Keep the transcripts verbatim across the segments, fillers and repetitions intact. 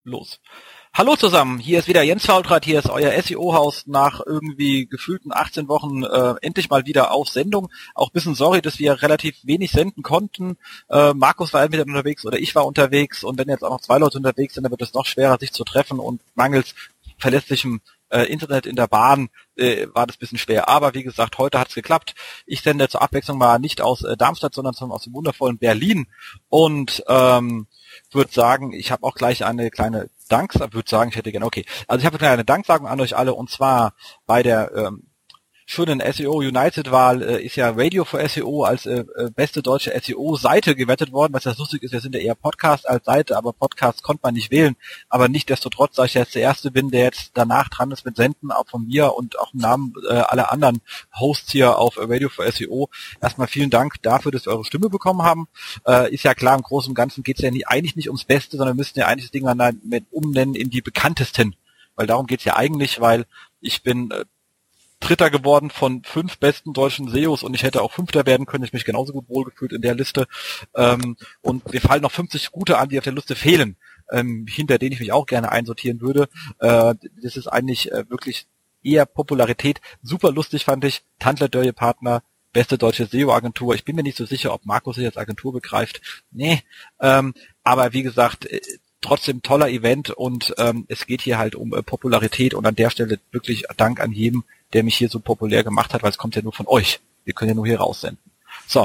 los. Hallo zusammen, hier ist wieder Jens Faultrat, hier ist euer S E O-Haus nach irgendwie gefühlten achtzehn Wochen äh, endlich mal wieder auf Sendung. Auch ein bisschen sorry, dass wir relativ wenig senden konnten. Äh, Markus war entweder unterwegs oder ich war unterwegs und wenn jetzt auch noch zwei Leute unterwegs sind, dann wird es noch schwerer, sich zu treffen und mangels verlässlichem äh, Internet in der Bahn äh, war das ein bisschen schwer. Aber wie gesagt, heute hat's geklappt. Ich sende zur Abwechslung mal nicht aus äh, Darmstadt, sondern aus dem wundervollen Berlin und ähm, würde sagen, ich habe auch gleich eine kleine Danks, würde sagen, ich hätte gerne, okay, also ich habe eine kleine Danksagung an euch alle und zwar bei der ähm, schönen S E O United Wahl äh, ist ja Radio for S E O als äh, beste deutsche S E O-Seite gewettet worden, was ja lustig ist, wir sind ja eher Podcast als Seite, aber Podcast konnte man nicht wählen, aber nichtsdestotrotz, da ich jetzt der Erste bin, der jetzt danach dran ist mit Senden, auch von mir und auch im Namen äh, aller anderen Hosts hier auf äh, Radio for S E O, erstmal vielen Dank dafür, dass wir eure Stimme bekommen haben. Äh, ist ja klar, im Großen und Ganzen geht es ja nie, eigentlich nicht ums Beste, sondern wir müssen ja eigentlich das Ding dann mit umnennen in die bekanntesten, weil darum geht's ja eigentlich, weil ich bin äh, Dritter geworden von fünf besten deutschen S E Os und ich hätte auch Fünfter werden können. Ich mich genauso gut wohlgefühlt in der Liste. Ähm, und wir fallen noch fünfzig gute an, die auf der Liste fehlen, ähm, hinter denen ich mich auch gerne einsortieren würde. Äh, das ist eigentlich äh, wirklich eher Popularität. Super lustig fand ich. Tandler Dörje Partner, beste deutsche S E O-Agentur. Ich bin mir nicht so sicher, ob Markus sich als Agentur begreift. Nee, ähm, aber wie gesagt, äh, trotzdem toller Event und ähm, es geht hier halt um äh, Popularität und an der Stelle wirklich Dank an jedem, der mich hier so populär gemacht hat, weil es kommt ja nur von euch. Wir können ja nur hier raussenden. So,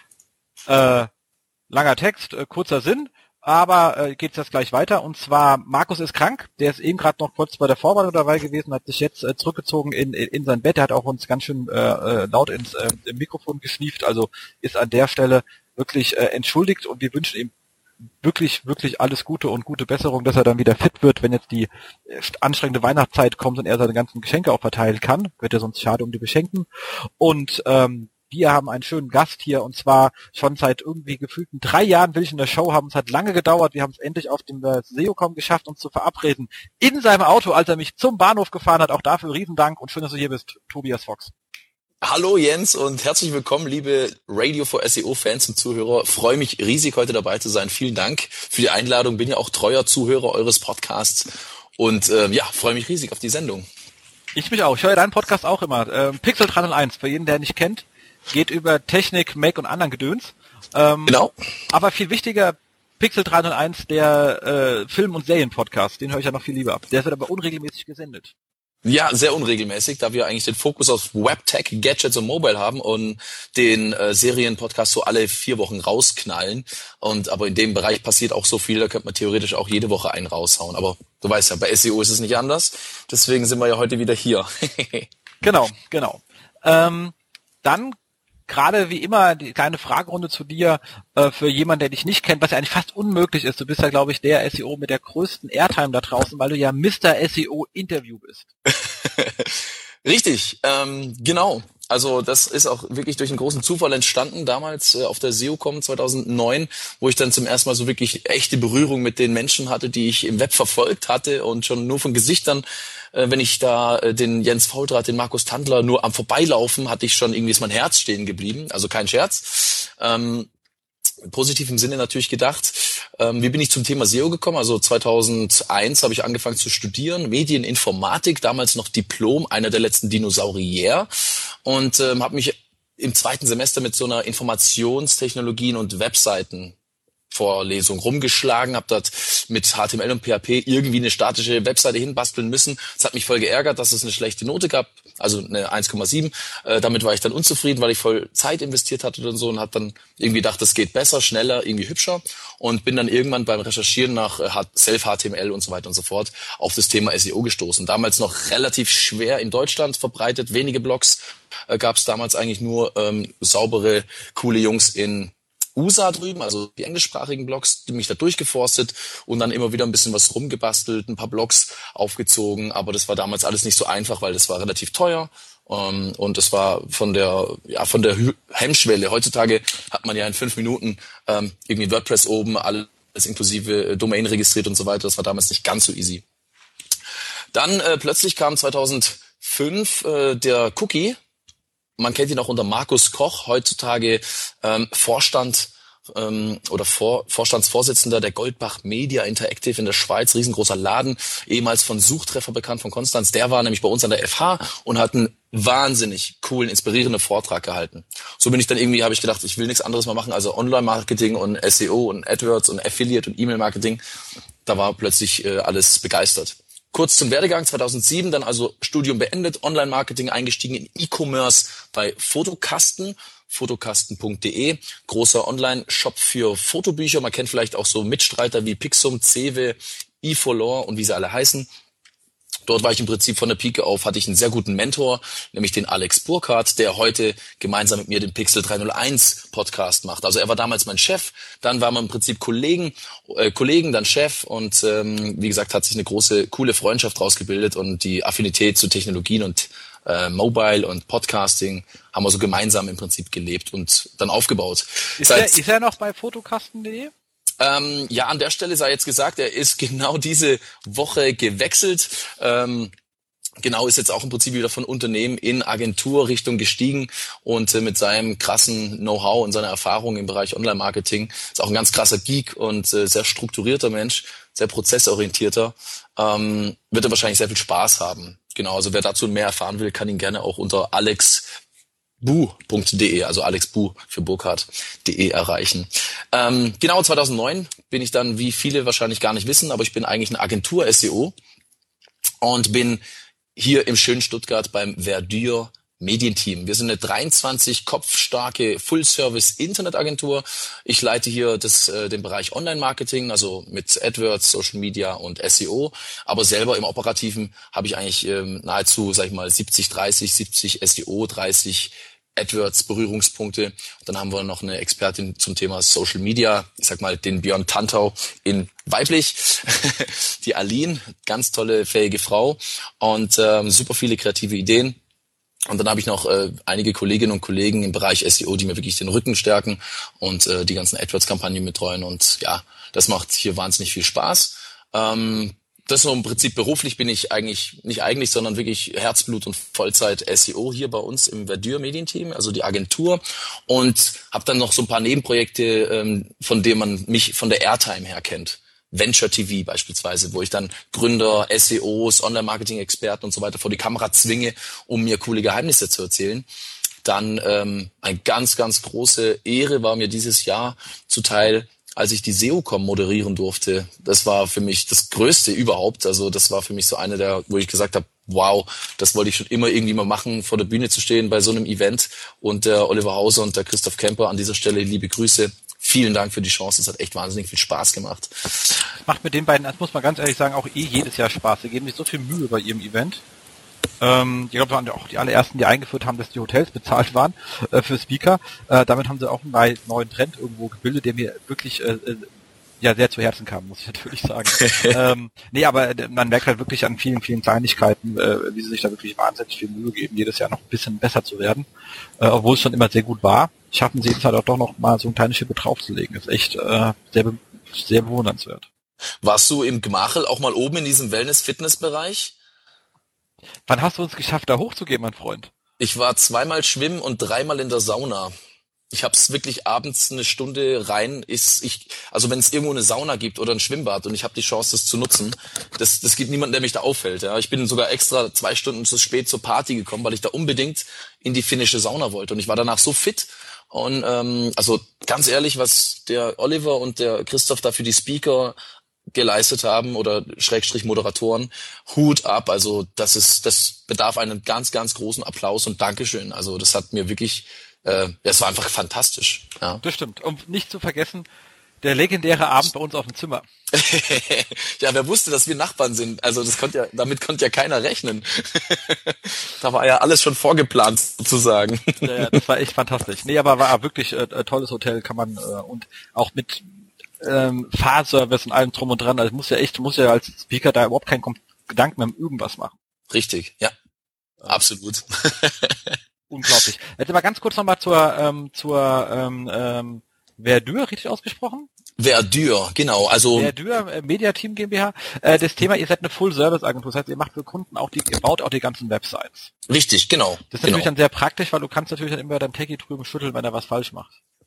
äh, langer Text, äh, kurzer Sinn, aber äh, geht's jetzt gleich weiter und zwar Markus ist krank, der ist eben gerade noch kurz bei der Vorbereitung dabei gewesen, hat sich jetzt äh, zurückgezogen in, in in sein Bett, er hat auch uns ganz schön äh, laut ins äh, im Mikrofon geschnieft, also ist an der Stelle wirklich äh, entschuldigt und wir wünschen ihm wirklich, wirklich alles Gute und gute Besserung, dass er dann wieder fit wird, wenn jetzt die anstrengende Weihnachtszeit kommt und er seine ganzen Geschenke auch verteilen kann. Wird ja sonst schade um die Beschenkten. Und ähm, wir haben einen schönen Gast hier und zwar schon seit irgendwie gefühlten drei Jahren will ich in der Show haben. Es hat lange gedauert. Wir haben es endlich auf dem äh, SEOCom geschafft, uns zu verabreden. In seinem Auto, als er mich zum Bahnhof gefahren hat. Auch dafür Riesendank und schön, dass du hier bist, Tobias Fox. Hallo Jens und herzlich willkommen, liebe Radio for S E O-Fans und Zuhörer. Freue mich riesig, heute dabei zu sein. Vielen Dank für die Einladung. Bin ja auch treuer Zuhörer eures Podcasts und äh, ja, freue mich riesig auf die Sendung. Ich mich auch. Ich höre deinen Podcast auch immer. Ähm, Pixel drei null eins, für jeden, der nicht kennt, geht über Technik, Mac und anderen Gedöns. Ähm, genau. Aber viel wichtiger, Pixel drei null eins, der äh, Film- und Serien-Podcast, den höre ich ja noch viel lieber ab. Der wird aber unregelmäßig gesendet. Ja, sehr unregelmäßig, da wir eigentlich den Fokus auf Webtech, Gadgets und Mobile haben und den äh, Serienpodcast so alle vier Wochen rausknallen. Und aber in dem Bereich passiert auch so viel, da könnte man theoretisch auch jede Woche einen raushauen. Aber du weißt ja, bei S E O ist es nicht anders. Deswegen sind wir ja heute wieder hier. Genau, genau. Ähm, dann gerade wie immer die kleine Fragerunde zu dir äh, für jemanden, der dich nicht kennt, was ja eigentlich fast unmöglich ist. Du bist ja, glaube ich, der S E O mit der größten Airtime da draußen, weil du ja Mister S E O Interview bist. Richtig, ähm, genau. Also das ist auch wirklich durch einen großen Zufall entstanden, damals äh, auf der SEOCom zweitausendneun, wo ich dann zum ersten Mal so wirklich echte Berührung mit den Menschen hatte, die ich im Web verfolgt hatte und schon nur von Gesichtern, äh, wenn ich da äh, den Jens Faultrat, den Markus Tandler nur am Vorbeilaufen, hatte ich schon irgendwie ist mein Herz stehen geblieben, also kein Scherz. Ähm, Im positiven Sinne natürlich gedacht. Ähm, wie bin ich zum Thema S E O gekommen? Also zweitausendeins habe ich angefangen zu studieren, Medieninformatik, damals noch Diplom, einer der letzten Dinosaurier und ähm, habe mich im zweiten Semester mit so einer Informationstechnologien und Webseiten Vorlesung rumgeschlagen, habe dort mit H T M L und P H P irgendwie eine statische Webseite hinbasteln müssen. Das hat mich voll geärgert, dass es eine schlechte Note gab, also eine eins Komma sieben. Äh, damit war ich dann unzufrieden, weil ich voll Zeit investiert hatte und so und habe dann irgendwie gedacht, das geht besser, schneller, irgendwie hübscher und bin dann irgendwann beim Recherchieren nach äh, Self-H T M L und so weiter und so fort auf das Thema S E O gestoßen. Damals noch relativ schwer in Deutschland verbreitet, wenige Blogs äh, gab es damals eigentlich nur ähm, saubere, coole Jungs in U S A drüben, also die englischsprachigen Blogs, die mich da durchgeforstet und dann immer wieder ein bisschen was rumgebastelt, ein paar Blogs aufgezogen, aber das war damals alles nicht so einfach, weil das war relativ teuer ähm, und das war von der ja von der Hemmschwelle. Heutzutage hat man ja in fünf Minuten ähm, irgendwie WordPress oben, alles inklusive Domain registriert und so weiter. Das war damals nicht ganz so easy. Dann äh, plötzlich kam zweitausendfünf äh, der Cookie. Man kennt ihn auch unter Markus Koch, heutzutage ähm, Vorstand ähm, oder Vor- Vorstandsvorsitzender der Goldbach Media Interactive in der Schweiz, riesengroßer Laden, ehemals von Suchtreffer bekannt, von Konstanz. Der war nämlich bei uns an der F H und hat einen wahnsinnig coolen, inspirierenden Vortrag gehalten. So bin ich dann irgendwie, habe ich gedacht, ich will nichts anderes mehr machen, also Online-Marketing und S E O und AdWords und Affiliate und E-Mail-Marketing. Da war plötzlich äh, alles begeistert. Kurz zum Werdegang, zweitausendsieben dann also Studium beendet, Online-Marketing eingestiegen in E-Commerce bei Fotokasten, fotokasten punkt de, großer Online-Shop für Fotobücher. Man kennt vielleicht auch so Mitstreiter wie Pixum, Cewe, eFolor und wie sie alle heißen. Dort war ich im Prinzip von der Pike auf, hatte ich einen sehr guten Mentor, nämlich den Alex Burkhardt, der heute gemeinsam mit mir den Pixel dreihunderteins Podcast macht. Also er war damals mein Chef, dann waren wir im Prinzip Kollegen, äh, Kollegen, dann Chef und ähm, wie gesagt hat sich eine große, coole Freundschaft rausgebildet und die Affinität zu Technologien und äh, Mobile und Podcasting haben wir so gemeinsam im Prinzip gelebt und dann aufgebaut. Ist, Seit, er, ist er noch bei fotokasten punkt de? Ähm, ja, an der Stelle sei jetzt gesagt, er ist genau diese Woche gewechselt. Ähm, genau, ist jetzt auch im Prinzip wieder von Unternehmen in Agenturrichtung gestiegen und äh, mit seinem krassen Know-how und seiner Erfahrung im Bereich Online-Marketing ist auch ein ganz krasser Geek und äh, sehr strukturierter Mensch, sehr prozessorientierter. Ähm, wird er wahrscheinlich sehr viel Spaß haben. Genau, also wer dazu mehr erfahren will, kann ihn gerne auch unter alex bu punkt de, also alexbu für Burkhardt.de erreichen. Ähm, genau, zweitausendneun bin ich dann, wie viele wahrscheinlich gar nicht wissen, aber ich bin eigentlich eine Agentur-S E O und bin hier im schönen Stuttgart beim Verdure Medienteam. Wir sind eine dreiundzwanzig Kopf starke Full-Service-Internetagentur. Ich leite hier das, äh, den Bereich Online-Marketing, also mit AdWords, Social Media und S E O. Aber selber im Operativen habe ich eigentlich ähm, nahezu, sag ich mal, siebzig dreißig, siebzig S E O, dreißig AdWords Berührungspunkte. Dann haben wir noch eine Expertin zum Thema Social Media, ich sag mal den Björn Tantau in weiblich, die Aline, ganz tolle, fähige Frau und ähm, super viele kreative Ideen. Und dann habe ich noch äh, einige Kolleginnen und Kollegen im Bereich S E O, die mir wirklich den Rücken stärken und äh, die ganzen AdWords-Kampagnen betreuen. Und ja, das macht hier wahnsinnig viel Spaß. Ähm, das so im Prinzip beruflich bin ich eigentlich, nicht eigentlich, sondern wirklich Herzblut und Vollzeit S E O hier bei uns im Verdure Medienteam, also die Agentur. Und habe dann noch so ein paar Nebenprojekte, ähm, von denen man mich von der Airtime her kennt. Venture T V beispielsweise, wo ich dann Gründer, S E Os, Online-Marketing-Experten und so weiter vor die Kamera zwinge, um mir coole Geheimnisse zu erzählen. Dann ähm, eine ganz, ganz große Ehre war mir dieses Jahr zuteil, als ich die SEOCom moderieren durfte. Das war für mich das Größte überhaupt. Also das war für mich so eine der, wo ich gesagt habe, wow, das wollte ich schon immer irgendwie mal machen, vor der Bühne zu stehen bei so einem Event. Und der Oliver Hauser und der Christoph Kemper, an dieser Stelle liebe Grüße. Vielen Dank für die Chance, es hat echt wahnsinnig viel Spaß gemacht. Macht mit den beiden, das muss man ganz ehrlich sagen, auch eh jedes Jahr Spaß. Sie geben sich so viel Mühe bei ihrem Event. Ähm, ich glaube, das waren auch die allerersten, die eingeführt haben, dass die Hotels bezahlt waren äh, für Speaker. Äh, damit haben sie auch einen neuen Trend irgendwo gebildet, der mir wirklich äh, ja sehr zu Herzen kam, muss ich natürlich sagen. ähm, nee, aber man merkt halt wirklich an vielen, vielen Kleinigkeiten, äh, wie sie sich da wirklich wahnsinnig viel Mühe geben, jedes Jahr noch ein bisschen besser zu werden, äh, obwohl es schon immer sehr gut war. Schaffen sie jetzt halt auch doch noch mal so ein kleines Schippe draufzulegen. Das ist echt äh, sehr, be- sehr bewundernswert. Warst du im Gmachel auch mal oben in diesem Wellness-Fitness-Bereich? Wann hast du uns geschafft, da hochzugehen, mein Freund? Ich war zweimal schwimmen und dreimal in der Sauna. Ich habe es wirklich abends eine Stunde rein. Ist ich also wenn es irgendwo eine Sauna gibt oder ein Schwimmbad und ich habe die Chance, das zu nutzen, das das gibt niemanden, der mich da auffällt. Ja, ich bin sogar extra zwei Stunden zu spät zur Party gekommen, weil ich da unbedingt in die finnische Sauna wollte und ich war danach so fit. Und ähm, also ganz ehrlich, was der Oliver und der Christoph da für die Speaker geleistet haben oder Schrägstrich Moderatoren, Hut ab. Also das ist, das bedarf einen ganz, ganz großen Applaus und Dankeschön. Also das hat mir wirklich, äh, das war einfach fantastisch. Ja. Das stimmt. Und nicht zu vergessen, der legendäre Abend bei uns auf dem Zimmer. Ja, wer wusste, dass wir Nachbarn sind? Also das konnte ja, damit konnte ja keiner rechnen. Da war ja alles schon vorgeplant, sozusagen. Ja, ja, das war echt fantastisch. Nee, aber war wirklich äh, ein tolles Hotel, kann man äh, und auch mit ähm, Fahrservice und allem drum und dran. Also muss ja echt, muss ja als Speaker da überhaupt keinen Kom- Gedanken mehr um irgendwas machen. Richtig, ja, ja. Absolut. Unglaublich. Jetzt mal ganz kurz nochmal zur ähm, zur ähm, ähm, Verdure, richtig ausgesprochen? Verdure, genau. Also Verdure äh, Mediateam GmbH. Äh, das Thema, ihr seid eine Full-Service-Agentur, das heißt, ihr macht für Kunden auch die, ihr baut auch die ganzen Websites. Richtig, genau. Das ist genau. natürlich dann sehr praktisch, weil du kannst natürlich dann immer dein Techie drüben schütteln, wenn er was falsch macht.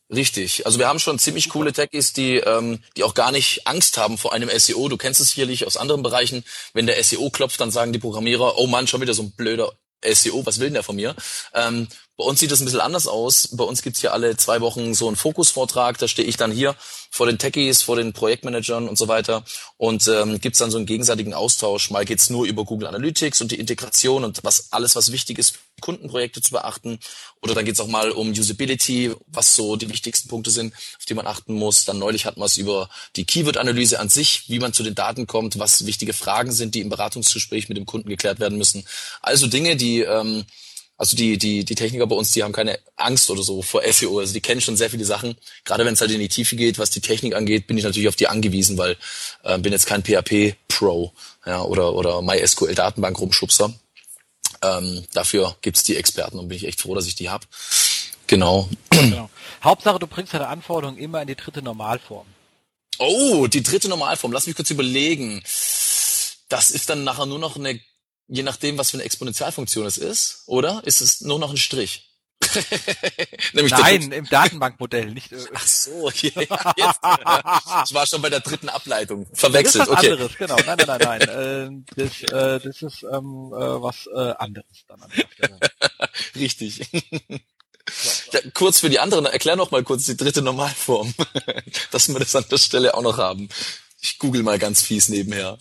Richtig. Also wir haben schon ziemlich coole Techies, die ähm, die auch gar nicht Angst haben vor einem S E O. Du kennst es sicherlich aus anderen Bereichen. Wenn der S E O klopft, dann sagen die Programmierer, oh Mann, schon wieder so ein blöder S E O, was will denn der von mir? Ähm, bei uns sieht das ein bisschen anders aus. Bei uns gibt's hier alle zwei Wochen so einen Fokusvortrag. Da stehe ich dann hier vor den Techies, vor den Projektmanagern und so weiter und ähm, gibt's dann so einen gegenseitigen Austausch. Mal geht's nur über Google Analytics und die Integration und was alles, was wichtig ist, Kundenprojekte zu beachten. Oder dann geht's auch mal um Usability, was so die wichtigsten Punkte sind, auf die man achten muss. Dann neulich hatten wir es über die Keyword-Analyse an sich, wie man zu den Daten kommt, was wichtige Fragen sind, die im Beratungsgespräch mit dem Kunden geklärt werden müssen. Also Dinge, die ähm, Also die die die Techniker bei uns, die haben keine Angst oder so vor S E O. Also die kennen schon sehr viele Sachen. Gerade wenn es halt in die Tiefe geht, was die Technik angeht, bin ich natürlich auf die angewiesen, weil äh, bin jetzt kein P H P-Pro, ja, oder oder MySQL-Datenbank-Rumschubser. Ähm, dafür gibt's die Experten und bin ich echt froh, dass ich die hab. Genau. Genau. Hauptsache, du bringst deine Anforderungen immer in die dritte Normalform. Oh, die dritte Normalform. Lass mich kurz überlegen. Das ist dann nachher nur noch eine, je nachdem, was für eine Exponentialfunktion es ist, oder? Ist es nur noch ein Strich? Nämlich Nein, im Datenbankmodell, nicht. Ach so, okay. Jetzt, ich war schon bei der dritten Ableitung. Verwechselt, das ist was okay. Anderes, genau. Nein, nein, nein, nein. Äh, das, äh, das ist ähm, äh, was äh, anderes dann an der Stelle. Richtig. Ja, kurz für die anderen, erklär noch mal kurz die dritte Normalform, dass wir das an der Stelle auch noch haben. Ich google mal ganz fies nebenher.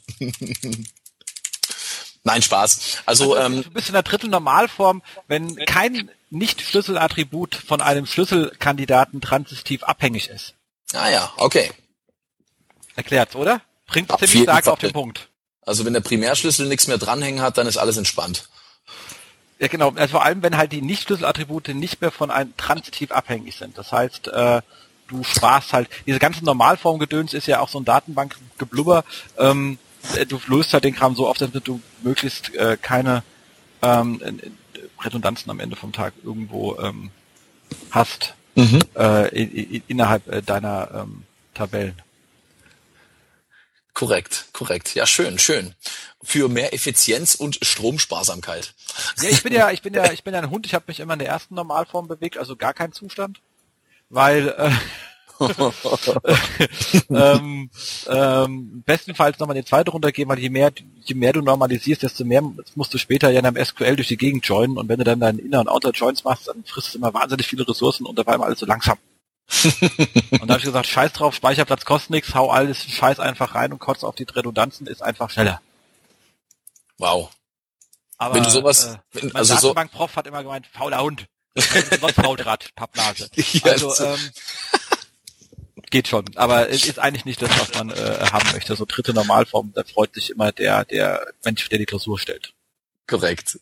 Nein, Spaß. Also, also ähm, du bist in der dritten Normalform, wenn kein Nicht-Schlüsselattribut von einem Schlüsselkandidaten transitiv abhängig ist. Ah ja, okay. Erklärt's, oder? Bringt Auf ziemlich jeden stark Fall. auf den Punkt. Also wenn der Primärschlüssel nichts mehr dranhängen hat, dann ist alles entspannt. Ja, genau. Also vor allem, wenn halt die Nicht-Schlüsselattribute nicht mehr von einem transitiv abhängig sind. Das heißt, äh, du sparst halt, diese ganze Normalformgedöns ist ja auch so ein Datenbankgeblubber. Ähm, du löst halt den Kram so auf, damit du möglichst äh, keine ähm, Redundanzen am Ende vom Tag irgendwo ähm, hast mhm. äh, in, in, innerhalb äh, deiner ähm, Tabellen. Korrekt, korrekt. Ja, schön, schön. Für mehr Effizienz und Stromsparsamkeit. Ja, ich bin ja, ich bin ja, ich bin ja ein Hund. Ich habe mich immer in der ersten Normalform bewegt, also gar kein Zustand, weil äh, ähm, ähm, bestenfalls nochmal in die zweite runtergehen, weil je mehr, je mehr du normalisierst, desto mehr musst du später ja in einem S Q L durch die Gegend joinen und wenn du dann deinen Inner- und Outer-Joins machst, dann frisst du immer wahnsinnig viele Ressourcen und dabei immer alles so langsam. Und da habe ich gesagt, scheiß drauf, Speicherplatz kostet nichts, hau alles Scheiß einfach rein und kotz auf die Redundanzen, ist einfach schneller. Wow. Aber wenn du sowas, äh, wenn, mein also Datenbankprof hat immer gemeint, fauler Hund. Was Faulrad, Pappnase. Also, ähm, geht schon, aber es ist eigentlich nicht das, was man äh, haben möchte. So dritte Normalform, da freut sich immer der der Mensch, der die Klausur stellt. Korrekt.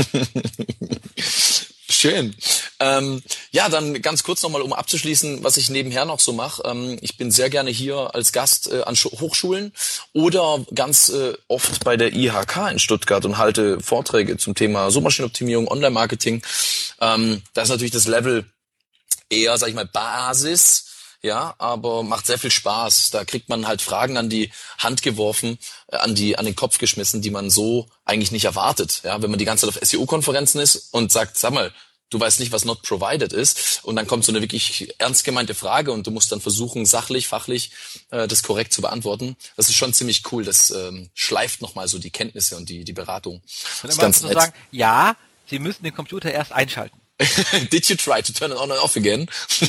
Schön. Ähm, ja, dann ganz kurz nochmal, um abzuschließen, was ich nebenher noch so mache. Ähm, ich bin sehr gerne hier als Gast äh, an Sch- Hochschulen oder ganz äh, oft bei der I H K in Stuttgart und halte Vorträge zum Thema Suchmaschinenoptimierung, Online-Marketing. Ähm, da ist natürlich das Level eher, sag ich mal, Basis. Ja, aber macht sehr viel Spaß. Da kriegt man halt Fragen an die Hand geworfen, äh, an die an den Kopf geschmissen, die man so eigentlich nicht erwartet. Ja, wenn man die ganze Zeit auf S E O-Konferenzen ist und sagt, sag mal, du weißt nicht, was not provided ist, und dann kommt so eine wirklich ernst gemeinte Frage und du musst dann versuchen, sachlich, fachlich äh, das korrekt zu beantworten. Das ist schon ziemlich cool. Das ähm, schleift nochmal so die Kenntnisse und die die Beratung. Und immer so sagen, ja, Sie müssen den Computer erst einschalten. Did you try to turn it on and off again?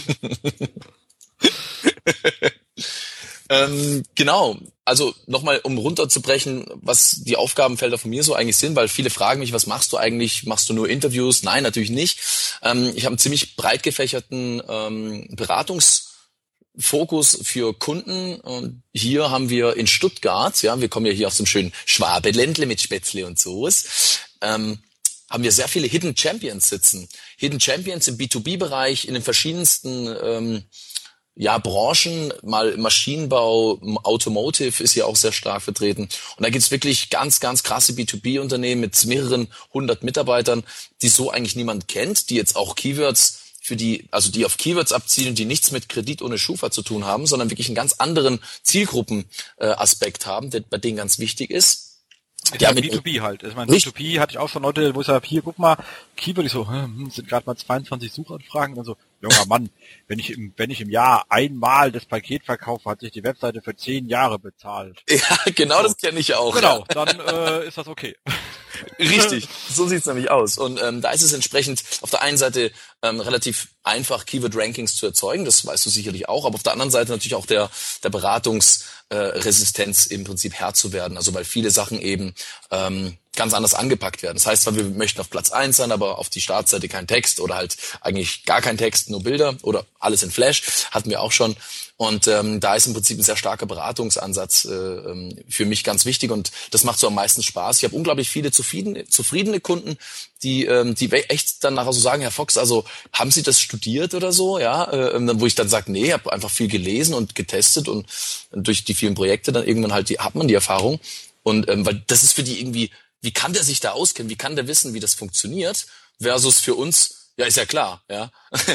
ähm, genau, also nochmal, um runterzubrechen, was die Aufgabenfelder von mir so eigentlich sind, weil viele fragen mich, was machst du eigentlich? Machst du nur Interviews? Nein, natürlich nicht. Ähm, ich habe einen ziemlich breit gefächerten ähm, Beratungsfokus für Kunden. Und hier haben wir in Stuttgart, ja, wir kommen ja hier aus dem schönen Schwabeländle mit Spätzle und Soße, ähm, haben wir sehr viele Hidden Champions sitzen. Hidden Champions im B zwei B-Bereich, in den verschiedensten ähm, ja, Branchen, mal Maschinenbau, Automotive ist ja auch sehr stark vertreten. Und da gibt's wirklich ganz, ganz krasse B zwei B-Unternehmen mit mehreren hundert Mitarbeitern, die so eigentlich niemand kennt, die jetzt auch Keywords für die, also die auf Keywords abzielen, die nichts mit Kredit ohne Schufa zu tun haben, sondern wirklich einen ganz anderen Zielgruppenaspekt haben, der bei denen ganz wichtig ist. Ist Ja, ja mit, B zwei B halt. Ich meine, Richtig. B zwei B hatte ich auch schon Leute, wo ich sage, hier, guck mal, Keyword, ich so, hm, sind gerade mal zweiundzwanzig Suchanfragen und so, junger Mann, wenn ich im, wenn ich im Jahr einmal das Paket verkaufe, hat sich die Webseite für zehn Jahre bezahlt. ja, genau, So. das kenne ich auch. Genau, Ja. dann äh, ist das okay. Richtig, so sieht's nämlich aus. Und ähm, da ist es entsprechend auf der einen Seite ähm, relativ einfach, Keyword-Rankings zu erzeugen, das weißt du sicherlich auch, aber auf der anderen Seite natürlich auch der der Beratungsresistenz äh, im Prinzip Herr zu werden. Also weil viele Sachen eben ähm, ganz anders angepackt werden. Das heißt zwar, wir möchten auf Platz eins sein, aber auf die Startseite kein Text oder halt eigentlich gar kein Text, nur Bilder oder alles in Flash, hatten wir auch schon. Und ähm, da ist im Prinzip ein sehr starker Beratungsansatz äh, für mich ganz wichtig und das macht so am meisten Spaß. Ich habe unglaublich viele zufriedene, zufriedene Kunden, die ähm, die echt dann nachher so sagen, Herr Fox, also haben Sie das studiert oder so, ja, äh, wo ich dann sage, nee, ich habe einfach viel gelesen und getestet und durch die vielen Projekte dann irgendwann halt die, hat man die Erfahrung und ähm, weil das ist für die irgendwie, wie kann der sich da auskennen, wie kann der wissen, wie das funktioniert, versus für uns, ja, ist ja klar, ja.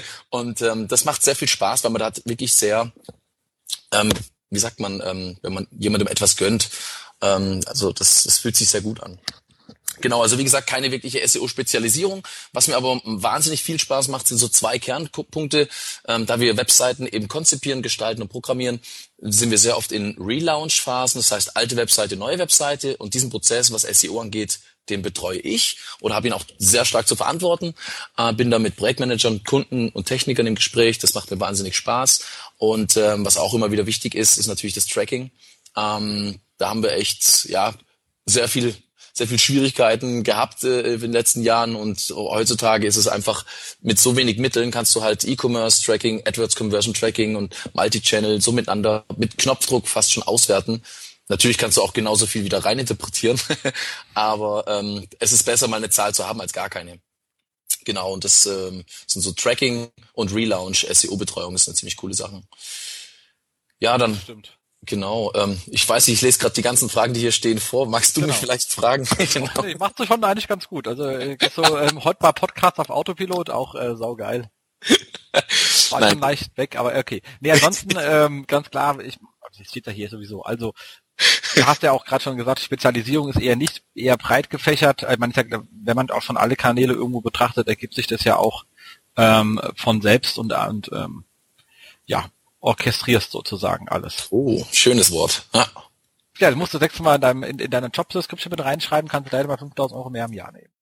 Und ähm, das macht sehr viel Spaß, weil man da wirklich sehr, ähm, wie sagt man, ähm, wenn man jemandem etwas gönnt, ähm, also das, das fühlt sich sehr gut an. Genau, also wie gesagt, keine wirkliche S E O-Spezialisierung. Was mir aber wahnsinnig viel Spaß macht, sind so zwei Kernpunkte. Ähm, da wir Webseiten eben konzipieren, gestalten und programmieren, sind wir sehr oft in Relaunch-Phasen. Das heißt, alte Webseite, neue Webseite. Und diesen Prozess, was S E O angeht, den betreue ich oder habe ihn auch sehr stark zu verantworten. Äh, bin da mit Projektmanagern, Kunden und Technikern im Gespräch. Das macht mir wahnsinnig Spaß. Und ähm, was auch immer wieder wichtig ist, ist natürlich das Tracking. Ähm, da haben wir echt ja sehr viel sehr viel Schwierigkeiten gehabt äh, in den letzten Jahren und heutzutage ist es einfach, mit so wenig Mitteln kannst du halt E-Commerce-Tracking, AdWords-Conversion-Tracking und Multi-Channel so miteinander mit Knopfdruck fast schon auswerten. Natürlich kannst du auch genauso viel wieder reininterpretieren, aber ähm, es ist besser, mal eine Zahl zu haben als gar keine. Genau, und das ähm, sind so Tracking und Relaunch, S E O-Betreuung ist eine ziemlich coole Sache. Ja, dann... Stimmt. Genau, ähm, ich weiß nicht, ich lese gerade die ganzen Fragen, die hier stehen, vor. Magst du Genau. mich vielleicht fragen? Genau. Nee, machst du schon eigentlich ganz gut. Also äh, so ähm, heute mal Podcast auf Autopilot, auch äh, saugeil. War Nein. schon leicht weg, aber okay. Nee, ansonsten ähm, ganz klar, ich, das steht ja hier sowieso. Also du hast ja auch gerade schon gesagt, Spezialisierung ist eher nicht eher breit gefächert. Ich meine, wenn man auch schon alle Kanäle irgendwo betrachtet, ergibt sich das ja auch ähm, von selbst und, und ähm, ja, orchestrierst sozusagen alles. Oh, schönes Wort. Ja. Ja, das musst du sechsmal in, deinem, in, in deiner Job-Description mit reinschreiben, kannst du leider mal fünftausend Euro mehr im Jahr nehmen.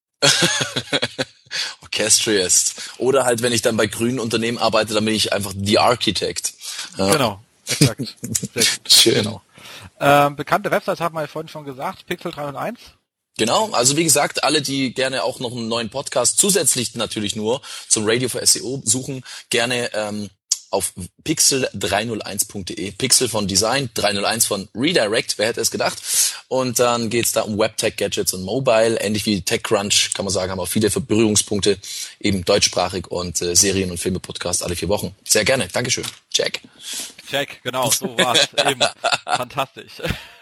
Orchestriest. Oder halt, wenn ich dann bei grünen Unternehmen arbeite, dann bin ich einfach The Architect. Ja. Genau, exakt. Sehr gut. Schön. Genau. Ähm, bekannte Websites haben wir ja vorhin schon gesagt, Pixel drei null eins. Genau, also wie gesagt, alle, die gerne auch noch einen neuen Podcast zusätzlich natürlich nur zum Radio für S E O suchen, gerne ähm, auf pixel drei null eins punkt de. Pixel von Design, drei null eins von Redirect, wer hätte es gedacht. Und dann geht's da um Webtech, Gadgets und Mobile. Ähnlich wie TechCrunch, kann man sagen, haben auch viele Berührungspunkte, eben deutschsprachig und äh, Serien- und Filme-Podcast alle vier Wochen. Sehr gerne, Dankeschön. Jack. Check, genau, so war's eben. Fantastisch.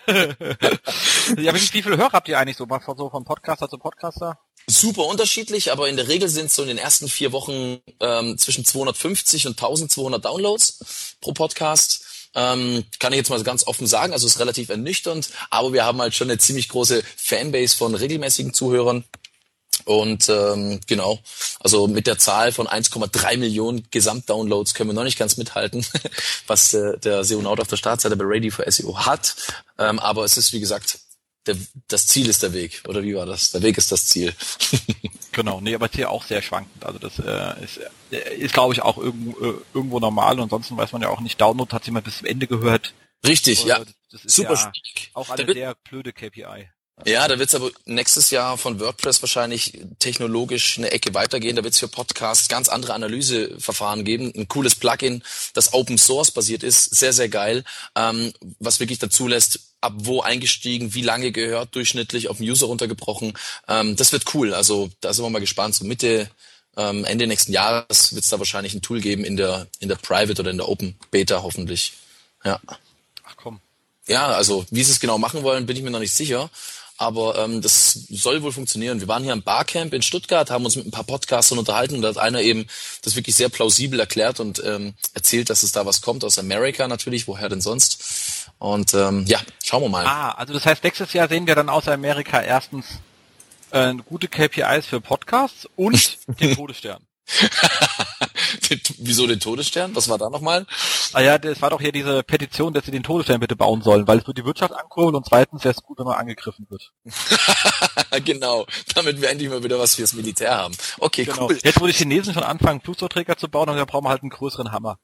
Ja, wie, wie viele Hörer habt ihr eigentlich so, mal von, so von Podcaster zu Podcaster? Super unterschiedlich, aber in der Regel sind es so in den ersten vier Wochen ähm, zwischen zweihundertfünfzig und eintausendzweihundert Downloads pro Podcast. Ähm, kann ich jetzt mal ganz offen sagen, also ist relativ ernüchternd, aber wir haben halt schon eine ziemlich große Fanbase von regelmäßigen Zuhörern. Und ähm, genau, also mit der Zahl von eins Komma drei Millionen Gesamtdownloads können wir noch nicht ganz mithalten, was äh, der SEOnaut auf der Startseite bei Radio for S E O hat. Ähm, aber es ist, wie gesagt, der, das Ziel ist der Weg. Oder wie war das? Der Weg ist das Ziel. Genau, nee, aber ist hier auch sehr schwankend. Also das äh, ist, äh, ist glaube ich, auch irgendwo, äh, irgendwo normal. Und ansonsten weiß man ja auch nicht, Download hat jemand bis zum Ende gehört. Richtig, Oder, ja. Das ist Super ja schwierig. auch eine Da wird- sehr blöde K P I. Ja, da wird's aber nächstes Jahr von WordPress wahrscheinlich technologisch eine Ecke weitergehen. Da wird's für Podcasts ganz andere Analyseverfahren geben. Ein cooles Plugin, das Open Source basiert ist. Sehr, sehr geil. Ähm, was wirklich dazu lässt, ab wo eingestiegen, wie lange gehört, durchschnittlich auf den User runtergebrochen. Ähm, das wird cool. Also da sind wir mal gespannt. So Mitte, ähm, Ende nächsten Jahres wird's da wahrscheinlich ein Tool geben in der, in der Private oder in der Open Beta hoffentlich. Ja. Ach komm. Ja, also wie sie es genau machen wollen, bin ich mir noch nicht sicher. Aber ähm, das soll wohl funktionieren. Wir waren hier am Barcamp in Stuttgart, haben uns mit ein paar Podcastern unterhalten und da hat einer eben das wirklich sehr plausibel erklärt und ähm, erzählt, dass es da was kommt aus Amerika natürlich, woher denn sonst. Und ähm, ja, schauen wir mal. Ah, also das heißt, nächstes Jahr sehen wir dann außer Amerika erstens äh, gute K P Is für Podcasts und den Todesstern. den, wieso den Todesstern? Was war da nochmal? Ah ja, das war doch hier diese Petition, dass sie den Todesstern bitte bauen sollen, weil es nur die Wirtschaft ankurbelt und zweitens wäre es gut, wenn man angegriffen wird. Genau, damit wir endlich mal wieder was fürs Militär haben. Okay, genau. Cool. Jetzt, wo die Chinesen schon anfangen, Flugzeugträger zu bauen, dann brauchen wir halt einen größeren Hammer.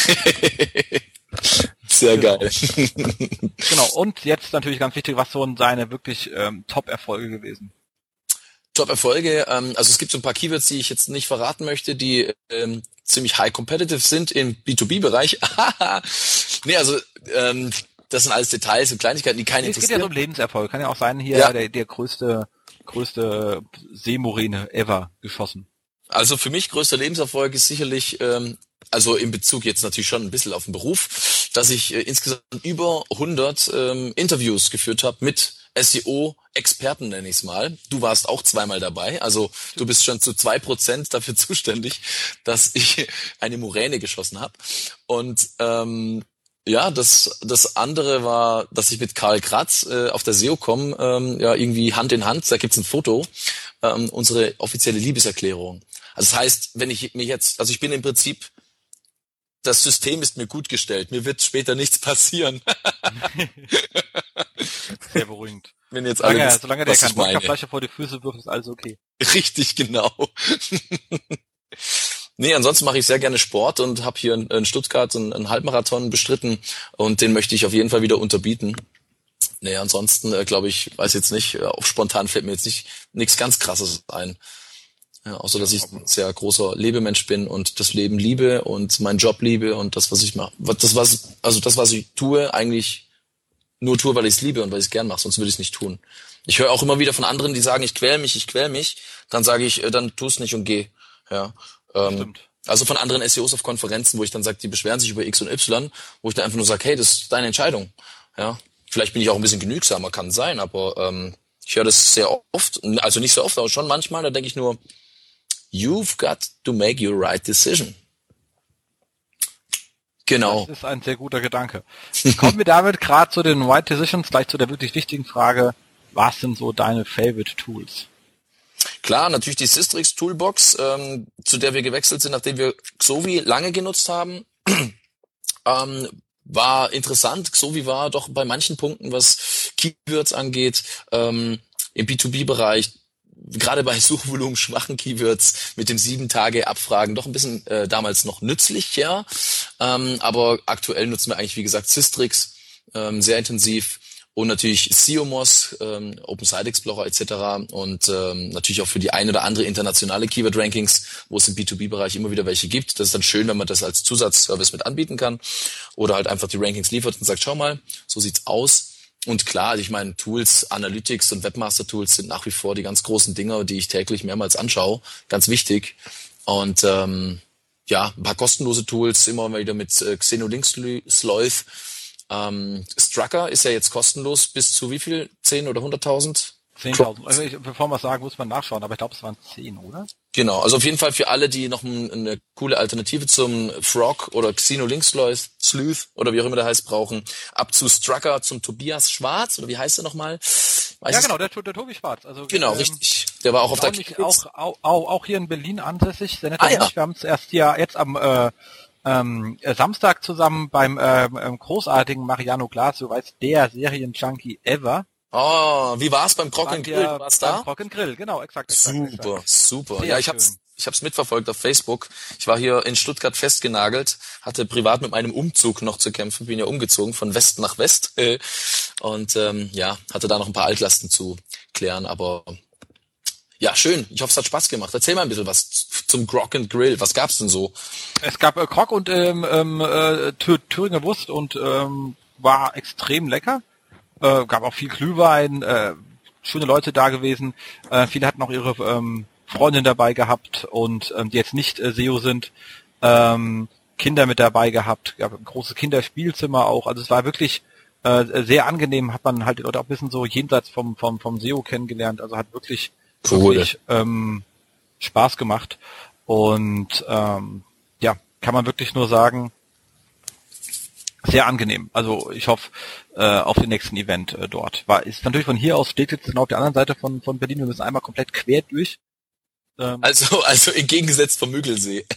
Sehr genau. geil. Genau, und jetzt natürlich ganz wichtig, was so seine wirklich ähm, Top-Erfolge gewesen? Top-Erfolge, ähm, also es gibt so ein paar Keywords, die ich jetzt nicht verraten möchte, die ähm, ziemlich high competitive sind im B zwei B-Bereich. nee, also ähm, das sind alles Details und Kleinigkeiten, die keinen nee, es interessieren. Es geht ja so um Lebenserfolg. Kann ja auch sein, hier ja. der, der größte größte Seemoräne ever geschossen. Also für mich größter Lebenserfolg ist sicherlich, ähm, also in Bezug jetzt natürlich schon ein bisschen auf den Beruf, dass ich äh, insgesamt über hundert ähm, Interviews geführt habe mit S E O-Experten, nenne ich es mal. Du warst auch zweimal dabei, also du bist schon zu zwei Prozent dafür zuständig, dass ich eine Muräne geschossen habe. Und ähm, ja, das das andere war, dass ich mit Karl Kratz äh, auf der SEOCom ähm, ja irgendwie Hand in Hand, da gibt's ein Foto, ähm, unsere offizielle Liebeserklärung. Also das heißt, wenn ich mir jetzt, also ich bin im Prinzip, das System ist mir gut gestellt, mir wird später nichts passieren. Sehr beruhigend. Wenn jetzt solange, alle wissen, solange der keine Wodkaflasche vor die Füße wirft, ist alles okay. Richtig, genau. Nee, ansonsten mache ich sehr gerne Sport und habe hier in Stuttgart einen, einen Halbmarathon bestritten und den möchte ich auf jeden Fall wieder unterbieten. Nee, ansonsten äh, glaube ich, weiß jetzt nicht, auf spontan fällt mir jetzt nicht nichts ganz Krasses ein. Ja, außer dass ich ein sehr großer Lebemensch bin und das Leben liebe und meinen Job liebe und das, was ich mache, das was also das, was ich tue, eigentlich nur tue, weil ich es liebe und weil ich es gern mache, sonst würde ich es nicht tun. Ich höre auch immer wieder von anderen, die sagen, ich quäl mich, ich quäl mich, dann sage ich, äh, dann tu es nicht und geh. Ja. Ähm, Stimmt. Also von anderen S E Os auf Konferenzen, wo ich dann sage, die beschweren sich über X und Y, wo ich dann einfach nur sage, hey, das ist deine Entscheidung. Ja. Vielleicht bin ich auch ein bisschen genügsamer, kann sein, aber ähm, ich höre das sehr oft, also nicht so oft, aber schon manchmal, da denke ich nur, you've got to make your right decision. Genau. Das ist ein sehr guter Gedanke. Kommen wir damit gerade zu den Right Decisions, gleich zu der wirklich wichtigen Frage, was sind so deine Favorite Tools? Klar, natürlich die Systrix Toolbox, ähm, zu der wir gewechselt sind, nachdem wir Xovi lange genutzt haben. ähm, war interessant. Xovi war doch bei manchen Punkten, was Keywords angeht, ähm, im B zwei B-Bereich, gerade bei Suchvolumen schwachen Keywords mit dem sieben Tage Abfragen doch ein bisschen äh, damals noch nützlich, ja. Ähm, aber aktuell nutzen wir eigentlich, wie gesagt, Systrix ähm, sehr intensiv und natürlich Siomos, ähm, Open Site Explorer et cetera und ähm, natürlich auch für die ein oder andere internationale Keyword-Rankings, wo es im B zwei B-Bereich immer wieder welche gibt. Das ist dann schön, wenn man das als Zusatzservice mit anbieten kann oder halt einfach die Rankings liefert und sagt, schau mal, so sieht's aus. Und klar, ich meine, Tools, Analytics und Webmaster-Tools sind nach wie vor die ganz großen Dinger, die ich täglich mehrmals anschaue. Ganz wichtig. Und ähm, ja, ein paar kostenlose Tools, immer wieder mit äh, Xenolink-Sloth. Ähm, Strucker ist ja jetzt kostenlos bis zu wie viel? zehn oder hunderttausend? zehntausend. Also ich, bevor wir sagen, muss man nachschauen, aber ich glaube, es waren zehn, oder? Genau, also auf jeden Fall für alle, die noch ein, eine coole Alternative zum Frog oder Xenolink-Sloth Sleuth oder wie auch immer der heißt, brauchen, ab zu Strucker zum Tobias Schwarz, oder wie heißt er nochmal? Weiß ja, genau, der, der Tobi Schwarz. Also, genau, ähm, richtig. Der war auch auf der auch, auch, auch, auch hier in Berlin ansässig, sehr netter ah, ja. Mensch. Wir haben es erst ja jetzt am äh, ähm, Samstag zusammen beim ähm, großartigen Mariano Glas, du weißt, der Serien-Junkie ever. Oh, wie war's beim Crock and Grill? Ja, war's da? Crock and Grill, genau, exakt. exakt super, exakt. super. Sehr ja, ich hab's, ich hab's mitverfolgt auf Facebook. Ich war hier in Stuttgart festgenagelt, hatte privat mit meinem Umzug noch zu kämpfen, bin ja umgezogen von West nach West und ähm, ja, hatte da noch ein paar Altlasten zu klären, aber ja, schön. Ich hoffe, es hat Spaß gemacht. Erzähl mal ein bisschen was zum Crock and Grill. Was gab's denn so? Es gab äh, Crock und ähm, ähm, äh, Thüringer Wurst und ähm, war extrem lecker. Äh, gab auch viel Glühwein, äh, schöne Leute da gewesen. Äh, viele hatten auch ihre ähm, Freundin dabei gehabt und ähm, die jetzt nicht äh, S E O sind. Ähm, Kinder mit dabei gehabt, gab ein großes Kinderspielzimmer auch. Also es war wirklich äh, sehr angenehm. Hat man halt die Leute auch ein bisschen so jenseits vom vom vom S E O kennengelernt. Also hat wirklich Cool. wirklich ähm, Spaß gemacht und ähm, ja, kann man wirklich nur sagen, sehr angenehm. Also ich hoffe äh, auf den nächsten Event äh, dort. War ist natürlich von hier aus steht jetzt genau auf der anderen Seite von von Berlin. Wir müssen einmal komplett quer durch. Ähm, also also entgegengesetzt vom Müggelsee.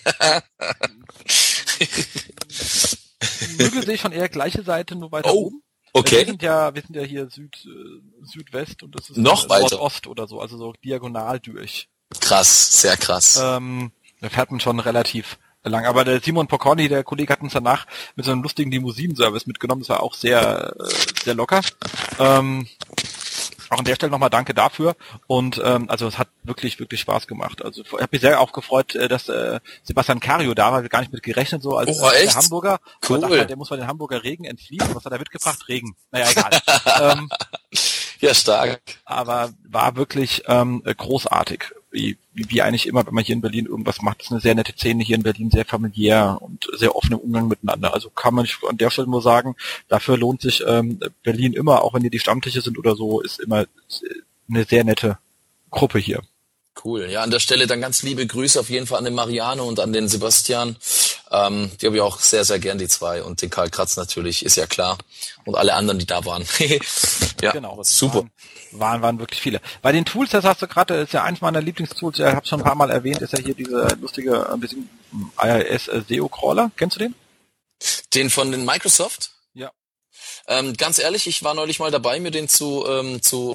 Müggelsee schon eher gleiche Seite, nur weiter oh, oben. Okay. Wir sind ja wir sind ja hier Süd äh, Südwest und das ist noch weiter Nordost oder so, also so diagonal durch. Krass, sehr krass. Ähm, da fährt man schon relativ lang. Aber der Simon Pocorni, der Kollege, hat uns danach mit so einem lustigen Limousinenservice mitgenommen. Das war auch sehr, äh, sehr locker. Ähm, auch an der Stelle nochmal danke dafür. Und ähm, also es hat wirklich, wirklich Spaß gemacht. Also ich habe mich sehr auch gefreut, dass äh, Sebastian Cario da war. Wir gar nicht mit gerechnet, so als oh, der Hamburger. Cool. Aber dachte, der muss mal den Hamburger Regen entfliehen. Was hat er mitgebracht? Regen. Naja, egal. ähm, ja, stark. Aber war wirklich ähm, großartig. Wie, wie, wie eigentlich immer, wenn man hier in Berlin irgendwas macht. Das ist eine sehr nette Szene hier in Berlin, sehr familiär und sehr offen im Umgang miteinander. Also kann man an der Stelle nur sagen, dafür lohnt sich ähm, Berlin immer, auch wenn hier die Stammtische sind oder so, ist immer eine sehr nette Gruppe hier. Cool. Ja, an der Stelle dann ganz liebe Grüße auf jeden Fall an den Mariano und an den Sebastian. Ähm, die habe ich auch sehr, sehr gern, die zwei. Und den Karl Kratz natürlich, ist ja klar. Und alle anderen, die da waren. ja, genau, super. Waren, waren, waren wirklich viele. Bei den Tools, das hast du gerade, ist ja eins meiner Lieblingstools, ich habe schon ein paar Mal erwähnt, ist ja hier diese lustige ein bisschen I I S S E O-Crawler. Kennst du den? Den von den Microsoft? Ja. Ähm, ganz ehrlich, ich war neulich mal dabei, mir den zu, ähm, zu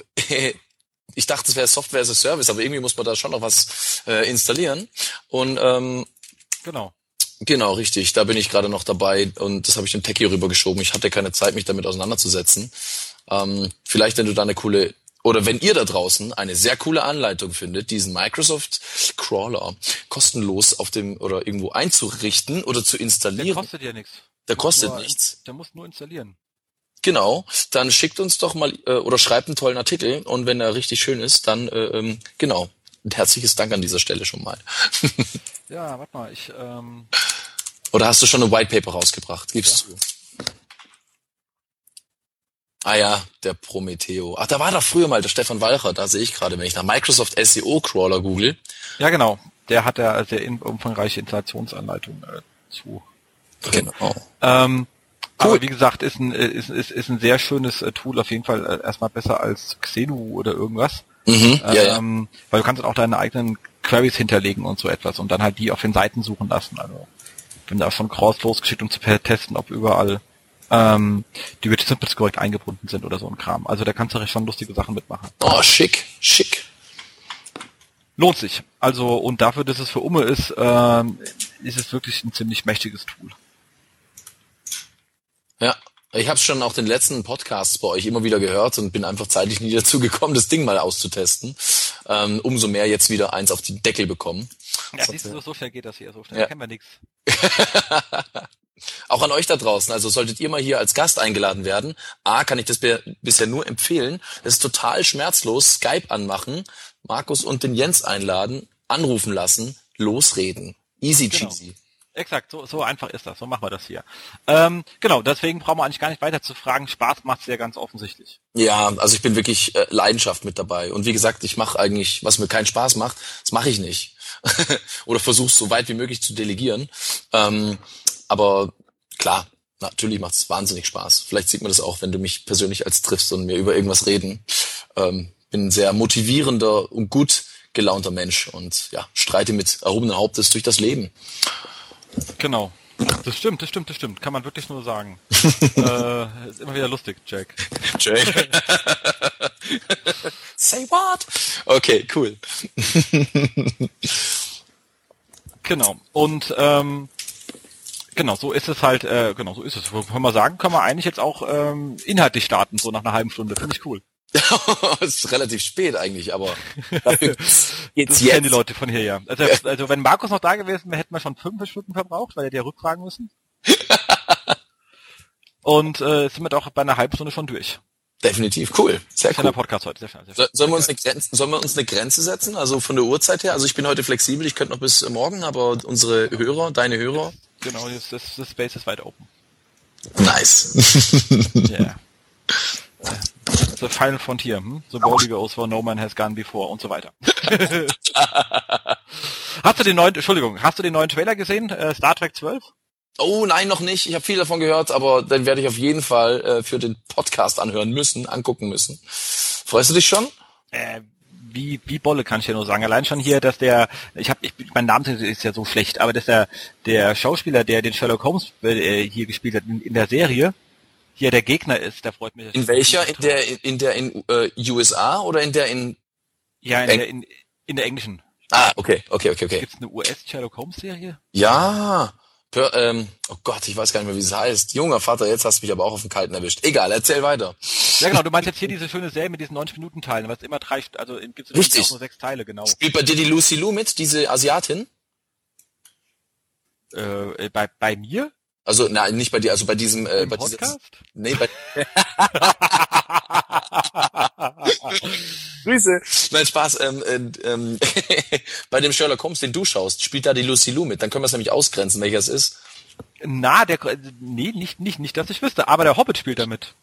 ich dachte, es wäre Software as a Service, aber irgendwie muss man da schon noch was äh, installieren. Und ähm, genau. Genau, richtig. Da bin ich gerade noch dabei und das habe ich dem Techie rübergeschoben. Ich hatte keine Zeit, mich damit auseinanderzusetzen. Ähm, vielleicht, wenn du da eine coole, oder wenn ihr da draußen eine sehr coole Anleitung findet, diesen Microsoft Crawler kostenlos auf dem oder irgendwo einzurichten oder zu installieren. Der kostet ja nichts. Der kostet nur, nichts. Der muss nur installieren. Genau, dann schickt uns doch mal äh, oder schreibt einen tollen Artikel und wenn er richtig schön ist, dann äh, ähm, genau. Ein herzliches Dank an dieser Stelle schon mal. ja, warte mal, ich ähm Oder hast du schon ein White Paper rausgebracht? Gibst ja. du? Ah ja, der Prometheo. Ach, da war doch früher mal der Stefan Walcher, da sehe ich gerade, wenn ich nach Microsoft S E O Crawler google. Ja, genau. Der hat ja sehr umfangreiche Installationsanleitung äh, zu. Genau. Ähm, cool. Aber wie gesagt, ist ein ist, ist, ist ein sehr schönes äh, Tool, auf jeden Fall äh, erstmal besser als Xenu oder irgendwas. Mhm, ja, ähm, ja. Weil du kannst auch deine eigenen Queries hinterlegen und so etwas und dann halt die auf den Seiten suchen lassen. Also bin da schon Crawls losgeschickt, um zu testen, ob überall ähm, die Snippets korrekt eingebunden sind oder so ein Kram. Also da kannst du schon lustige Sachen mitmachen. Oh, schick, schick. Lohnt sich. Also und dafür, dass es für Umme ist, ähm, ist es wirklich ein ziemlich mächtiges Tool. Ja. Ich habe schon auch den letzten Podcasts bei euch immer wieder gehört und bin einfach zeitlich nie dazu gekommen, das Ding mal auszutesten. Ähm, umso mehr jetzt wieder eins auf die Deckel bekommen. Ja, siehst du, so schnell geht das hier. So schnell ja. kennen wir nichts. Auch an euch da draußen. Also solltet ihr mal hier als Gast eingeladen werden, A, kann ich das b- bisher nur empfehlen. Es ist total schmerzlos. Skype anmachen, Markus und den Jens einladen, anrufen lassen, losreden. Easy cheesy. Genau. Exakt, so, so einfach ist das. So machen wir das hier. Ähm, genau, deswegen brauchen wir eigentlich gar nicht weiter zu fragen. Spaß macht's ja ganz offensichtlich. Ja, also ich bin wirklich äh, Leidenschaft mit dabei. Und wie gesagt, ich mache eigentlich, was mir keinen Spaß macht, das mache ich nicht. Oder versuch's so weit wie möglich zu delegieren. Ähm, aber klar, natürlich macht's wahnsinnig Spaß. Vielleicht sieht man das auch, wenn du mich persönlich als triffst und mir über irgendwas reden. Ähm, bin ein sehr motivierender und gut gelaunter Mensch und ja, streite mit erhobenen Hauptes durch das Leben. Genau. Das stimmt, das stimmt, das stimmt. Kann man wirklich nur sagen. äh, ist immer wieder lustig, Jack. Jack. Say what? Okay, cool. Genau. Und ähm, genau, so ist es halt, äh, genau, so ist es. Können wir sagen, können wir eigentlich jetzt auch ähm, inhaltlich starten, so nach einer halben Stunde. Finde ich cool. Es ist relativ spät eigentlich, aber dafür geht's das jetzt. Kennen die Leute von hier ja. Also, also wenn Markus noch da gewesen wäre, hätten wir schon fünf Stunden verbraucht, weil er dir rückfragen müssen. Und äh, sind wir doch bei einer halben Stunde schon durch. Definitiv, cool. Sehr cool. Podcast heute. Sehr schön, sehr schön. Sollen wir uns eine Grenze, sollen wir uns eine Grenze setzen? Also von der Uhrzeit her? Also ich bin heute flexibel, ich könnte noch bis morgen, aber unsere Hörer, deine Hörer? Genau, das, das, das Space ist weit open. Nice. Ja. Yeah. The Final Frontier, hm? The World Goes Where No Man Has Gone Before und so weiter. Hast du den neuen, Entschuldigung, hast du den neuen Trailer gesehen? Äh, Star Trek zwölf? Oh nein, noch nicht. Ich habe viel davon gehört, aber dann werde ich auf jeden Fall äh, für den Podcast anhören müssen, angucken müssen. Freust du dich schon? Äh, wie wie Bolle kann ich ja nur sagen. Allein schon hier, dass der, ich habe, ich, mein Name ist ja so schlecht, aber dass der der Schauspieler, der den Sherlock Holmes äh, hier gespielt hat in, in der Serie, hier der Gegner ist, der freut mich. In welcher? In der in der in äh, U S A oder in der in? Ja, in Eng- der in, in der englischen. Ah, okay, okay, okay, okay. Gibt's eine U S Sherlock Holmes Serie? Ja. Per, ähm, oh Gott, ich weiß gar nicht mehr, wie es heißt. Junger Vater, jetzt hast du mich aber auch auf den Kalten erwischt. Egal, erzähl weiter. Ja genau, du meinst jetzt hier diese schöne Serie mit diesen neunzig Minuten Teilen, was immer drei, also gibt's auch nur sechs Teile, genau. Spielt bei dir die Lucy Liu mit, diese Asiatin? Äh, bei bei mir? Also, nein, nicht bei dir, also bei diesem, äh, Im bei Podcast? diesem, nee, bei, Grüße. Nein, Spaß, ähm, ähm, bei dem Sherlock Holmes, den du schaust, spielt da die Lucy Liu mit, dann können wir es nämlich ausgrenzen, welcher es ist. Na, der, nee, nicht, nicht, nicht, dass ich wüsste, aber der Hobbit spielt da mit.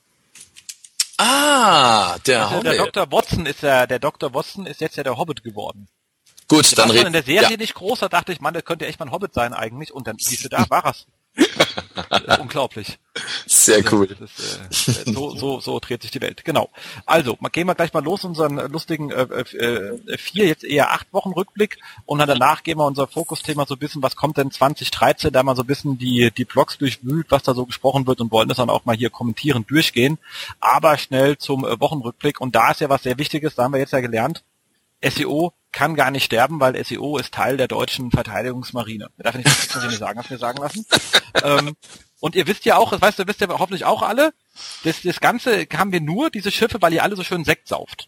Ah, der also Hobbit. Der Doktor Watson ist ja, der Doktor Watson ist jetzt ja der Hobbit geworden. Gut, der dann war schon in der Serie ja. nicht groß, da dachte ich, Mann, der könnte echt mal ein Hobbit sein eigentlich, und dann, siehst du, da war es. Unglaublich. Sehr cool. Das ist, äh, so, so, so dreht sich die Welt. Genau. Also, gehen wir gleich mal los, unseren lustigen äh, äh, vier, jetzt eher acht Wochen Rückblick, und dann danach gehen wir unser Fokusthema so ein bisschen, was kommt denn zwanzig dreizehn, da mal so ein bisschen die die Blogs durchwühlt, was da so gesprochen wird, und wollen das dann auch mal hier kommentieren, durchgehen. Aber schnell zum äh, Wochenrückblick, und da ist ja was sehr Wichtiges, da haben wir jetzt ja gelernt, S E O kann gar nicht sterben, weil S E O ist Teil der deutschen Verteidigungsmarine. Da darf ich nicht, das muss ich nicht sagen, hast du mir sagen lassen. ähm, und ihr wisst ja auch, das weißt du, wisst ihr hoffentlich auch alle, das, das Ganze haben wir nur, diese Schiffe, weil ihr alle so schön Sekt sauft.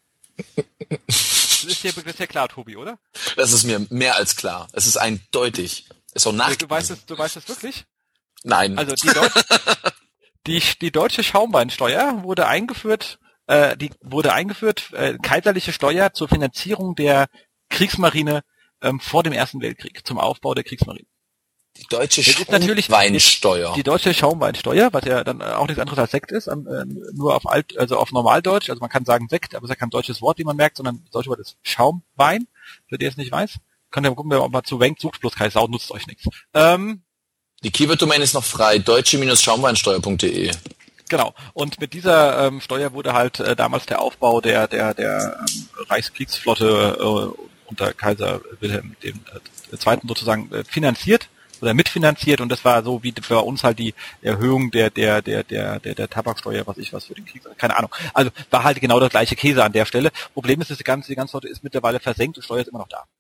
Das ist dir, das ist ja klar, Tobi, oder? Das ist mir mehr als klar. Es ist eindeutig. Ist auch nach. Du weißt es, du weißt es wirklich? Nein. Also die, Deutsch, die, die deutsche Schaumweinsteuer wurde eingeführt, äh, die wurde eingeführt, äh, kaiserliche Steuer zur Finanzierung der Kriegsmarine ähm, vor dem Ersten Weltkrieg, zum Aufbau der Kriegsmarine. Die deutsche Schaumweinsteuer. Die deutsche Schaumweinsteuer, was ja dann auch nichts anderes als Sekt ist, äh, nur auf alt, also auf Normaldeutsch, also man kann sagen Sekt, aber es ist ja kein deutsches Wort, wie man merkt, sondern das deutsche Wort ist Schaumwein, für der es nicht weiß. Könnt ihr gucken, ob man zu wenkt, sucht bloß keine Sau, nutzt euch nichts. Ähm, Die Keyword-Domain ist noch frei, deutsche Schaumweinsteuer punkt de. Genau. Und mit dieser ähm, Steuer wurde halt äh, damals der Aufbau der der der ähm, Reichskriegsflotte äh, unter Kaiser Wilhelm dem äh, Zweiten sozusagen äh, finanziert oder mitfinanziert, und das war so wie bei uns halt die Erhöhung der der der der der der Tabaksteuer, was ich was für den Krieg, keine Ahnung. Also war halt genau das gleiche Käse an der Stelle. Problem ist, dass die ganze die ganze Flotte ist mittlerweile versenkt und Steuer ist immer noch da.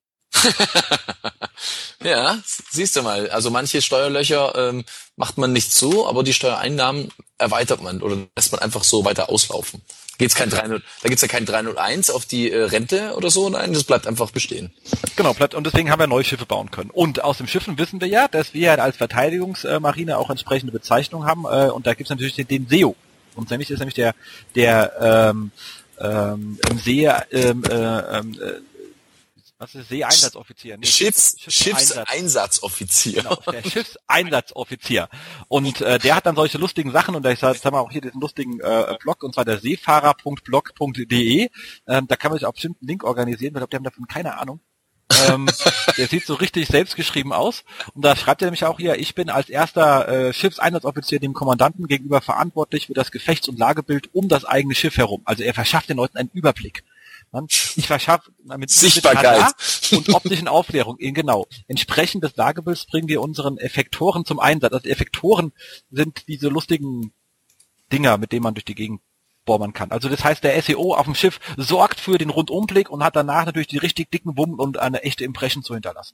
Ja, siehst du mal. Also manche Steuerlöcher ähm, macht man nicht zu, aber die Steuereinnahmen erweitert man oder lässt man einfach so weiter auslaufen. Geht's kein drei null, da gibt's ja kein drei null eins auf die äh, Rente oder so, nein, das bleibt einfach bestehen. Genau, bleibt, und deswegen haben wir neue Schiffe bauen können. Und aus den Schiffen wissen wir ja, dass wir als Verteidigungsmarine auch entsprechende Bezeichnungen haben, äh, und da gibt's natürlich den, den S E O. Und nämlich ist nämlich der der ähm, ähm, im See ähm, äh, äh, was ist Seeeinsatzoffizier? Nee, Schiffs, Schiffseinsatzoffizier. Genau, der Schiffseinsatzoffizier. Und äh, der hat dann solche lustigen Sachen, und da ist, jetzt haben wir auch hier diesen lustigen äh, Blog, und zwar der seefahrer punkt blog punkt de. Ähm, da kann man sich auch bestimmt einen Link organisieren, weil ich glaube, die haben davon keine Ahnung. ähm, der sieht so richtig selbstgeschrieben aus. Und da schreibt er nämlich auch hier, ich bin als erster äh, Schiffseinsatzoffizier dem Kommandanten gegenüber verantwortlich für das Gefechts- und Lagebild um das eigene Schiff herum. Also er verschafft den Leuten einen Überblick. Ich verschaffe mit Sichtbarkeit und optischen Aufklärung, genau. Entsprechend des Lagebilds bringen wir unseren Effektoren zum Einsatz. Also die Effektoren sind diese lustigen Dinger, mit denen man durch die Gegend bombern kann. Also das heißt, der S E O auf dem Schiff sorgt für den Rundumblick und hat danach natürlich die richtig dicken Wummen und eine echte Impression zu hinterlassen.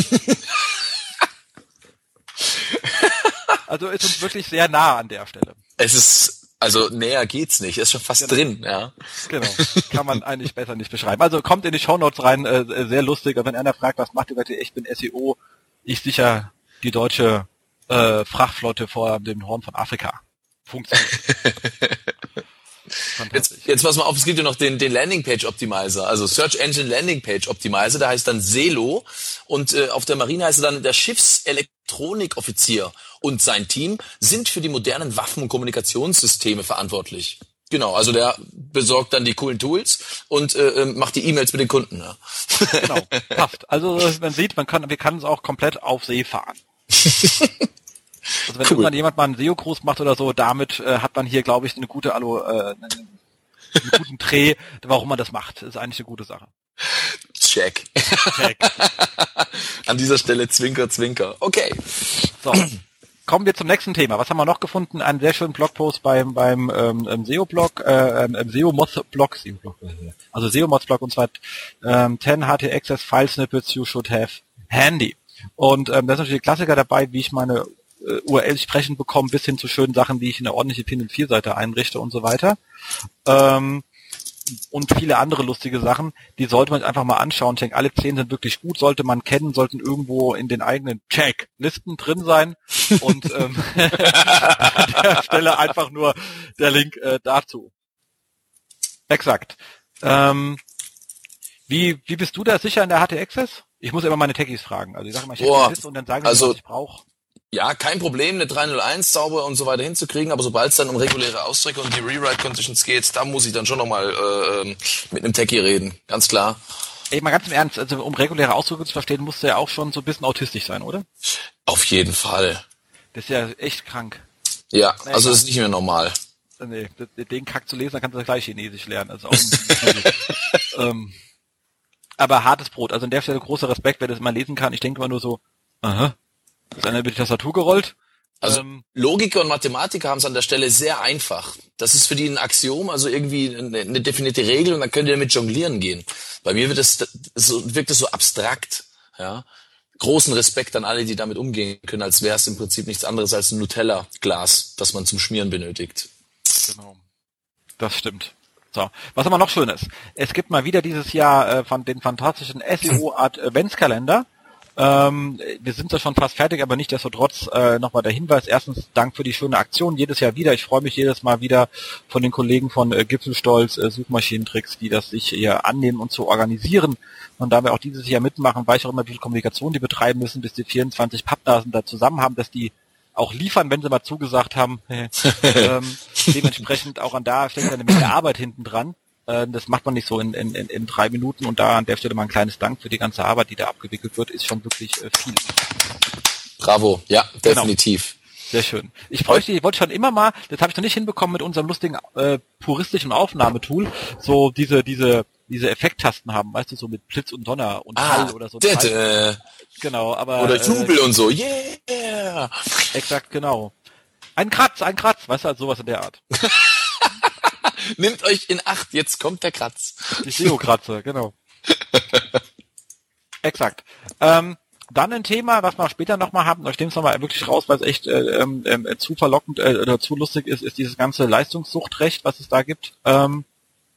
Also ist uns wirklich sehr nah an der Stelle. Es ist Also näher geht's nicht, ist schon fast genau. drin, ja. Genau, kann man eigentlich besser nicht beschreiben. Also kommt in die Shownotes rein, äh, sehr lustig. Und wenn einer fragt, was macht ihr, sagt ihr, ich bin S E O, ich sicher die deutsche äh, Frachtflotte vor dem Horn von Afrika. Funktioniert. Jetzt, jetzt pass mal auf, es gibt ja noch den, den Landingpage Optimizer, also Search Engine Landingpage Optimizer, der heißt dann Selo, und äh, auf der Marine heißt er dann der Schiffselektronikoffizier und sein Team sind für die modernen Waffen- und Kommunikationssysteme verantwortlich. Genau, also der besorgt dann die coolen Tools und äh, macht die E-Mails mit den Kunden. Ja. Genau, passt. Also man sieht, man kann, wir können es auch komplett auf See fahren. Also wenn cool. irgendwann jemand mal einen S E O-Gruß macht oder so, damit äh, hat man hier, glaube ich, eine gute Alu, äh, einen guten Dreh, warum man das macht. Das ist eigentlich eine gute Sache. Check. Check. An dieser Stelle Zwinker, Zwinker. Okay. So. Kommen wir zum nächsten Thema. Was haben wir noch gefunden? Einen sehr schönen Blogpost beim beim ähm, S E O-Blog, äh, ähm, S E O-Mods-Blog, also S E O-Mods-Blog, und zwar ähm, zehn H T Access File Snippets you should have handy. Und ähm, da ist natürlich ein Klassiker dabei, wie ich meine äh, U R Ls sprechend bekomme, bis hin zu schönen Sachen, wie ich eine ordentliche P I N vier Seite einrichte und so weiter. Ähm, und viele andere lustige Sachen, die sollte man einfach mal anschauen. Ich denke, alle zehn sind wirklich gut, sollte man kennen, sollten irgendwo in den eigenen Check-Listen drin sein. Und ähm, an der Stelle einfach nur der Link äh, dazu. Exakt. Ähm, wie wie bist du da sicher in der H T Access? Ich muss immer meine Techies fragen. Also ich sage mal, ich hätte eine Liste und dann sagen sie, also, was ich brauche. Ja, kein Problem, eine drei null eins sauber und so weiter hinzukriegen, aber sobald es dann um reguläre Ausdrücke und die Rewrite-Conditions geht, da muss ich dann schon nochmal äh, mit einem Techie reden, ganz klar. Ey, mal ganz im Ernst, also um reguläre Ausdrücke zu verstehen, musst du ja auch schon so ein bisschen autistisch sein, oder? Auf jeden Fall. Das ist ja echt krank. Ja, nee, also das ist nicht mehr normal. Nee, den Kack zu lesen, dann kannst du gleich Chinesisch lernen. Also auch ähm, aber hartes Brot, also an der Stelle großer Respekt, wer das mal lesen kann. Ich denke mal nur so, aha. Ist einer über die Tastatur gerollt? Also ähm, Logiker und Mathematiker haben es an der Stelle sehr einfach. Das ist für die ein Axiom, also irgendwie eine, eine definierte Regel, und dann könnt ihr damit jonglieren gehen. Bei mir wird es so, wirkt es so abstrakt. Ja, großen Respekt an alle, die damit umgehen können, als wäre es im Prinzip nichts anderes als ein Nutella-Glas, das man zum Schmieren benötigt. Genau, das stimmt. So, was aber noch schön ist, es gibt mal wieder dieses Jahr äh, von den fantastischen S E O-Adventskalender. Ähm, wir sind ja schon fast fertig, aber nichtsdestotrotz äh, nochmal der Hinweis. Erstens, Dank für die schöne Aktion, jedes Jahr wieder. Ich freue mich jedes Mal wieder von den Kollegen von äh, Gipfelstolz, äh, Suchmaschinentricks, die das sich hier annehmen und zu organisieren. Und da wir auch dieses Jahr mitmachen, weiß ich auch immer, wie viel Kommunikation die betreiben müssen, bis die vierundzwanzig Pappnasen da zusammen haben, dass die auch liefern, wenn sie mal zugesagt haben. ähm, dementsprechend auch an da steckt eine Menge Arbeit hinten dran. Das macht man nicht so in, in, in drei Minuten, und da an der Stelle mal ein kleines Dank für die ganze Arbeit, die da abgewickelt wird, ist schon wirklich äh, viel. Bravo, ja, definitiv. Genau. Sehr schön. Ich bräuchte, ich wollte schon immer mal, das habe ich noch nicht hinbekommen mit unserem lustigen äh, puristischen Aufnahmetool, so diese diese diese Effekttasten haben, weißt du, so mit Blitz und Donner und ah, Hall oder so. Dette. Genau, aber oder Jubel äh, und so, yeah. Exakt, genau. Ein Kratz, ein Kratz, weißt du, also sowas in der Art. Nimmt euch in Acht, jetzt kommt der Kratz. Die S E O-Kratze, genau. Exakt. Ähm, dann ein Thema, was wir später nochmal haben, da stehen wir nochmal wirklich raus, weil es echt äh, äh, zu verlockend äh, oder zu lustig ist, ist dieses ganze Leistungssuchtrecht, was es da gibt. Ähm,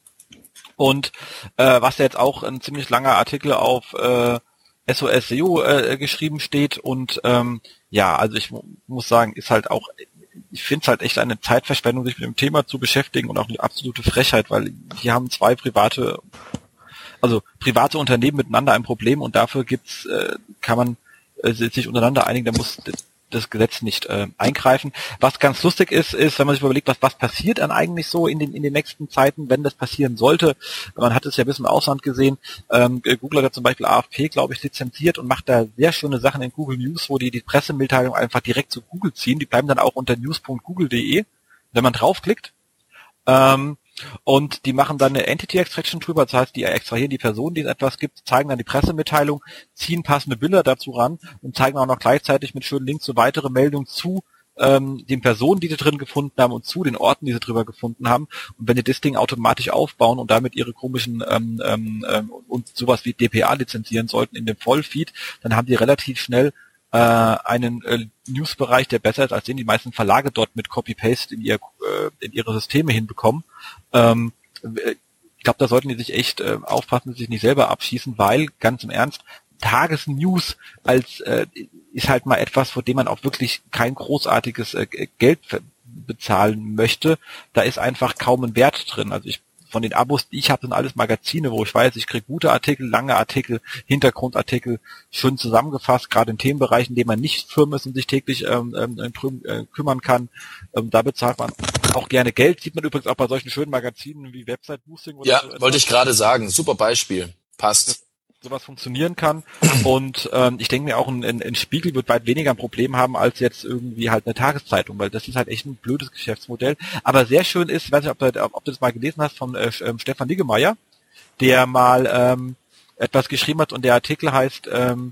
und äh, was ja jetzt auch ein ziemlich langer Artikel auf äh, S O S S E O äh, geschrieben steht. Und ähm, ja, also ich muss sagen, ist halt auch... Ich finde es halt echt eine Zeitverschwendung, sich mit dem Thema zu beschäftigen, und auch eine absolute Frechheit, weil hier haben zwei private, also private Unternehmen miteinander ein Problem, und dafür gibt's, äh, kann man äh, sich untereinander einigen, da muss das Gesetz nicht äh, eingreifen. Was ganz lustig ist, ist, wenn man sich überlegt, was, was passiert dann eigentlich so in den in den nächsten Zeiten, wenn das passieren sollte. Man hat es ja bis im Ausland gesehen. Ähm, Google hat zum Beispiel A F P, glaube ich, lizenziert und macht da sehr schöne Sachen in Google News, wo die die Pressemitteilung einfach direkt zu Google ziehen. Die bleiben dann auch unter news punkt google punkt de, wenn man draufklickt. Ähm, Und die machen dann eine Entity Extraction drüber, das heißt, die extrahieren die Person, die es etwas gibt, zeigen dann die Pressemitteilung, ziehen passende Bilder dazu ran und zeigen auch noch gleichzeitig mit schönen Links zu weitere Meldungen zu ähm, den Personen, die sie drin gefunden haben, und zu den Orten, die sie drüber gefunden haben. Und wenn die das Ding automatisch aufbauen und damit ihre komischen ähm, ähm, und sowas wie D P A lizenzieren sollten in dem Vollfeed, dann haben die relativ schnell äh, einen äh, Newsbereich, der besser ist, als den die meisten Verlage dort mit Copy-Paste in, ihr, äh, in ihre Systeme hinbekommen. Ähm, ich glaube, da sollten die sich echt äh, aufpassen, dass sie sich nicht selber abschießen, weil, ganz im Ernst, Tagesnews als äh, ist halt mal etwas, vor dem man auch wirklich kein großartiges äh, Geld bezahlen möchte. Da ist einfach kaum ein Wert drin. Also ich von den Abos, die ich habe, sind alles Magazine, wo ich weiß, ich kriege gute Artikel, lange Artikel, Hintergrundartikel, schön zusammengefasst, gerade in Themenbereichen, in denen man nicht firm ist und sich täglich ähm, ähm, äh, kümmern kann. Ähm, da bezahlt man auch gerne Geld. Sieht man übrigens auch bei solchen schönen Magazinen wie Website Boosting oder ja, so. Ja, wollte ich gerade sagen. Super Beispiel. Passt. Das, sowas funktionieren kann. Und ähm, ich denke mir auch, ein, ein, ein Spiegel wird weit weniger ein Problem haben als jetzt irgendwie halt eine Tageszeitung, weil das ist halt echt ein blödes Geschäftsmodell. Aber sehr schön ist, ich weiß nicht, ob du, ob du das mal gelesen hast, von äh, Stefan Niggemeier, der mal ähm, etwas geschrieben hat und der Artikel heißt ähm,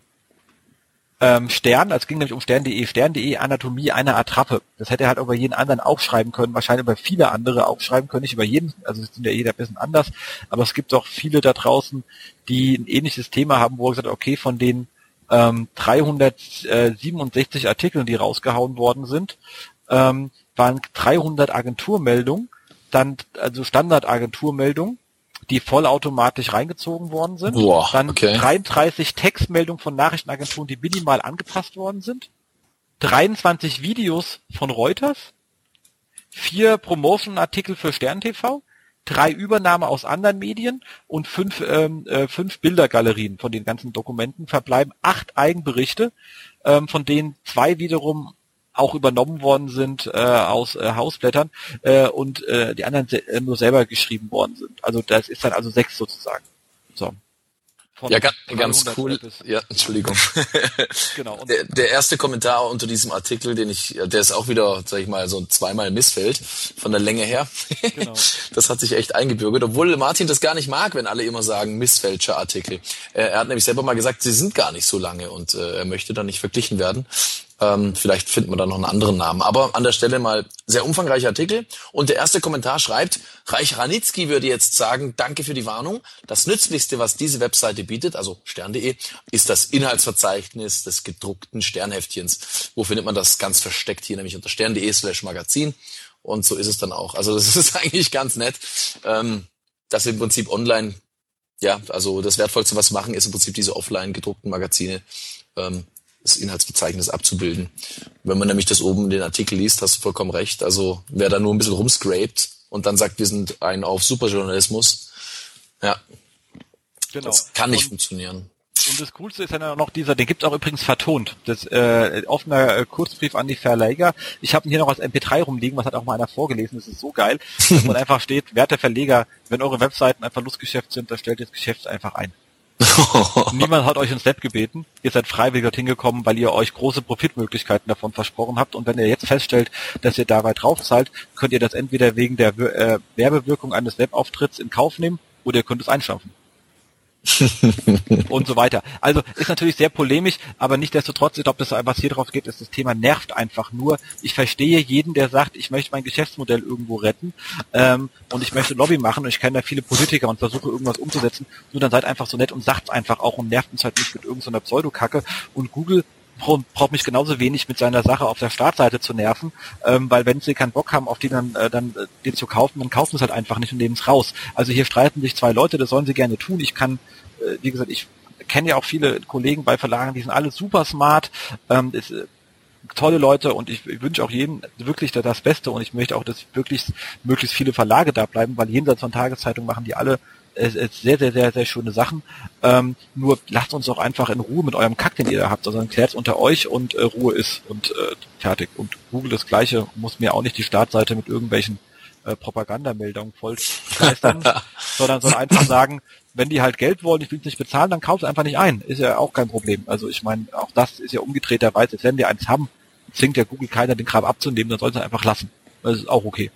ähm, Stern, es ging nämlich um Stern punkt de, Stern punkt de, Anatomie einer Attrappe. Das hätte er halt über jeden anderen auch schreiben können, wahrscheinlich über viele andere auch schreiben können, nicht über jeden, also es sind ja jeder ein bisschen anders, aber es gibt auch viele da draußen, die ein ähnliches Thema haben, wo er gesagt hat, okay, von den ähm, dreihundertsiebenundsechzig Artikeln, die rausgehauen worden sind, ähm, waren dreihundert Agenturmeldungen, dann also Standardagenturmeldungen, die vollautomatisch reingezogen worden sind. Boah, dann okay. dreiunddreißig Textmeldungen von Nachrichtenagenturen, die minimal angepasst worden sind. dreiundzwanzig Videos von Reuters. Vier Promotion-Artikel für Stern T V. Drei Übernahme aus anderen Medien und fünf, ähm, äh, fünf Bildergalerien von den ganzen Dokumenten. Verbleiben acht Eigenberichte, ähm, von denen zwei wiederum auch übernommen worden sind äh, aus äh, Hausblättern äh, und äh, die anderen se- äh, nur selber geschrieben worden sind. Also das ist dann also sechs sozusagen. So. Von Ja, ganz, ganz cool. bis- Ja, Entschuldigung. Genau. Und Der, der erste Kommentar unter diesem Artikel, den ich, der ist auch wieder, sag ich mal, so ein zweimal Missfeld von der Länge her. Genau. Das hat sich echt eingebürgert, obwohl Martin das gar nicht mag, wenn alle immer sagen Missfälscher Artikel. Er, er hat nämlich selber mal gesagt, sie sind gar nicht so lange und äh, er möchte da nicht verglichen werden. Ähm, vielleicht finden wir da noch einen anderen Namen. Aber an der Stelle mal sehr umfangreicher Artikel. Und der erste Kommentar schreibt, Reich Ranitzky würde jetzt sagen, danke für die Warnung. Das Nützlichste, was diese Webseite bietet, also stern punkt de, ist das Inhaltsverzeichnis des gedruckten Sternheftchens. Wo findet man das? Ganz versteckt hier, nämlich unter stern punkt de slash magazin. Und so ist es dann auch. Also das ist eigentlich ganz nett, ähm, dass wir im Prinzip online, ja, also das Wertvollste, was wir machen, ist im Prinzip diese offline gedruckten Magazine, ähm, das Inhaltsverzeichnis abzubilden. Wenn man nämlich das oben den Artikel liest, hast du vollkommen recht. Also wer da nur ein bisschen rumscrapt und dann sagt, wir sind ein auf Superjournalismus, ja, genau. das kann nicht und, funktionieren. Und das Coolste ist ja noch dieser, den gibt's auch übrigens vertont. Das äh, offener äh, Kurzbrief an die Verleger. Ich habe ihn hier noch als M P drei rumliegen, was hat auch mal einer vorgelesen. Das ist so geil, dass man einfach steht, werte Verleger, wenn eure Webseiten ein Verlustgeschäft sind, dann stellt das Geschäft einfach ein. Niemand hat euch ins Web gebeten. Ihr seid freiwillig dorthin gekommen, weil ihr euch große Profitmöglichkeiten davon versprochen habt. Und wenn ihr jetzt feststellt, dass ihr dabei drauf zahlt, könnt ihr das entweder wegen der äh, Werbewirkung eines Webauftritts in Kauf nehmen oder ihr könnt es einstampfen. Und so weiter. Also ist natürlich sehr polemisch, aber nichtsdestotrotz, ich glaube, das, was hier drauf geht, ist, das Thema nervt einfach nur. Ich verstehe jeden, der sagt, ich möchte mein Geschäftsmodell irgendwo retten ähm, und ich möchte Lobby machen und ich kenne da viele Politiker und versuche irgendwas umzusetzen. Nur dann seid einfach so nett und sagt's einfach auch und nervt uns halt nicht mit irgendeiner Pseudokacke. Und Google braucht mich genauso wenig mit seiner Sache auf der Startseite zu nerven, ähm, weil wenn sie keinen Bock haben, auf den dann, äh, dann äh, den zu kaufen, dann kaufen sie es halt einfach nicht und nehmen es raus. Also hier streiten sich zwei Leute, das sollen sie gerne tun. Ich kann, äh, wie gesagt, ich kenne ja auch viele Kollegen bei Verlagen, die sind alle super smart, ähm, ist, äh, tolle Leute und ich, ich wünsche auch jedem wirklich da das Beste und ich möchte auch, dass wirklich möglichst viele Verlage da bleiben, weil jenseits von Tageszeitungen machen die alle Es ist sehr, sehr, sehr, sehr schöne Sachen. Ähm, nur lasst uns doch einfach in Ruhe mit eurem Kack, den ihr da habt. Also dann klärt es unter euch und äh, Ruhe ist und äh, fertig. Und Google das Gleiche, muss mir auch nicht die Startseite mit irgendwelchen äh, Propagandameldungen voll scheißen, sondern soll einfach sagen, wenn die halt Geld wollen, ich will es nicht bezahlen, dann kauft es einfach nicht ein. Ist ja auch kein Problem. Also ich meine, auch das ist ja umgedrehterweise, wenn die eins haben, zwingt ja Google keiner, den Kram abzunehmen, dann soll es einfach lassen. Das ist auch okay.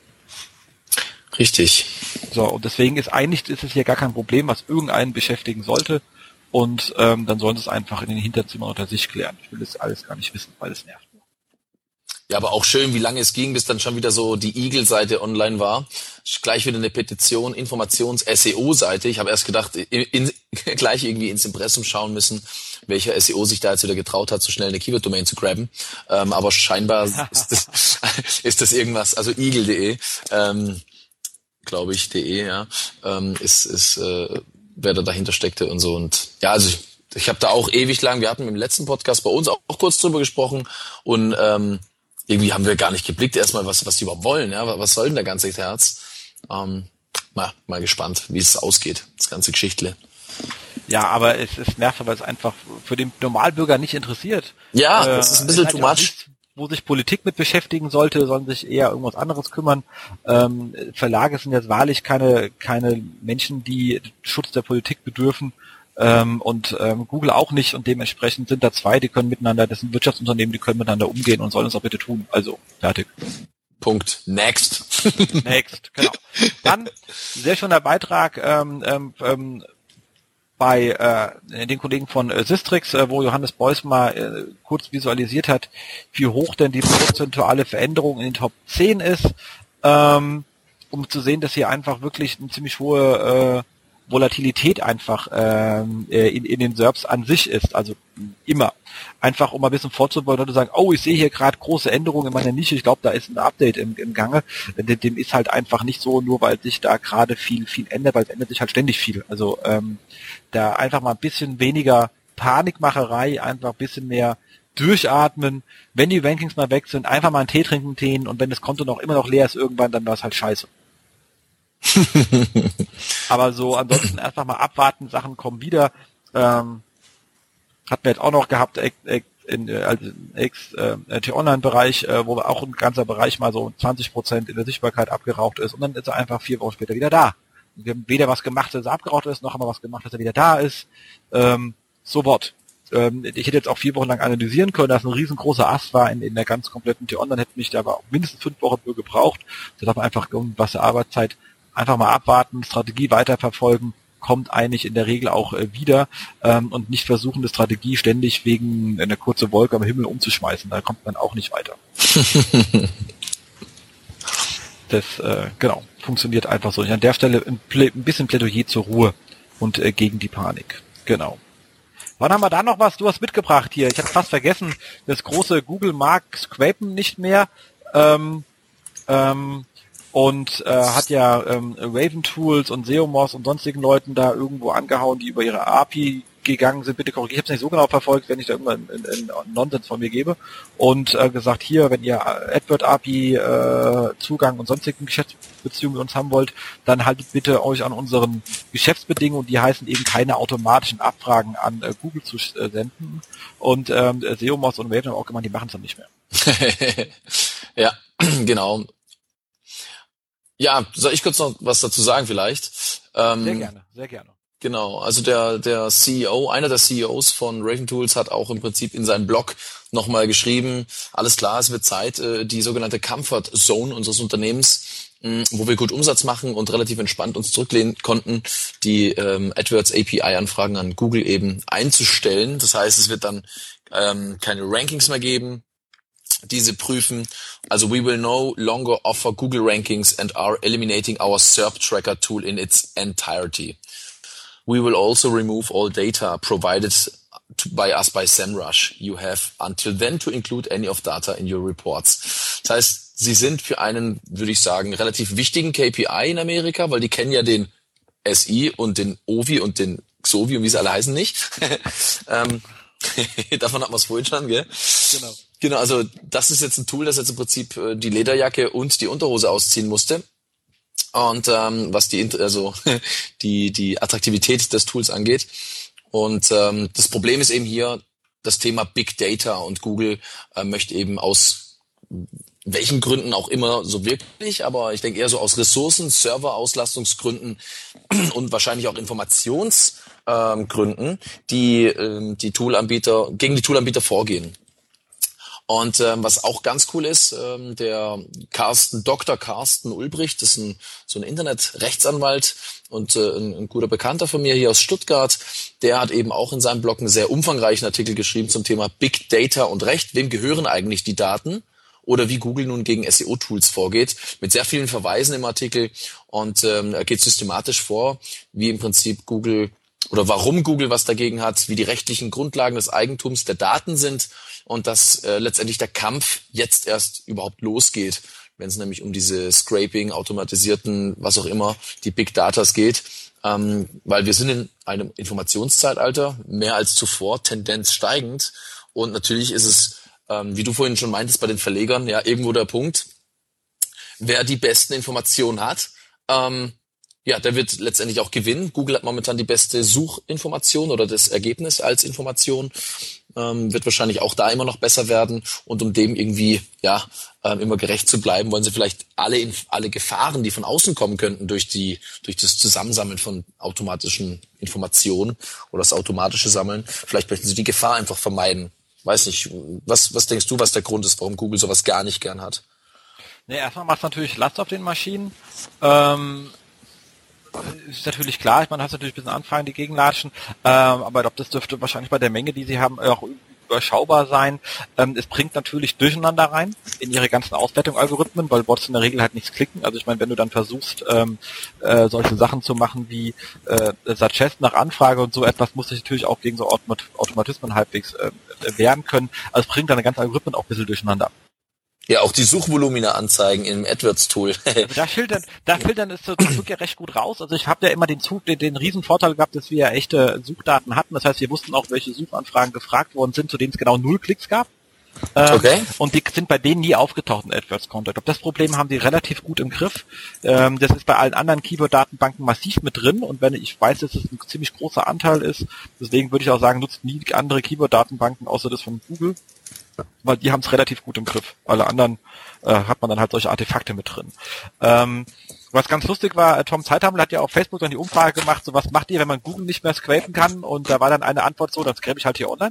Richtig. So, und deswegen ist eigentlich ist es hier gar kein Problem, was irgendeinen beschäftigen sollte. Und ähm, dann sollen sie es einfach in den Hinterzimmern unter sich klären. Ich will das alles gar nicht wissen, weil es nervt. Ja, aber auch schön, wie lange es ging, bis dann schon wieder so die Eagle-Seite online war. Gleich wieder eine Petition, Informations-S E O-Seite. Ich habe erst gedacht, in, in, gleich irgendwie ins Impressum schauen müssen, welcher S E O sich da jetzt wieder getraut hat, so schnell eine Keyword-Domain zu grabben. Ähm, aber scheinbar ist das, ist das irgendwas, also eagle punkt de, ähm, glaube ich, .de, ja, ähm, ist, ist äh, wer da dahinter steckte und so. Und ja, also ich, ich habe da auch ewig lang, wir hatten im letzten Podcast bei uns auch, auch kurz drüber gesprochen und ähm, irgendwie haben wir gar nicht geblickt erstmal, was was die überhaupt wollen, ja, was soll denn der ganze Herz? Ähm, mal, mal gespannt, wie es ausgeht, das ganze Geschichtle. Ja, aber es ist nervig, weil es einfach für den Normalbürger nicht interessiert. Ja, äh, das ist ein bisschen too much. Nichts, wo sich Politik mit beschäftigen sollte, sollen sich eher irgendwas anderes kümmern. Ähm, Verlage sind jetzt wahrlich keine keine Menschen, die Schutz der Politik bedürfen. ähm, und ähm, Google auch nicht und dementsprechend sind da zwei, die können miteinander, das sind Wirtschaftsunternehmen, die können miteinander umgehen und sollen es auch bitte tun. Also, fertig. Punkt. Next. Next, genau. Dann, sehr schöner Beitrag ähm, ähm, bei äh, den Kollegen von äh, Sistrix, äh, wo Johannes Beuys mal äh, kurz visualisiert hat, wie hoch denn die prozentuale Veränderung in den Top zehn ist, ähm, um zu sehen, dass hier einfach wirklich eine ziemlich hohe äh, Volatilität einfach ähm, in, in den Serbs an sich ist, also immer. Einfach um mal ein bisschen vorzubeugen und zu sagen, oh, ich sehe hier gerade große Änderungen in meiner Nische, ich glaube, da ist ein Update im, im Gange. Dem, dem ist halt einfach nicht so, nur weil sich da gerade viel, viel ändert, weil es ändert sich halt ständig viel. Also ähm, da einfach mal ein bisschen weniger Panikmacherei, einfach ein bisschen mehr durchatmen. Wenn die Rankings mal weg sind, einfach mal einen Tee trinken, Tee, und wenn das Konto noch immer noch leer ist irgendwann, dann war es halt scheiße. Aber so ansonsten einfach mal abwarten, Sachen kommen wieder. Ähm, hatten wir jetzt auch noch gehabt äh, in äh, also äh, T-Online-Bereich, äh, wo auch ein ganzer Bereich mal so zwanzig Prozent in der Sichtbarkeit abgeraucht ist und dann ist er einfach vier Wochen später wieder da. Wir haben weder was gemacht, dass er abgeraucht ist, noch haben wir was gemacht, dass er wieder da ist. Ähm, so what? Ähm, ich hätte jetzt auch vier Wochen lang analysieren können, dass ein riesengroßer Ast war in, in der ganz kompletten T-Online, hätte mich da aber auch mindestens fünf Wochen für gebraucht. Das hat man einfach irgendwas der Arbeitszeit. Einfach mal abwarten, Strategie weiterverfolgen, kommt eigentlich in der Regel auch äh, wieder ähm, und nicht versuchen, die Strategie ständig wegen einer kurzen Wolke am Himmel umzuschmeißen. Da kommt man auch nicht weiter. Das, äh, genau, funktioniert einfach so. An der Stelle ein, Plä- ein bisschen Plädoyer zur Ruhe und äh, gegen die Panik. Genau. Wann haben wir da noch was? Du hast mitgebracht hier. Ich habe fast vergessen, das große Google mag Scrapen nicht mehr. Ähm, ähm, und äh, hat ja ähm, Raven Tools und Seomoz und sonstigen Leuten da irgendwo angehauen, die über ihre A P I gegangen sind. Bitte korrigiert, ich habe es nicht so genau verfolgt, wenn ich da irgendwann in, in, in Nonsens von mir gebe. Und äh, gesagt, hier, wenn ihr AdWord-A P I äh, Zugang und sonstigen Geschäftsbeziehungen mit uns haben wollt, dann haltet bitte euch an unseren Geschäftsbedingungen, die heißen eben keine automatischen Abfragen an äh, Google zu äh, senden. Und ähm, Seomoz und Raven haben auch gemeint, die machen es dann nicht mehr. Ja, genau. Ja, soll ich kurz noch was dazu sagen vielleicht? Ähm, sehr gerne, sehr gerne. Genau, also der der C E O, einer der C E Os von Raven Tools hat auch im Prinzip in seinem Blog nochmal geschrieben, alles klar, es wird Zeit, die sogenannte Comfort Zone unseres Unternehmens, wo wir gut Umsatz machen und relativ entspannt uns zurücklehnen konnten, die ähm, AdWords A P I-Anfragen an Google eben einzustellen. Das heißt, es wird dann ähm, keine Rankings mehr geben, diese prüfen. Also we will no longer offer Google Rankings and are eliminating our S E R P Tracker tool in its entirety. We will also remove all data provided to, by us by SEMrush. You have until then to include any of data in your reports. Das heißt, sie sind für einen, würde ich sagen, relativ wichtigen K P I in Amerika, weil die kennen ja den S I und den O V I und den X O V I und wie sie alle heißen nicht. ähm, davon hat man es vorhin schon, gell? Genau. Genau, also das ist jetzt ein Tool, das jetzt im Prinzip äh, die Lederjacke und die Unterhose ausziehen musste. Und ähm, was die also die die Attraktivität des Tools angeht. Und ähm, das Problem ist eben hier das Thema Big Data, und Google äh, möchte eben aus welchen Gründen auch immer so wirklich, aber ich denke eher so aus Ressourcen, Server-Auslastungsgründen und wahrscheinlich auch Informationsgründen, ähm, die ähm, die Toolanbieter gegen die Toolanbieter vorgehen. Und ähm, was auch ganz cool ist, ähm, der Carsten, Doktor Carsten Ulbricht, das ist ein, so ein Internetrechtsanwalt und äh, ein, ein guter Bekannter von mir hier aus Stuttgart, der hat eben auch in seinem Blog einen sehr umfangreichen Artikel geschrieben zum Thema Big Data und Recht. Wem gehören eigentlich die Daten? Oder wie Google nun gegen S E O-Tools vorgeht, mit sehr vielen Verweisen im Artikel. Und ähm, er geht systematisch vor, wie im Prinzip Google oder warum Google was dagegen hat, wie die rechtlichen Grundlagen des Eigentums der Daten sind und dass äh, letztendlich der Kampf jetzt erst überhaupt losgeht, wenn es nämlich um diese Scraping, automatisierten, was auch immer, die Big Datas geht. Ähm, weil wir sind in einem Informationszeitalter, mehr als zuvor, Tendenz steigend. Und natürlich ist es, ähm, wie du vorhin schon meintest, bei den Verlegern, ja, irgendwo der Punkt, wer die besten Informationen hat, ähm, ja, der wird letztendlich auch gewinnen. Google hat momentan die beste Suchinformation oder das Ergebnis als Information. ähm, wird wahrscheinlich auch da immer noch besser werden. Und um dem irgendwie ja ähm, immer gerecht zu bleiben, wollen sie vielleicht alle Inf- alle Gefahren, die von außen kommen könnten durch die durch das Zusammensammeln von automatischen Informationen oder das automatische Sammeln, vielleicht möchten sie die Gefahr einfach vermeiden. Weiß nicht, was was denkst du, was der Grund ist, warum Google sowas gar nicht gern hat? Ne, erstmal macht es natürlich Last auf den Maschinen. Ähm, ist natürlich klar, ich meine, hast natürlich ein bisschen Anfragen, die gegenlatschen, ähm, aber ich glaube, das dürfte wahrscheinlich bei der Menge, die sie haben, auch überschaubar sein. Ähm, es bringt natürlich Durcheinander rein in ihre ganzen Auswertungsalgorithmen, weil Bots in der Regel halt nichts klicken. Also ich meine, wenn du dann versuchst, ähm, äh, solche Sachen zu machen wie äh, Suggest nach Anfrage und so etwas, muss sich natürlich auch gegen so Automat- Automatismen halbwegs äh, wehren können. Also es bringt deine ganzen Algorithmen auch ein bisschen durcheinander. Ja, auch die Suchvolumina anzeigen im AdWords-Tool. Also da filtern, da filtern ist das Zug ja recht gut raus. Also ich habe ja immer den Zug, den, den riesen Vorteil gehabt, dass wir ja echte Suchdaten hatten. Das heißt, wir wussten auch, welche Suchanfragen gefragt worden sind, zu denen es genau null Klicks gab. Ähm, Okay. Und die sind bei denen nie aufgetaucht in AdWords-Konto. Ich glaube, das Problem haben die relativ gut im Griff. Ähm, das ist bei allen anderen Keyword-Datenbanken massiv mit drin. Und wenn ich weiß, dass es ein ziemlich großer Anteil ist, deswegen würde ich auch sagen, nutzt nie andere Keyword-Datenbanken, außer das von Google. Weil die haben es relativ gut im Griff. Alle anderen äh, hat man dann halt solche Artefakte mit drin. Ähm, was ganz lustig war, äh, Tom Zeithamel hat ja auf Facebook dann die Umfrage gemacht, so was macht ihr, wenn man Google nicht mehr scrapen kann? Und da war dann eine Antwort so, dann scrape ich halt hier online.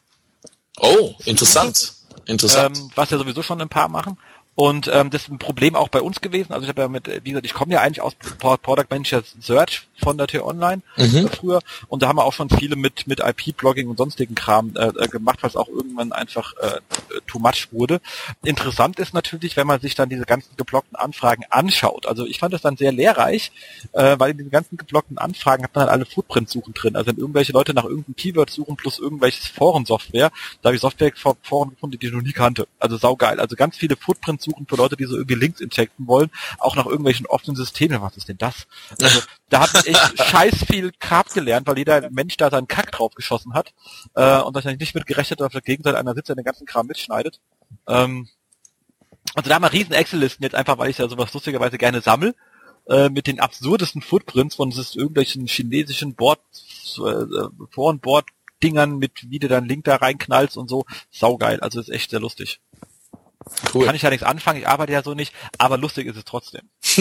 Oh, interessant. Interessant. Ähm, was ja sowieso schon ein paar machen. Und ähm, das ist ein Problem auch bei uns gewesen. Also ich habe ja mit, wie gesagt, ich komme ja eigentlich aus Product Manager Search von der T-Online Mhm. äh, früher. Und da haben wir auch schon viele mit mit I P-Blogging und sonstigen Kram äh, äh, gemacht, was auch irgendwann einfach äh, too much wurde. Interessant ist natürlich, wenn man sich dann diese ganzen geblockten Anfragen anschaut. Also ich fand das dann sehr lehrreich, äh, weil in diesen ganzen geblockten Anfragen hat man halt alle Footprint-Suchen drin. Also wenn irgendwelche Leute nach irgendeinem Keyword suchen plus irgendwelches Forensoftware, da habe ich Software-Foren gefunden, die ich noch nie kannte. Also saugeil. Also ganz viele Footprint suchen für Leute, die so irgendwie Links injecten wollen, auch nach irgendwelchen offenen Systemen. Was ist denn das? Also da hat man echt scheiß viel Krab gelernt, weil jeder Mensch da seinen Kack drauf geschossen hat äh, und wahrscheinlich nicht mit gerechnet, dass auf der Gegenseite einer sitzt, der den ganzen Kram mitschneidet. Ähm, also da haben wir riesen Excel-Listen jetzt einfach, weil ich ja sowas lustigerweise gerne sammle, äh, mit den absurdesten Footprints von es irgendwelchen chinesischen Board, äh, Foren-Board-Dingern mit, wie du dann Link da reinknallst und so. Saugeil, also ist echt sehr lustig. Cool. Kann ich ja nichts anfangen, ich arbeite ja so nicht, aber lustig ist es trotzdem.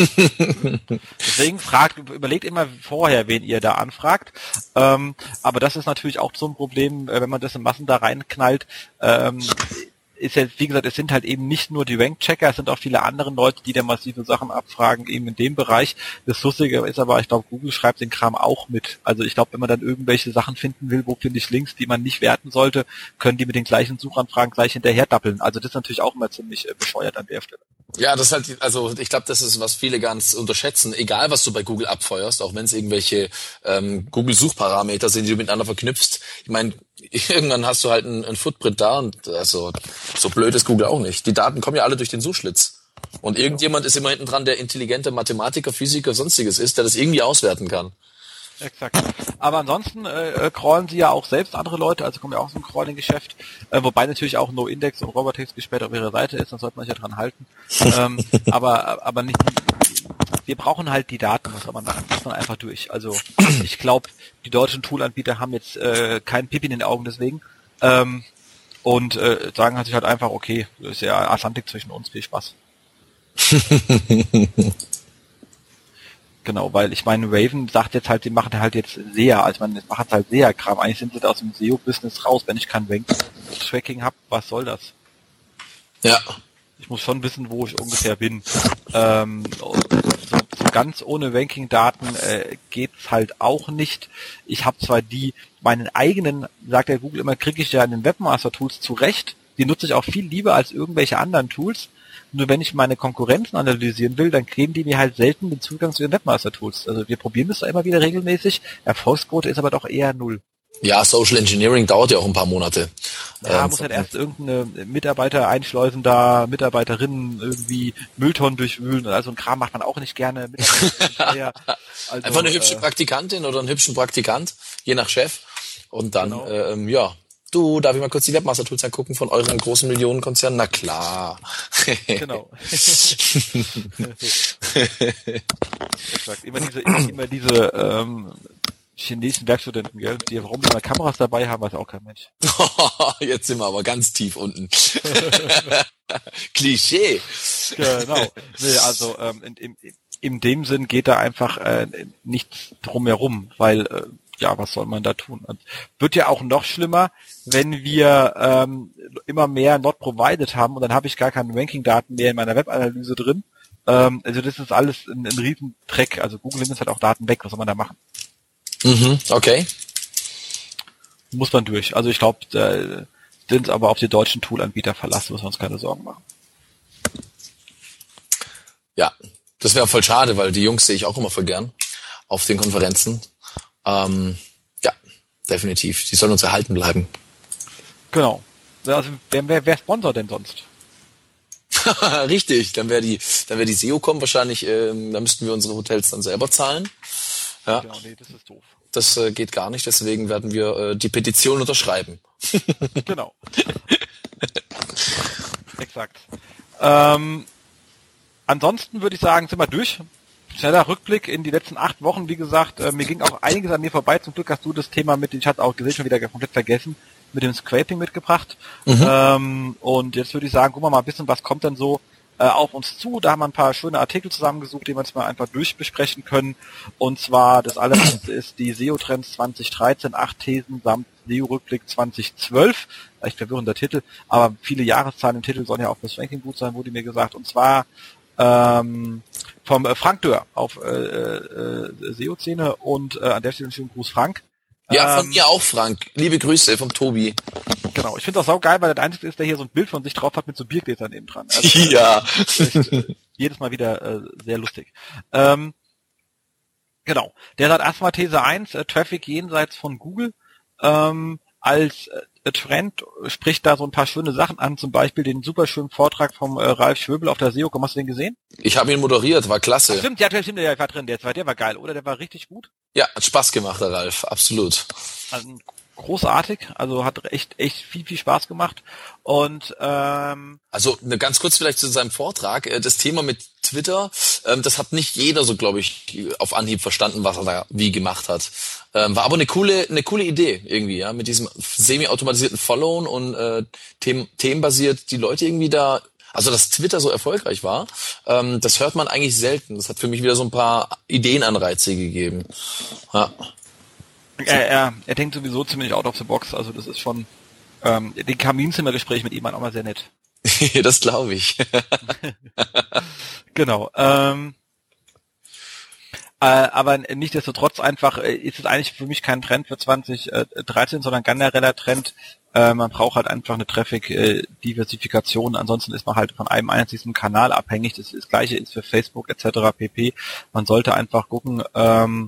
Deswegen fragt, überlegt immer vorher, wen ihr da anfragt. Ähm, aber das ist natürlich auch so ein Problem, äh, wenn man das in Massen da reinknallt. Ähm, ist ja, wie gesagt, es sind halt eben nicht nur die Rank-Checker, es sind auch viele andere Leute, die da massive Sachen abfragen, eben in dem Bereich. Das Lustige ist aber, ich glaube, Google schreibt den Kram auch mit. Also ich glaube, wenn man dann irgendwelche Sachen finden will, wo finde ich Links, die man nicht werten sollte, können die mit den gleichen Suchanfragen gleich hinterher dappeln. Also das ist natürlich auch immer ziemlich äh, bescheuert an der Stelle. Ja, das ist halt, also ich glaube, das ist, was viele ganz unterschätzen. Egal, was du bei Google abfeuerst, auch wenn es irgendwelche ähm, Google-Suchparameter sind, die du miteinander verknüpfst. Ich meine, irgendwann hast du halt einen, einen Footprint da und also so blöd ist Google auch nicht. Die Daten kommen ja alle durch den Suchschlitz. Und irgendjemand ist immer hinten dran, der intelligente Mathematiker, Physiker, sonstiges ist, der das irgendwie auswerten kann. Exakt. Aber ansonsten äh, crawlen sie ja auch selbst andere Leute, also kommen ja auch so ein Crawling-Geschäft, äh, wobei natürlich auch NoIndex und Robotex gesperrt auf ihrer Seite ist, dann sollte man sich ja dran halten. ähm, aber aber nicht, wir brauchen halt die Daten, was man machen, muss man einfach durch. Also ich glaube, die deutschen Toolanbieter haben jetzt äh, keinen Pipi in den Augen deswegen ähm, und äh, sagen halt sich halt einfach, okay, das ist ja Atlantik zwischen uns, viel Spaß. Genau, weil ich meine, Raven sagt jetzt halt, die machen halt jetzt S E A, also man macht halt S E A-Kram. Eigentlich sind sie da aus dem S E O-Business raus, wenn ich kein Rank-Tracking habe, was soll das? Ja. Ich muss schon wissen, wo ich ungefähr bin. Ähm, so, so ganz ohne Ranking-Daten äh, geht's halt auch nicht. Ich habe zwar die, meinen eigenen, sagt der Google immer, kriege ich ja in den Webmaster-Tools zurecht. Die nutze ich auch viel lieber als irgendwelche anderen Tools. Nur wenn ich meine Konkurrenzen analysieren will, dann geben die mir halt selten den Zugang zu den Webmaster-Tools. Also wir probieren das da immer wieder regelmäßig. Erfolgsquote ist aber doch eher null. Ja, Social Engineering dauert ja auch ein paar Monate. Ja, ähm, muss halt erst irgendeine Mitarbeiter einschleusen da, Mitarbeiterinnen irgendwie Mülltonnen durchwühlen. Also ein Kram macht man auch nicht gerne. Also, Einfach eine hübsche äh, Praktikantin oder einen hübschen Praktikant, je nach Chef. Und dann, Genau. ähm, ja, du, darf ich mal kurz die Webmaster-Tools angucken von euren großen Millionenkonzernen? Na klar. Genau. Exakt. Immer diese, immer, immer diese, ähm, Chinesen Werkstudenten, gell? Die warum die mal Kameras dabei haben, weiß auch kein Mensch. Jetzt sind wir aber ganz tief unten. Klischee. Genau. Nee, also ähm, in, in, in dem Sinn geht da einfach äh, nichts drumherum, weil äh, ja, was soll man da tun? Und wird ja auch noch schlimmer, wenn wir ähm, immer mehr not provided haben und dann habe ich gar keine Ranking-Daten mehr in meiner Webanalyse drin. Ähm, also das ist alles ein, ein Riesendreck. Also Google nimmt jetzt halt auch Daten weg. Was soll man da machen? Mhm, okay. Muss man durch. Also ich glaube, da sind aber auf die deutschen Toolanbieter verlassen, müssen wir uns keine Sorgen machen. Ja, das wäre voll schade, weil die Jungs sehe ich auch immer voll gern auf den Konferenzen. Ähm, ja, definitiv. Die sollen uns erhalten bleiben. Genau. Also wer, wer, wer sponsort denn sonst? Richtig, dann wäre die, dann wäre die S E O kommen wahrscheinlich, ähm, da müssten wir unsere Hotels dann selber zahlen. Ja. Genau, nee, das ist doof. Das äh, geht gar nicht, deswegen werden wir äh, die Petition unterschreiben. Genau. Exakt. Ähm, ansonsten würde ich sagen, sind wir durch. Schneller Rückblick in die letzten acht Wochen, wie gesagt, äh, mir ging auch einiges an mir vorbei. Zum Glück hast du das Thema mit, ich hatte auch gesehen, schon wieder komplett vergessen, mit dem Scraping mitgebracht. Mhm. Ähm, und jetzt würde ich sagen, gucken wir mal ein bisschen, was kommt denn so äh, auf uns zu. Da haben wir ein paar schöne Artikel zusammengesucht, die wir jetzt mal einfach durchbesprechen können. Und zwar, das allererste ist die S E O-Trends zwanzig dreizehn, acht Thesen samt S E O-Rückblick zwanzig zwölf. Echt verwirrender Titel, aber viele Jahreszahlen im Titel sollen ja auch fürs Ranking gut sein, wurde mir gesagt. Und zwar ähm, vom äh, Frank Dörr auf äh, äh, S E O-Szene und äh, an der Stelle einen schönen Gruß, Frank. Ja, von ähm, mir auch, Frank. Liebe Grüße vom Tobi. Genau, ich finde das auch geil, weil der Einzige ist, der hier so ein Bild von sich drauf hat mit so Biergläsern neben dran. Also, ja. Echt, äh, jedes Mal wieder äh, sehr lustig. Ähm, genau, der sagt erstmal These eins, äh, Traffic jenseits von Google. Ähm, als äh, Trend spricht da so ein paar schöne Sachen an, zum Beispiel den super schönen Vortrag vom äh, Ralf Schwöbel auf der S E O. Hast du den gesehen? Ich habe ihn moderiert, war klasse. Ach, stimmt, ja, stimmt, der war drin, der war, der war geil, oder? Der war richtig gut. Ja, hat Spaß gemacht, der Ralf, absolut. Also, großartig, also hat echt echt viel, viel Spaß gemacht. Und ähm, also ne, ganz kurz vielleicht zu seinem Vortrag, das Thema mit Twitter, ähm, das hat nicht jeder so, glaube ich, auf Anhieb verstanden, was er da wie gemacht hat. Ähm, war aber eine coole eine coole Idee irgendwie, ja, mit diesem semi-automatisierten Followen und äh, Themen, themenbasiert die Leute irgendwie da, also dass Twitter so erfolgreich war, ähm, das hört man eigentlich selten. Das hat für mich wieder so ein paar Ideenanreize gegeben. Ja. Er, er, er denkt sowieso ziemlich out of the box, also das ist schon, ähm, den Kaminzimmergespräch mit ihm war auch mal sehr nett. Das glaube ich. Genau. Ähm, äh, aber nichtsdestotrotz einfach äh, ist es eigentlich für mich kein Trend für zwanzig dreizehn, sondern genereller Trend. Äh, man braucht halt einfach eine Traffic-Diversifikation, ansonsten ist man halt von einem einzigen Kanal abhängig. Das, das Gleiche ist für Facebook et cetera pp. Man sollte einfach gucken, ähm,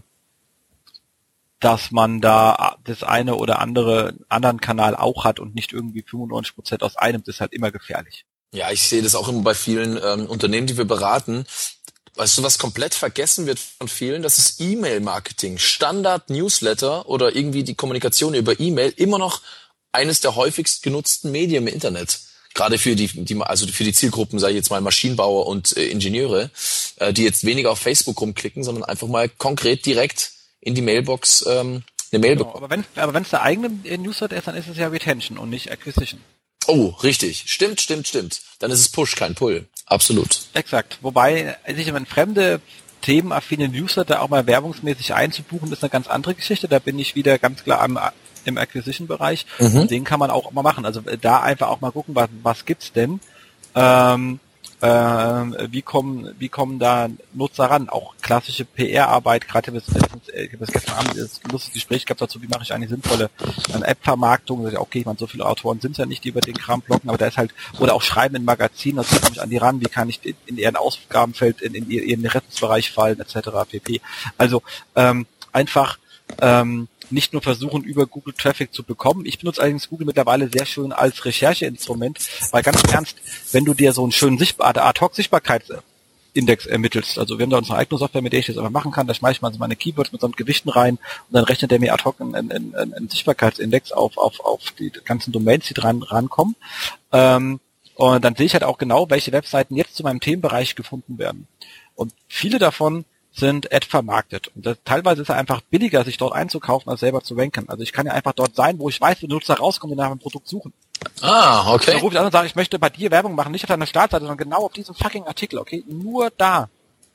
dass man da das eine oder andere anderen Kanal auch hat und nicht irgendwie fünfundneunzig Prozent aus einem. Das ist halt immer gefährlich. Ja, ich sehe das auch immer bei vielen ähm, Unternehmen, die wir beraten. Weißt du, was komplett vergessen wird von vielen? Das ist E-Mail-Marketing. Standard-Newsletter oder irgendwie die Kommunikation über E-Mail immer noch eines der häufigst genutzten Medien im Internet. Gerade für die, die also für die Zielgruppen, sage ich jetzt mal Maschinenbauer und äh, Ingenieure, äh, die jetzt weniger auf Facebook rumklicken, sondern einfach mal konkret direkt in die Mailbox ähm, eine Mail genau, bekommen. Aber wenn aber wenn es der eigene Newsletter ist, dann ist es ja Retention und nicht Acquisition. Oh, richtig. Stimmt, stimmt, stimmt. Dann ist es Push, kein Pull. Absolut. Exakt. Wobei, sich in fremde themenaffine Newsletter auch mal werbungsmäßig einzubuchen, ist eine ganz andere Geschichte. Da bin ich wieder ganz klar am, im Acquisition-Bereich. Mhm. Und den kann man auch mal machen. Also da einfach auch mal gucken, was, was gibt's denn? Ähm, ähm, wie kommen wie kommen da Nutzer ran? Auch klassische P R-Arbeit, gerade ich habe das gestern Abend ein lustiges Gespräch gehabt dazu, wie mache ich eine sinnvolle App-Vermarktung? Okay, ich meine, so viele Autoren sind es ja nicht, die über den Kram bloggen, aber da ist halt, oder auch Schreiben in Magazinen, also wie komme ich an die ran, wie kann ich in ihren Ausgabenfeld, in, in ihren Rettungsbereich fallen, et cetera pp. Also ähm, einfach ähm, nicht nur versuchen, über Google Traffic zu bekommen. Ich benutze allerdings Google mittlerweile sehr schön als Rechercheinstrument, weil ganz im Ernst, wenn du dir so einen schönen Sichtbar- Ad-Hoc-Sichtbarkeitsindex ermittelst, also wir haben da unsere eigene Software, mit der ich das einfach machen kann, da schmeiße ich mal so meine Keywords mit so Gewichten rein und dann rechnet der mir ad hoc einen, einen, einen, einen Sichtbarkeitsindex auf, auf, auf die ganzen Domains, die dran rankommen. Ähm, und dann sehe ich halt auch genau, welche Webseiten jetzt zu meinem Themenbereich gefunden werden. Und viele davon sind Ad vermarktet. Und das, teilweise ist es einfach billiger, sich dort einzukaufen, als selber zu ranken. Also ich kann ja einfach dort sein, wo ich weiß, wo Nutzer rauskommen, die nach einem Produkt suchen. Ah, okay. Dann rufe ich an und sage, ich möchte bei dir Werbung machen, nicht auf deiner Startseite, sondern genau auf diesem fucking Artikel, okay? Nur da.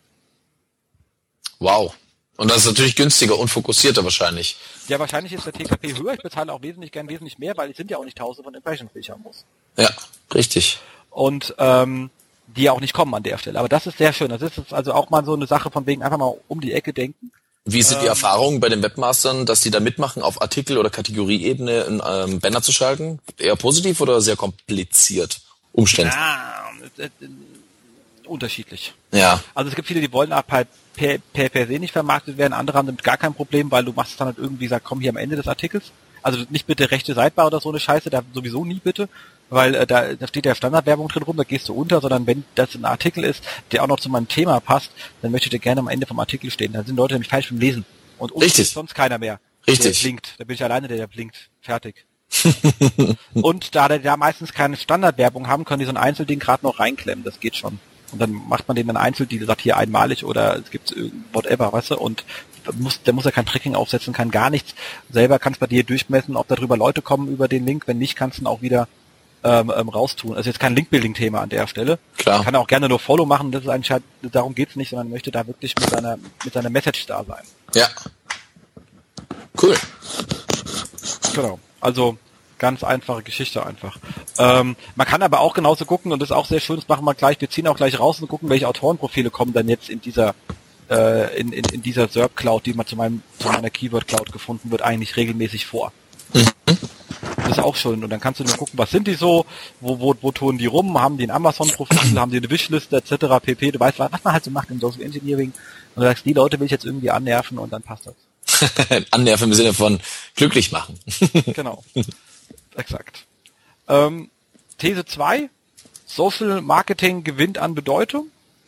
Wow. Und das ist natürlich günstiger und fokussierter wahrscheinlich. Ja, wahrscheinlich ist der T K P höher. Ich bezahle auch wesentlich gern wesentlich mehr, weil es sind ja auch nicht tausende von Impressions, die ich haben muss. Ja, richtig. Und ähm, die ja auch nicht kommen an der Stelle. Aber das ist sehr schön. Das ist jetzt also auch mal so eine Sache von wegen einfach mal um die Ecke denken. Wie sind die ähm, Erfahrungen bei den Webmastern, dass die da mitmachen, auf Artikel- oder Kategorieebene einen ähm, Banner zu schalten? Eher positiv oder sehr kompliziert? Umständlich? Ja, äh, äh, unterschiedlich. Ja. Also es gibt viele, die wollen auch per, per, per, per se nicht vermarktet werden. Andere haben damit gar kein Problem, weil du machst es dann halt irgendwie, sag, komm hier am Ende des Artikels. Also nicht bitte rechte Sidebar oder so eine Scheiße, da sowieso nie bitte. Weil äh, da, da steht ja Standardwerbung drin rum, da gehst du unter, sondern wenn das ein Artikel ist, der auch noch zu meinem Thema passt, dann möchte ich dir gerne am Ende vom Artikel stehen. Dann sind Leute nämlich falsch beim Lesen. Und uns ist sonst keiner mehr. Richtig. Der blinkt. Da bin ich alleine, der, der blinkt. Fertig. Und da der da meistens keine Standardwerbung haben, können die so ein Einzelding gerade noch reinklemmen. Das geht schon. Und dann macht man den dann Einzeldeal, sagt hier einmalig oder es gibt whatever, weißt du, und muss, der muss ja kein Tracking aufsetzen, kann gar nichts. Selber kannst bei dir durchmessen, ob da drüber Leute kommen über den Link. Wenn nicht, kannst du ihn auch wieder Ähm, ähm, raustun. Also jetzt kein Link-Building-Thema an der Stelle. Klar. Kann auch gerne nur Follow machen, das ist eigentlich halt, darum geht's nicht, sondern möchte da wirklich mit seiner mit seiner Message da sein. Ja. Cool. Genau. Also ganz einfache Geschichte einfach. Ähm, man kann aber auch genauso gucken, und das ist auch sehr schön, das machen wir gleich, wir ziehen auch gleich raus und gucken, welche Autorenprofile kommen dann jetzt in dieser äh, in, in, in dieser S E R P-Cloud, die man zu meinem zu meiner Keyword-Cloud gefunden wird, eigentlich regelmäßig vor. Mhm. Das ist auch schön. Und dann kannst du nur gucken, was sind die so, wo, wo, wo tun die rum, haben die ein Amazon-Profil, haben die eine Wishliste et cetera pp. Du weißt, was man halt so macht im Social Engineering. Und du sagst, die Leute will ich jetzt irgendwie annerven und dann passt das. Annerven im Sinne von glücklich machen. Genau. Exakt. Ähm, These zwei. Social Marketing gewinnt an Bedeutung.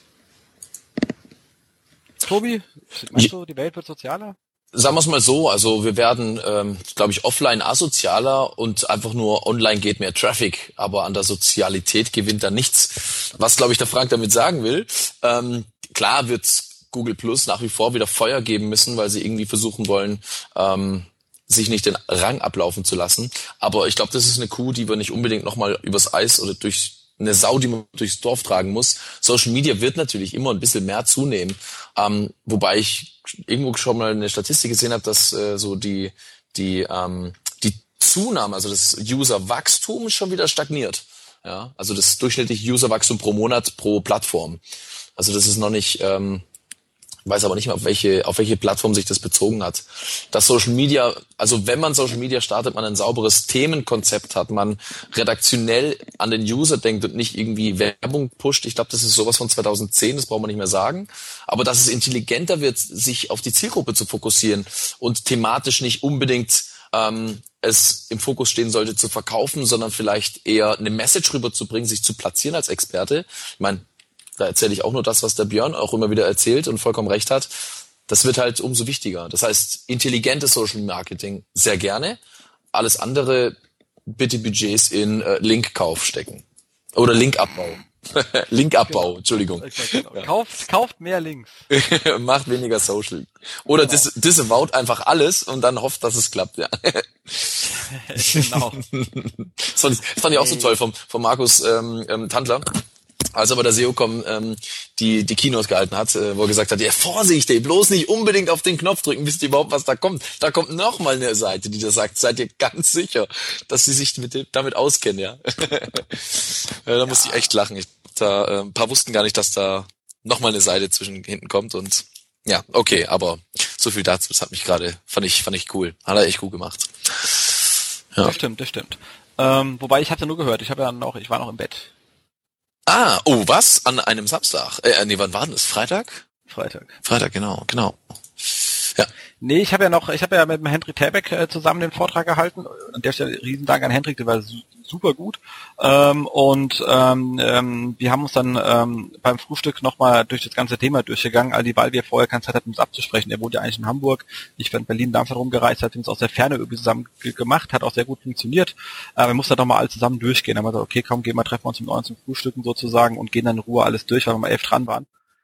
Tobi, meinst du, die Welt wird sozialer? Sagen wir es mal so, also wir werden, ähm, glaube ich, offline asozialer und einfach nur online geht mehr Traffic, aber an der Sozialität gewinnt da nichts. Was, glaube ich, der Frank damit sagen will, ähm, klar wird Google Plus nach wie vor wieder Feuer geben müssen, weil sie irgendwie versuchen wollen, ähm, sich nicht den Rang ablaufen zu lassen. Aber ich glaube, das ist eine Kuh, die wir nicht unbedingt nochmal übers Eis oder durch eine Sau, die man durchs Dorf tragen muss. Social Media wird natürlich immer ein bisschen mehr zunehmen. Ähm, wobei ich irgendwo schon mal eine Statistik gesehen habe, dass äh, so die die ähm, die Zunahme, also das Userwachstum schon wieder stagniert. Ja, also das durchschnittliche Userwachstum pro Monat pro Plattform. Also das ist noch nicht, ähm, weiß aber nicht mehr, auf welche auf welche Plattform sich das bezogen hat. Das Social Media, also wenn man Social Media startet, man ein sauberes Themenkonzept hat, man redaktionell an den User denkt und nicht irgendwie Werbung pusht. Ich glaube, das ist sowas von zweitausendzehn, das braucht man nicht mehr sagen. Aber dass es intelligenter wird, sich auf die Zielgruppe zu fokussieren und thematisch nicht unbedingt ähm, es im Fokus stehen sollte zu verkaufen, sondern vielleicht eher eine Message rüberzubringen, sich zu platzieren als Experte. Ich meine, da erzähle ich auch nur das, was der Björn auch immer wieder erzählt und vollkommen recht hat. Das wird halt umso wichtiger. Das heißt, intelligentes Social Marketing sehr gerne. Alles andere bitte Budgets in äh, Linkkauf stecken. Oder Linkabbau. Linkabbau, genau. Entschuldigung. Genau. Ja. Kauft, kauft mehr Links. Macht weniger Social. Oder genau. dis disavowt einfach alles und dann hofft, dass es klappt. Ja. Genau. Das fand ich, das fand ich auch so toll vom, vom Markus ähm, ähm, Tandler. Als er bei der S E O Punkt com ähm, die die Keynote gehalten hat, äh, wo er gesagt hat, ja Vorsicht, ey, bloß nicht unbedingt auf den Knopf drücken, wisst ihr überhaupt, was da kommt. Da kommt noch mal eine Seite, die da sagt, seid ihr ganz sicher, dass sie sich mit dem, damit auskennen, ja. ja da ja. musste ich echt lachen. Ich, da, äh, ein paar wussten gar nicht, dass da noch mal eine Seite zwischen hinten kommt und ja, okay, aber so viel dazu. Das hat mich gerade, fand ich fand ich cool. Hat er echt gut gemacht. Ja. Das stimmt, das stimmt. Ähm, wobei ich hatte nur gehört, ich habe ja noch, ich war noch im Bett. Ah, oh, was? An einem Samstag? Äh, nee, wann war denn das? Freitag? Freitag. Freitag, genau, genau. Ja. Nee, ich habe ja noch, ich habe ja mit dem Hendrik Terbeck äh, zusammen den Vortrag gehalten. An der Stelle Riesendank an Hendrik, der war su- super gut. Ähm, und ähm, ähm, wir haben uns dann ähm, beim Frühstück nochmal durch das ganze Thema durchgegangen, all die, weil wir vorher keine Zeit hatten, uns abzusprechen. Er wohnt ja eigentlich in Hamburg. Ich bin in Berlin, Darmstadt rumgereist, hat uns aus der Ferne irgendwie zusammen g- gemacht, hat auch sehr gut funktioniert. Aber wir mussten dann nochmal alle zusammen durchgehen. Dann haben wir gesagt, okay, komm, gehen wir, treffen wir uns um neun zum Frühstücken sozusagen und gehen dann in Ruhe alles durch, weil wir mal elf dran waren.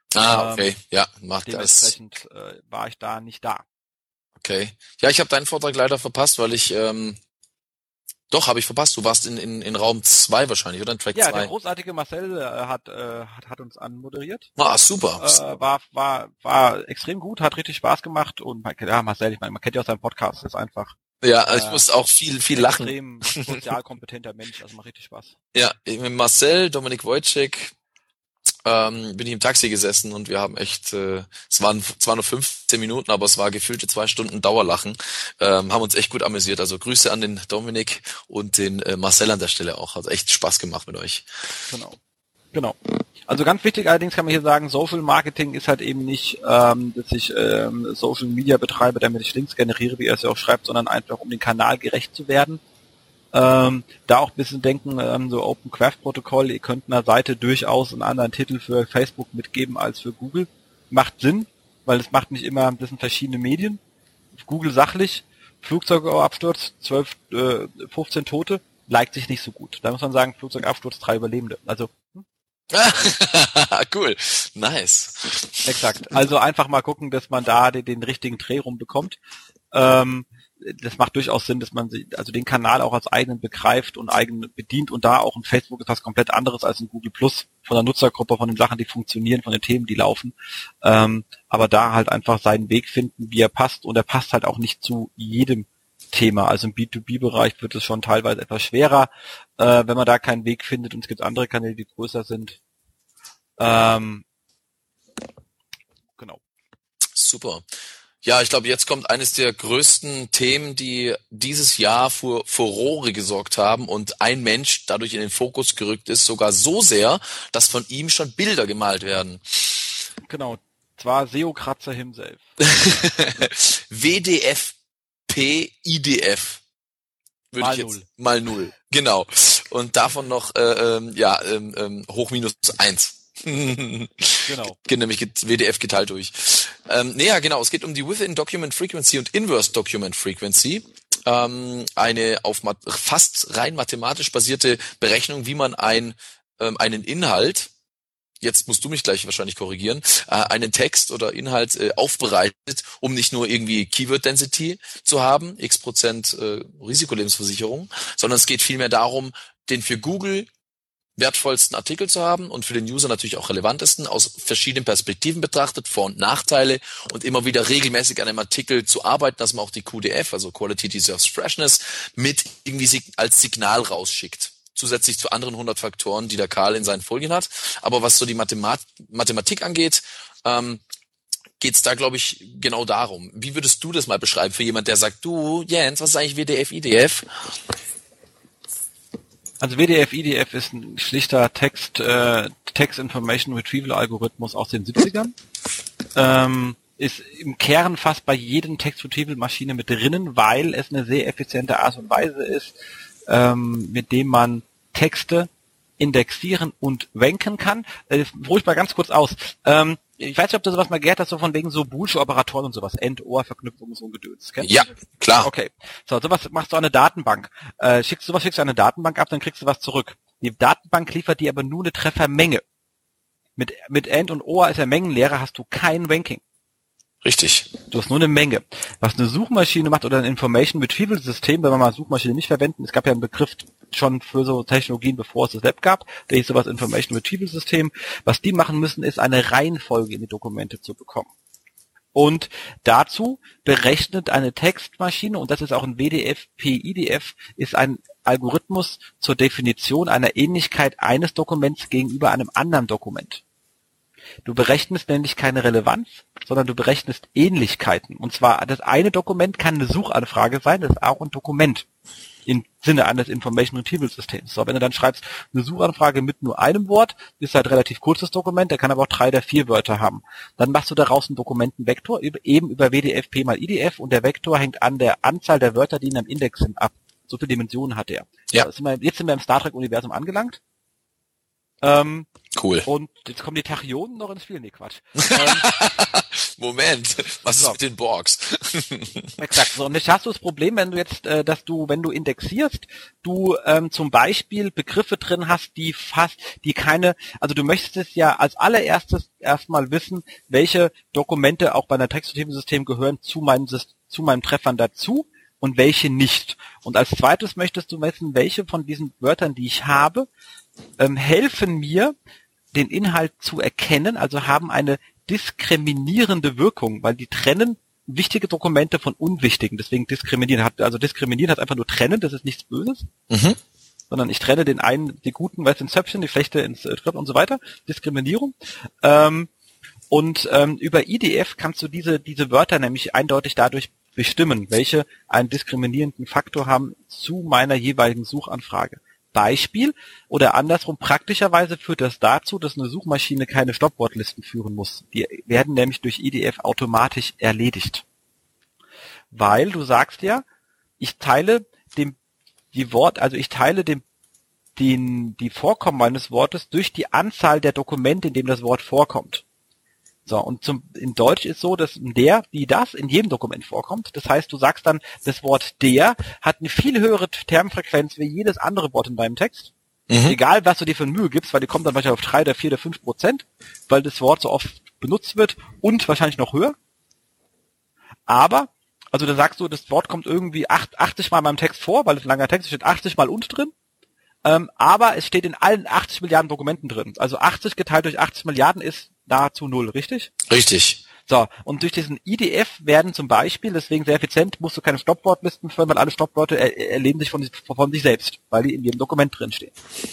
Ah, okay, ähm, ja, macht das. Dementsprechend äh, war ich da nicht da. Okay. Ja, ich habe deinen Vortrag leider verpasst, weil ich, ähm, doch, habe ich verpasst. Du warst in, in, in Raum zwei wahrscheinlich, oder? In Track zwei. Ja, der großartige Marcel äh, hat, äh, hat hat uns anmoderiert. Ah, super. Äh, war war war extrem gut, hat richtig Spaß gemacht und ja, Marcel, ich meine, man kennt ja auch seinen Podcast, ist einfach. Ja, äh, ich musste auch viel viel lachen. Extrem sozial kompetenter Mensch, also macht richtig Spaß. Ja, mit Marcel, Dominik Wojcik, ähm, bin ich im Taxi gesessen und wir haben echt, äh, es waren zwar nur fünfzehn Minuten, aber es war gefühlte zwei Stunden Dauerlachen, ähm, haben uns echt gut amüsiert. Also Grüße an den Dominik und den äh, Marcel an der Stelle auch. Hat echt Spaß gemacht mit euch. Genau, genau. Also ganz wichtig allerdings kann man hier sagen, Social Marketing ist halt eben nicht, ähm, dass ich ähm, Social Media betreibe, damit ich Links generiere, wie er es ja auch schreibt, sondern einfach um den Kanal gerecht zu werden. Ähm, da auch ein bisschen denken, ähm, so Open Craft Protokoll, ihr könnt einer Seite durchaus einen anderen Titel für Facebook mitgeben als für Google. Macht Sinn, weil es macht nicht immer, das sind verschiedene Medien. Google sachlich, Flugzeugabsturz, zwölf, äh, fünfzehn Tote, liked sich nicht so gut. Da muss man sagen, Flugzeugabsturz, drei Überlebende. Also, hm? Cool, nice. Exakt. Also einfach mal gucken, dass man da den, den richtigen Dreh rumbekommt. Ähm, das macht durchaus Sinn, dass man also den Kanal auch als eigenen begreift und eigen bedient und da auch ein Facebook ist was komplett anderes als ein Google Plus von der Nutzergruppe, von den Sachen, die funktionieren, von den Themen, die laufen. Ähm, aber da halt einfach seinen Weg finden, wie er passt und er passt halt auch nicht zu jedem Thema. Also im B zwei B-Bereich wird es schon teilweise etwas schwerer, äh, wenn man da keinen Weg findet und es gibt andere Kanäle, die größer sind. Ähm, genau. Super. Ja, ich glaube, jetzt kommt eines der größten Themen, die dieses Jahr für Furore gesorgt haben und ein Mensch dadurch in den Fokus gerückt ist, sogar so sehr, dass von ihm schon Bilder gemalt werden. Genau, zwar Seokratzer himself. W D F P I D F. Würde mal ich jetzt null. Mal null. Genau. Und davon noch äh, ähm, ja ähm, ähm, hoch minus eins. Genau. Nämlich W D F geteilt durch. Ähm, nee, ja, genau. Es geht um die Within Document Frequency und Inverse Document Frequency. Ähm, eine auf mat- fast rein mathematisch basierte Berechnung, wie man ein, ähm, einen Inhalt, jetzt musst du mich gleich wahrscheinlich korrigieren, äh, einen Text oder Inhalt äh, aufbereitet, um nicht nur irgendwie Keyword Density zu haben, x Prozent äh, Risikolebensversicherung, sondern es geht vielmehr darum, den für Google wertvollsten Artikel zu haben und für den User natürlich auch relevantesten, aus verschiedenen Perspektiven betrachtet, Vor- und Nachteile und immer wieder regelmäßig an einem Artikel zu arbeiten, dass man auch die Q D F, also Quality Deserves Freshness, mit irgendwie als Signal rausschickt. Zusätzlich zu anderen hundert Faktoren, die der Karl in seinen Folien hat. Aber was so die Mathemat- Mathematik angeht, ähm, geht es da, glaube ich, genau darum. Wie würdest du das mal beschreiben für jemand, der sagt, du, Jens, was ist eigentlich W D F, I D F? Also W D F I D F ist ein schlichter Text, äh, Text Information Retrieval Algorithmus aus den siebzigern. Ähm, ist im Kern fast bei jedem Text Retrieval Maschine mit drinnen, weil es eine sehr effiziente Art und Weise ist, ähm, mit dem man Texte indexieren und ranken kann. Äh, ruhig mal ganz kurz aus. Ähm, ich weiß nicht, ob du sowas mal gehört hast, so von wegen so Boolsche Operatoren und sowas, End-Ohr-Verknüpfung und so ein Gedöns. Kennst Ja, klar. Okay. So, sowas machst du an eine Datenbank. Äh, schickst sowas schickst du an eine Datenbank ab, dann kriegst du was zurück. Die Datenbank liefert dir aber nur eine Treffermenge. Mit, mit End und Ohr ist ja Mengenlehre, hast du kein Ranking. Richtig. Du hast nur eine Menge. Was eine Suchmaschine macht oder ein Information Retrieval System, wenn wir mal Suchmaschine nicht verwenden, es gab ja einen Begriff schon für so Technologien, bevor es das Web gab, der hieß sowas Information Retrieval System. Was die machen müssen, ist eine Reihenfolge in die Dokumente zu bekommen. Und dazu berechnet eine Textmaschine, und das ist auch ein W D F P I D F, ist ein Algorithmus zur Definition einer Ähnlichkeit eines Dokuments gegenüber einem anderen Dokument. Du berechnest nämlich keine Relevanz, sondern du berechnest Ähnlichkeiten. Und zwar, das eine Dokument kann eine Suchanfrage sein, das ist auch ein Dokument im Sinne eines Information Retrieval Systems. So, wenn du dann schreibst, eine Suchanfrage mit nur einem Wort, ist halt relativ kurzes Dokument, der kann aber auch drei oder vier Wörter haben. Dann machst du daraus einen Dokumentenvektor, eben über W D F P mal I D F, und der Vektor hängt an der Anzahl der Wörter, die in einem Index sind, ab. So viele Dimensionen hat er. Ja. So, sind wir, jetzt sind wir im Star Trek Universum angelangt. Ähm, Cool. Und jetzt kommen die Tachyonen noch ins Spiel. Nee, Quatsch. ähm, Moment, was ist so. mit den Borgs? Exakt. So, und jetzt hast du das Problem, wenn du jetzt, äh, dass du, wenn du indexierst, du ähm, zum Beispiel Begriffe drin hast, die fast, die keine, also du möchtest ja als allererstes erstmal wissen, welche Dokumente auch bei einer Textsortierungssystem gehören zu meinen, zu meinen Treffern dazu und welche nicht. Und als zweites möchtest du wissen, welche von diesen Wörtern, die ich habe, ähm, helfen mir, den Inhalt zu erkennen, also haben eine diskriminierende Wirkung, weil die trennen wichtige Dokumente von unwichtigen, deswegen diskriminieren hat, also diskriminieren hat einfach nur trennen, das ist nichts Böses, mhm. sondern ich trenne den einen, die guten, weißt Inception, die schlechte ins äh, und so weiter, Diskriminierung. Ähm, und ähm, über I D F kannst du diese diese Wörter nämlich eindeutig dadurch bestimmen, welche einen diskriminierenden Faktor haben zu meiner jeweiligen Suchanfrage. Beispiel oder andersrum, praktischerweise führt das dazu, dass eine Suchmaschine keine Stoppwortlisten führen muss. Die werden nämlich durch I D F automatisch erledigt. Weil du sagst ja, ich teile dem die Wort, also ich teile dem den die Vorkommen meines Wortes durch die Anzahl der Dokumente, in dem das Wort vorkommt. So, und zum, in Deutsch ist so, dass der, wie das in jedem Dokument vorkommt. Das heißt, du sagst dann, das Wort der hat eine viel höhere Termfrequenz wie jedes andere Wort in deinem Text. Mhm. Egal, was du dir für eine Mühe gibst, weil die kommt dann wahrscheinlich auf drei oder vier oder fünf Prozent, weil das Wort so oft benutzt wird und wahrscheinlich noch höher. Aber, also da sagst du, das Wort kommt irgendwie achtzig Mal in meinem Text vor, weil es ein langer Text ist, steht achtzig Mal und drin. Ähm, aber es steht in allen achtzig Milliarden Dokumenten drin. Also achtzig geteilt durch achtzig Milliarden ist nahezu null, richtig? Richtig. So, und durch diesen I D F werden zum Beispiel, deswegen sehr effizient, musst du keine Stoppwortlisten führen, weil alle Stoppworte er, erleben sich von, von sich selbst, weil die in jedem Dokument drinstehen.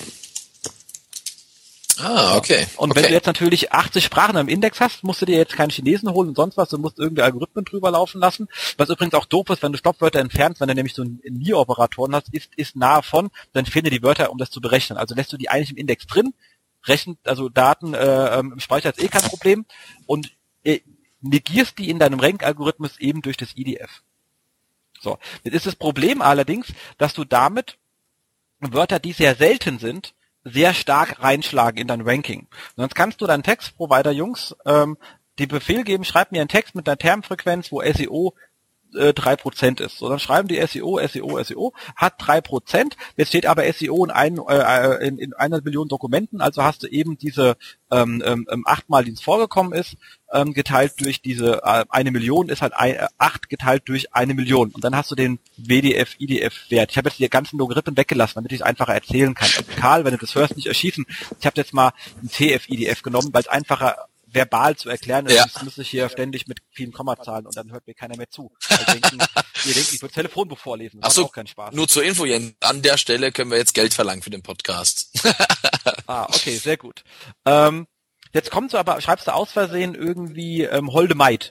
Ah, okay. Und okay. wenn du jetzt natürlich achtzig Sprachen im Index hast, musst du dir jetzt keinen Chinesen holen und sonst was, du musst irgendwie Algorithmen drüber laufen lassen. Was übrigens auch doof ist, wenn du Stoppwörter entfernst, wenn du nämlich so einen Nie-Operatoren hast, ist, ist nahe von, dann finde die Wörter, um das zu berechnen. Also lässt du die eigentlich im Index drin, rechnet, also Daten äh, im Speicher ist eh kein Problem und äh, negierst die in deinem Rank-Algorithmus eben durch das I D F. So, jetzt ist das Problem allerdings, dass du damit Wörter, die sehr selten sind, sehr stark reinschlagen in dein Ranking. Sonst kannst du deinen Textprovider, Jungs, ähm, die Befehl geben, schreib mir einen Text mit einer Termfrequenz, wo S E O äh, drei Prozent ist. So, dann schreiben die S E O, S E O, S E O, hat drei Prozent, jetzt steht aber S E O in, ein, äh, in, in einer Million Dokumenten, also hast du eben diese ähm, ähm, achtmal, die es vorgekommen ist, ähm, geteilt durch diese äh, eine Million, ist halt ein, äh, acht geteilt durch eine Million. Und dann hast du den W D F, I D F-Wert. Ich habe jetzt die ganzen Logarithmen weggelassen, damit ich es einfacher erzählen kann. Also Karl, wenn du das hörst, nicht erschießen. Ich habe jetzt mal ein T F I D F genommen, weil es einfacher verbal zu erklären ist. Ja. Das muss ich hier ständig mit vielen Kommazahlen und dann hört mir keiner mehr zu. Weil denken, ihr denkt, ich würde Telefonbuch vorlesen. Das Ach so, macht auch keinen Spaß. Nur zur Info, Jens, an der Stelle können wir jetzt Geld verlangen für den Podcast. Ah, okay, sehr gut. Ähm, jetzt kommst du aber, schreibst du aus Versehen irgendwie ähm, Holde Maid.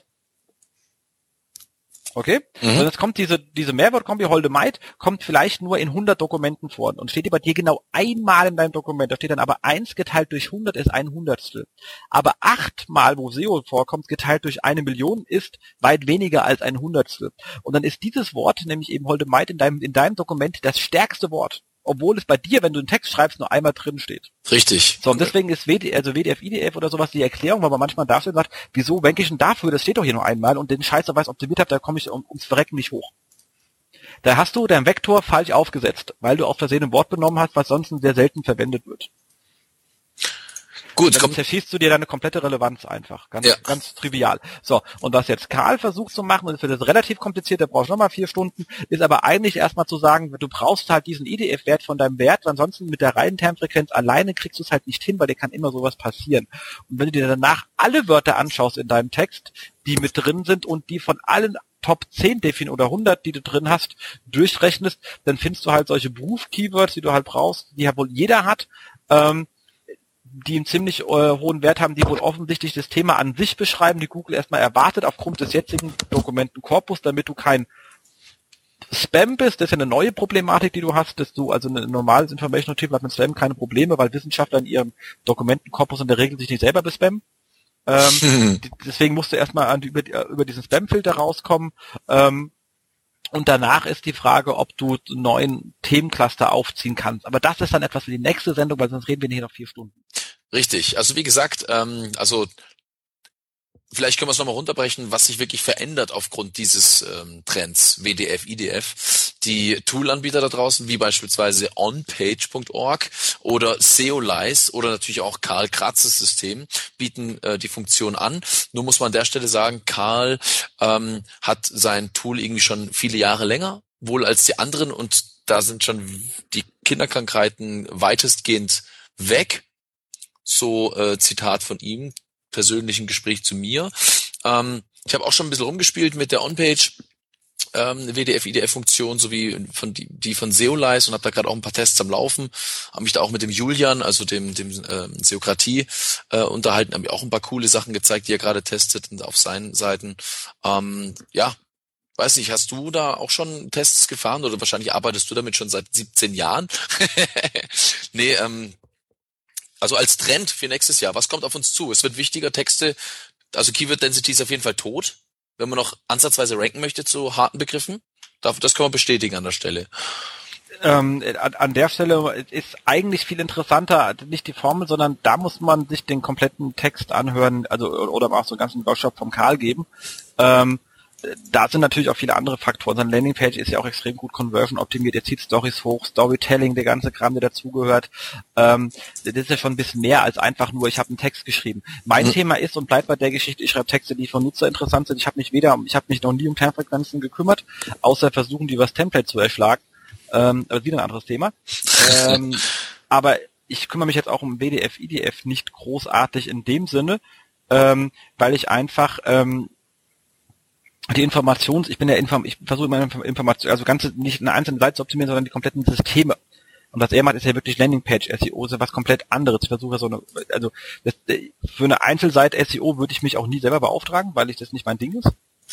Okay? Mhm. Und jetzt kommt diese diese Mehrwortkombi Holde Maid, kommt vielleicht nur in hundert Dokumenten vor und steht bei dir genau einmal in deinem Dokument. Da steht dann aber eins geteilt durch hundert ist ein Hundertstel. Aber achtmal, wo S E O vorkommt, geteilt durch eine Million ist weit weniger als ein Hundertstel. Und dann ist dieses Wort, nämlich eben Holde Maid, in deinem in deinem Dokument das stärkste Wort. Obwohl es bei dir, wenn du einen Text schreibst, nur einmal drin steht. Richtig. So, und deswegen ist W D, also W D F, I D F oder sowas die Erklärung, weil man manchmal dafür sagt, wieso ranke ich denn dafür, das steht doch hier nur einmal und den Scheiß, weiß optimiert habe, da komme ich um, ums Verrecken nicht hoch. Da hast du dein Vektor falsch aufgesetzt, weil du aus Versehen ein Wort benommen hast, was sonst sehr selten verwendet wird. Gut, dann zerschießt du dir deine komplette Relevanz einfach. Ganz, ja. ganz trivial. So, und was jetzt Karl versucht zu machen, und das wird relativ kompliziert, der braucht nochmal vier Stunden, ist aber eigentlich erstmal zu sagen, du brauchst halt diesen I D F-Wert von deinem Wert, ansonsten mit der reinen Termfrequenz alleine kriegst du es halt nicht hin, weil dir kann immer sowas passieren. Und wenn du dir danach alle Wörter anschaust in deinem Text, die mit drin sind und die von allen Top zehn Defin oder hundert, die du drin hast, durchrechnest, dann findest du halt solche Beruf-Keywords, die du halt brauchst, die ja wohl jeder hat, ähm, die einen ziemlich äh, hohen Wert haben, die wohl offensichtlich das Thema an sich beschreiben, die Google erstmal erwartet aufgrund des jetzigen Dokumentenkorpus, damit du kein Spam bist. Das ist ja eine neue Problematik, die du hast, dass du also ein normales Information Table hat mit Spam keine Probleme, weil Wissenschaftler in ihrem Dokumentenkorpus in der Regel sich nicht selber bespammen. Ähm, deswegen musst du erstmal an die, über, über diesen Spam-Filter rauskommen. Ähm, Und danach ist die Frage, ob du einen neuen Themencluster aufziehen kannst. Aber das ist dann etwas für die nächste Sendung, weil sonst reden wir hier noch vier Stunden. Richtig. Also wie gesagt, ähm, also vielleicht können wir es nochmal runterbrechen, was sich wirklich verändert aufgrund dieses ähm, Trends, W D F, I D F. Die Toolanbieter da draußen, wie beispielsweise onpage punkt org oder Seolize oder natürlich auch Karl Kratzes System, bieten äh, die Funktion an. Nur muss man an der Stelle sagen, Karl ähm, hat sein Tool irgendwie schon viele Jahre länger, wohl als die anderen, und da sind schon die Kinderkrankheiten weitestgehend weg. So äh, Zitat von ihm, persönlichen Gespräch zu mir. Ähm, ich habe auch schon ein bisschen rumgespielt mit der Onpage ähm, W D F I D F-Funktion sowie von die, die von Seolize und habe da gerade auch ein paar Tests am Laufen. Habe mich da auch mit dem Julian, also dem dem ähm, Seokratie, äh, unterhalten. Haben mir auch ein paar coole Sachen gezeigt, die er gerade testet und auf seinen Seiten. Ähm, ja, weiß nicht, hast du da auch schon Tests gefahren oder wahrscheinlich arbeitest du damit schon seit siebzehn Jahren? nee, ähm, also als Trend für nächstes Jahr, was kommt auf uns zu? Es wird wichtiger, Texte, also Keyword Density ist auf jeden Fall tot, wenn man noch ansatzweise ranken möchte zu harten Begriffen. Das kann man bestätigen an der Stelle. Ähm, an, an der Stelle ist eigentlich viel interessanter, nicht die Formel, sondern da muss man sich den kompletten Text anhören, also oder auch so einen ganzen Workshop vom Karl geben. Ähm, da sind natürlich auch viele andere Faktoren. Seine Landingpage ist ja auch extrem gut Conversion optimiert. Er zieht Stories hoch, Storytelling, der ganze Kram, der dazugehört. Ähm, das ist ja schon ein bisschen mehr als einfach nur, ich habe einen Text geschrieben. Mein mhm. Thema ist und bleibt bei der Geschichte, ich schreibe Texte, die von Nutzer interessant sind. Ich habe mich weder, ich habe mich noch nie um Kernfrequenzen gekümmert, außer versuchen, die übers Template zu erschlagen. Ähm, aber wieder ein anderes Thema. ähm, aber ich kümmere mich jetzt auch um W D F, I D F nicht großartig in dem Sinne, ähm, weil ich einfach ähm, die Informations, ich bin ja Inform, ich versuche meine Information, also ganze nicht eine einzelne Seite zu optimieren, sondern die kompletten Systeme. Und was er macht, ist ja wirklich Landingpage S E O, ist was komplett anderes. Ich versuche so eine, also das, für eine Einzelseite S E O würde ich mich auch nie selber beauftragen, weil ich das nicht mein Ding ist.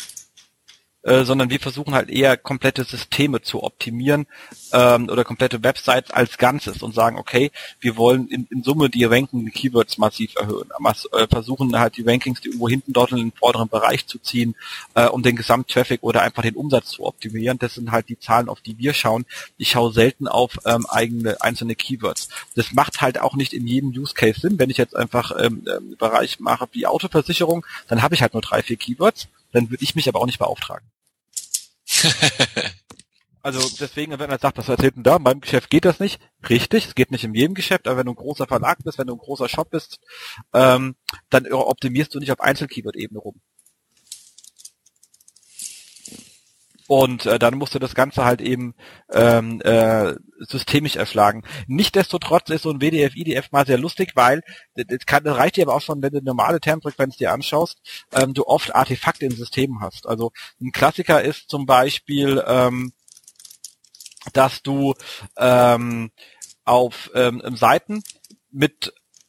Äh, sondern wir versuchen halt eher komplette Systeme zu optimieren ähm, oder komplette Websites als Ganzes und sagen, okay, wir wollen in, in Summe die Ranking, die Keywords massiv erhöhen, Mas, äh, versuchen halt die Rankings, die irgendwo hinten dort in den vorderen Bereich zu ziehen, äh, um den Gesamttraffic oder einfach den Umsatz zu optimieren. Das sind halt die Zahlen, auf die wir schauen. Ich schaue selten auf ähm, eigene einzelne Keywords. Das macht halt auch nicht in jedem Use Case Sinn. Wenn ich jetzt einfach ähm, einen Bereich mache wie Autoversicherung, dann habe ich halt nur drei, vier Keywords. Dann würde ich mich aber auch nicht beauftragen. Also deswegen, wenn man sagt, was erzählt denn da? In meinem Geschäft geht das nicht. Richtig, es geht nicht in jedem Geschäft, aber wenn du ein großer Verlag bist, wenn du ein großer Shop bist, ähm, dann optimierst du nicht auf Einzel-Keyword-Ebene rum. Und äh, dann musst du das Ganze halt eben ähm, äh, systemisch erschlagen. Nichtsdestotrotz ist so ein W D F, I D F mal sehr lustig, weil das, kann, das reicht dir aber auch schon, wenn du normale Termfrequenz dir anschaust, ähm, du oft Artefakte in Systemen hast. Also ein Klassiker ist zum Beispiel, ähm, dass du ähm, auf ähm, Seiten mit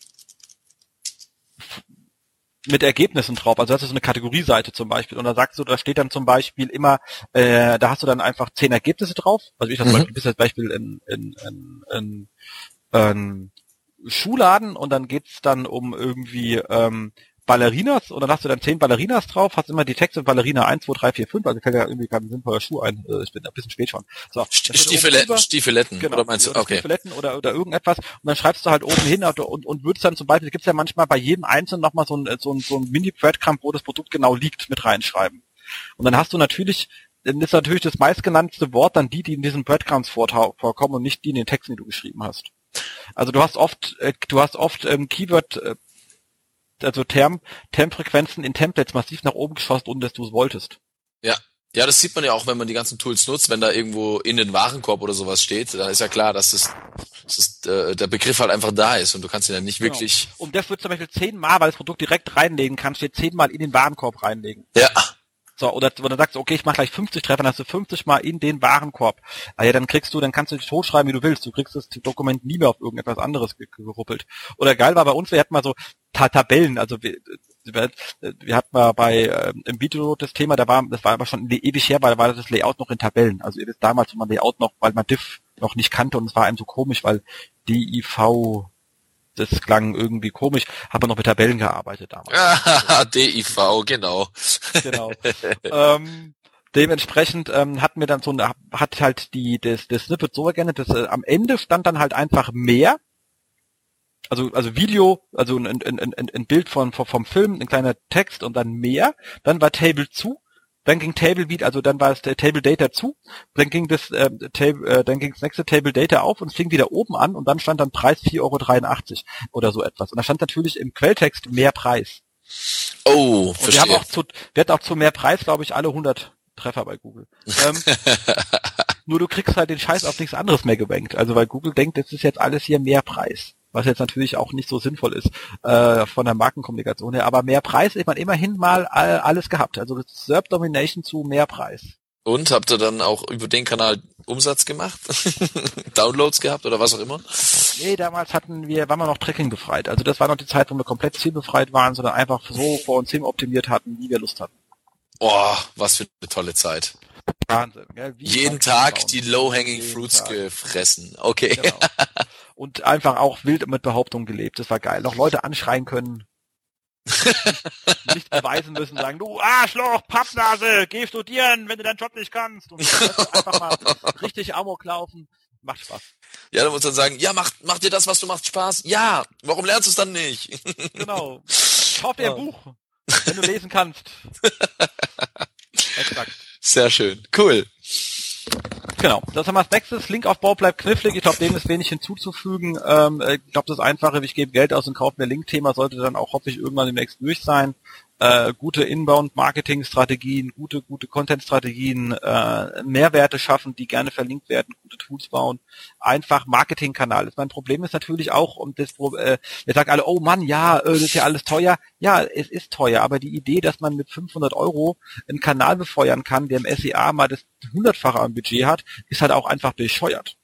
mit Ergebnissen drauf, also das ist so eine Kategorieseite zum Beispiel und da sagst du, da steht dann zum Beispiel immer, äh, da hast du dann einfach zehn Ergebnisse drauf, also ich das mhm. zum Beispiel, bist als Beispiel in, in, in, in, in Schuhladen und dann geht's dann um irgendwie ähm, Ballerinas und dann hast du dann zehn Ballerinas drauf, hast immer die Texte Ballerina eins, zwei, drei, vier, fünf, also fällt ja irgendwie kein sinnvoller Schuh ein, ich bin ein bisschen spät schon. So, Stiefeletten, Stiefeletten, genau, oder meinst du? Oder okay. Stiefeletten oder, oder irgendetwas und dann schreibst du halt oben hin und, und, und würdest dann zum Beispiel, gibt's ja manchmal bei jedem Einzelnen nochmal so ein, so ein, so ein Mini-Breadcrumb, wo das Produkt genau liegt, mit reinschreiben. Und dann hast du natürlich, dann ist natürlich das meistgenannte Wort dann die, die in diesen Breadcrumbs vorkommen und nicht die in den Texten, die du geschrieben hast. Also du hast oft, äh, du hast oft ähm, Keyword, äh, also Term, Termfrequenzen in Templates massiv nach oben geschossen, ohne dass du es wolltest. Ja. Ja, das sieht man ja auch, wenn man die ganzen Tools nutzt, wenn da irgendwo in den Warenkorb oder sowas steht, dann ist ja klar, dass das, dass das äh, der Begriff halt einfach da ist und du kannst ihn dann nicht genau. wirklich... Und das wird zum Beispiel zehnmal, weil das Produkt direkt reinlegen kannst, dir zehnmal in den Warenkorb reinlegen. Ja. So, oder, oder sagst du, okay, ich mache gleich fünfzig Treffer, dann hast du fünfzig Mal in den Warenkorb. Ah ja, dann kriegst du, dann kannst du dich totschreiben, wie du willst. Du kriegst das Dokument nie mehr auf irgendetwas anderes geruppelt. Oder geil war bei uns, wir hatten mal so Ta- Tabellen, also wir, wir, wir hatten mal bei ähm, im Video das Thema, da war, das war aber schon ewig her, weil da war das Layout noch in Tabellen. Also ihr wisst damals, wo man Layout noch, weil man Diff noch nicht kannte und es war einem so komisch, weil D I V, das klang irgendwie komisch, habe noch mit Tabellen gearbeitet damals. Ah, D I V, genau. Genau. ähm, dementsprechend ähm, hatten wir dann so eine, hat halt die das, das Snippet so ergänzt, dass äh, am Ende stand dann halt einfach mehr Also, also Video, also ein, ein, ein, ein Bild von, vom, vom Film, ein kleiner Text und dann mehr. Dann war Table zu. Dann ging Table wieder, also dann war es der Table Data zu. Dann ging das, äh, Table, äh, dann ging das nächste Table Data auf und es fing wieder oben an und dann stand dann Preis vier Euro dreiundachtzig oder so etwas. Und da stand natürlich im Quelltext mehr Preis. Oh, und verstehe. Wir haben auch zu, wir hatten auch zu mehr Preis, glaube ich, alle hundert Treffer bei Google. Ähm, nur du kriegst halt den Scheiß auf nichts anderes mehr gewankt. Also weil Google denkt, das ist jetzt alles hier mehr Preis. Was jetzt natürlich auch nicht so sinnvoll ist äh, von der Markenkommunikation her. Aber mehr Preis ist man immerhin mal all, alles gehabt. Also S E R P Domination zu mehr Preis. Und habt ihr dann auch über den Kanal Umsatz gemacht? Downloads gehabt oder was auch immer? Nee, damals hatten wir, waren wir noch Tracking befreit. Also das war noch die Zeit, wo wir komplett zielbefreit waren, sondern einfach so vor uns hin optimiert hatten, wie wir Lust hatten. Oh, was für eine tolle Zeit. Wahnsinn. Gell? Wie Jeden Tag die Low-Hanging Fruits Tag. gefressen. Okay. Genau. Und einfach auch wild mit Behauptungen gelebt. Das war geil. Noch Leute anschreien können. Nicht beweisen müssen, sagen, du Arschloch, Pappnase, geh studieren, wenn du deinen Job nicht kannst. Und einfach mal richtig Amok laufen. Macht Spaß. Ja, dann muss man sagen, ja, macht, macht dir das, was du machst, Spaß? Ja, warum lernst du es dann nicht? Genau. Kauf dir ein Buch, wenn du lesen kannst. Exakt. Sehr schön. Cool. Genau, das haben wir als nächstes. Linkaufbau bleibt knifflig. Ich glaube, dem ist wenig hinzuzufügen. Ähm, ich glaube, das Einfache, ich gebe Geld aus und kaufe mir Link-Thema, sollte dann auch hoffentlich irgendwann demnächst durch sein. Äh, gute Inbound-Marketing-Strategien, gute, gute Content-Strategien, äh, Mehrwerte schaffen, die gerne verlinkt werden, gute Tools bauen, einfach Marketingkanal. Mein Problem ist natürlich auch, um das, äh, wir sagen alle, oh Mann, ja, äh, das ist ja alles teuer. Ja, es ist teuer, aber die Idee, dass man mit fünfhundert Euro einen Kanal befeuern kann, der im S E A mal das hundertfache am Budget hat, ist halt auch einfach bescheuert.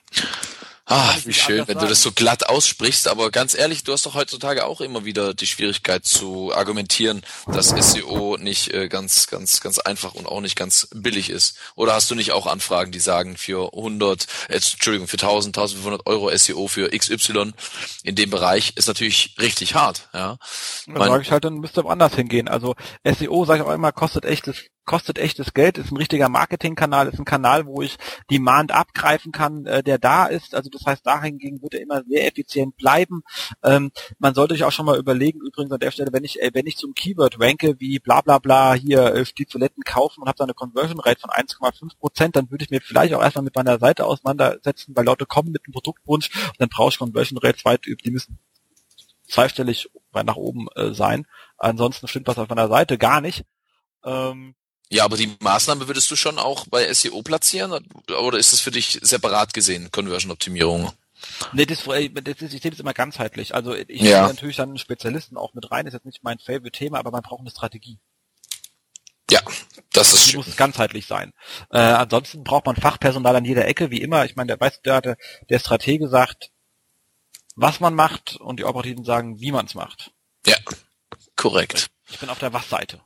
Ah, wie schön, wenn du das so glatt aussprichst, aber ganz ehrlich, du hast doch heutzutage auch immer wieder die Schwierigkeit zu argumentieren, dass S E O nicht äh, ganz, ganz, ganz einfach und auch nicht ganz billig ist. Oder hast du nicht auch Anfragen, die sagen, für hundert, äh, Entschuldigung, für tausend, tausendfünfhundert Euro S E O für X Y in dem Bereich ist natürlich richtig hart, ja. Dann sage ich halt, dann müsst ihr woanders hingehen. Also S E O, sage ich auch immer, kostet echtes kostet echtes Geld, ist ein richtiger Marketingkanal, ist ein Kanal, wo ich Demand abgreifen kann, äh, der da ist. Also das heißt, dahingegen wird er immer sehr effizient bleiben. Ähm, man sollte sich auch schon mal überlegen, übrigens an der Stelle, wenn ich äh, wenn ich zum Keyword ranke, wie bla bla bla, hier äh, Stiefeletten kaufen und habe da eine Conversion Rate von eins Komma fünf Prozent, dann würde ich mir vielleicht auch erstmal mit meiner Seite auseinandersetzen, weil Leute kommen mit einem Produktwunsch und dann brauche ich Conversion Rates weit, die müssen zweistellig nach oben äh, sein. Ansonsten stimmt was auf meiner Seite gar nicht. Ähm, Ja, aber die Maßnahme würdest du schon auch bei S E O platzieren oder ist das für dich separat gesehen, Conversion-Optimierung? Nee, das, das ist, ich sehe das immer ganzheitlich. Also ich ja. nehme natürlich dann einen Spezialisten auch mit rein, ist jetzt nicht mein Favorite-Thema, aber man braucht eine Strategie. Ja, das ist Die schön. muss ganzheitlich sein. Äh, ansonsten braucht man Fachpersonal an jeder Ecke, wie immer. Ich meine, der, weiß, der, der, der Stratege sagt, was man macht und die Operativen sagen, wie man es macht. Ja, korrekt. Ich bin auf der Was-Seite.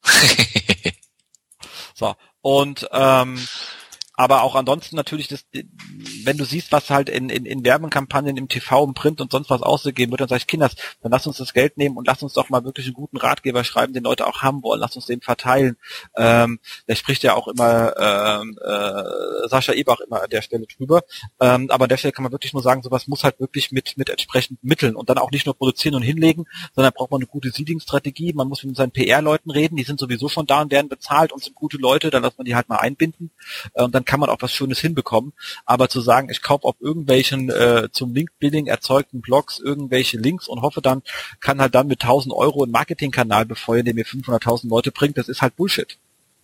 So, und ähm, aber auch ansonsten natürlich, das, wenn du siehst, was halt in, in, in Werbekampagnen im T V, im Print und sonst was ausgegeben wird, dann sag ich, Kinders, dann lass uns das Geld nehmen und lass uns doch mal wirklich einen guten Ratgeber schreiben, den Leute auch haben wollen, lass uns den verteilen. Ähm, der spricht ja auch immer, ähm, äh, Sascha Ebach immer an der Stelle drüber, ähm, aber an der Stelle kann man wirklich nur sagen, sowas muss halt wirklich mit mit entsprechenden Mitteln und dann auch nicht nur produzieren und hinlegen, sondern braucht man eine gute Seeding-Strategie, man muss mit seinen P R-Leuten reden, die sind sowieso schon da und werden bezahlt und sind gute Leute, dann lässt man die halt mal einbinden äh, und dann kann man auch was Schönes hinbekommen. Aber zu sagen, ich kaufe auf irgendwelchen äh, zum Link-Building erzeugten Blogs irgendwelche Links und hoffe dann, kann halt dann mit tausend Euro einen Marketingkanal befeuern, der mir fünfhunderttausend Leute bringt, das ist halt Bullshit.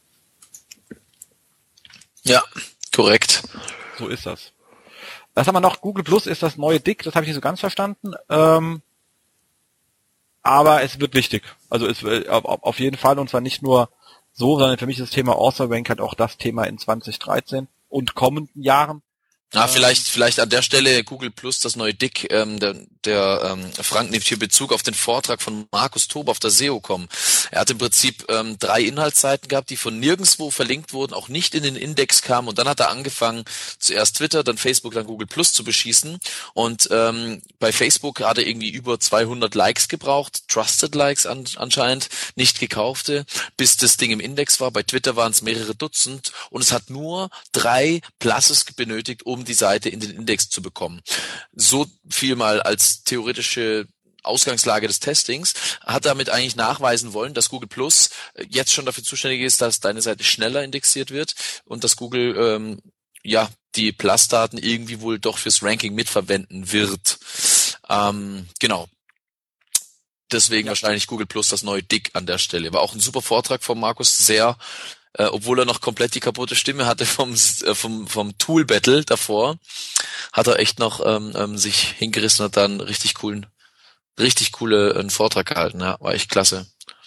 Ja, korrekt. So ist das. Was haben wir noch? Google Plus ist das neue Dick, das habe ich nicht so ganz verstanden. Ähm, aber es wird wichtig. Also es wird auf, auf jeden Fall und zwar nicht nur so, sondern für mich ist das Thema Author Rank halt auch das Thema in zwanzig dreizehn und kommenden Jahren. Ja, vielleicht, vielleicht an der Stelle Google Plus, das neue Dick, ähm, der, der ähm, Frank nimmt hier Bezug auf den Vortrag von Markus Tob auf der S E O Punkt com. Er hat im Prinzip ähm, drei Inhaltsseiten gehabt, die von nirgendwo verlinkt wurden, auch nicht in den Index kamen und dann hat er angefangen, zuerst Twitter, dann Facebook, dann Google Plus zu beschießen und ähm, bei Facebook hat er irgendwie über zweihundert Likes gebraucht, Trusted Likes an, anscheinend, nicht gekaufte, bis das Ding im Index war. Bei Twitter waren es mehrere Dutzend und es hat nur drei Pluses benötigt, um um die Seite in den Index zu bekommen. So viel mal als theoretische Ausgangslage des Testings, hat damit eigentlich nachweisen wollen, dass Google Plus jetzt schon dafür zuständig ist, dass deine Seite schneller indexiert wird und dass Google ähm, ja die Plus-Daten irgendwie wohl doch fürs Ranking mitverwenden wird. Ähm, genau. Deswegen ja. Wahrscheinlich Google Plus das neue Dick an der Stelle. War auch ein super Vortrag von Markus, sehr, äh, obwohl er noch komplett die kaputte Stimme hatte vom äh, vom vom Tool Battle davor, hat er echt noch ähm, ähm, sich hingerissen und dann richtig coolen richtig coole einen Vortrag gehalten, ja, war echt klasse.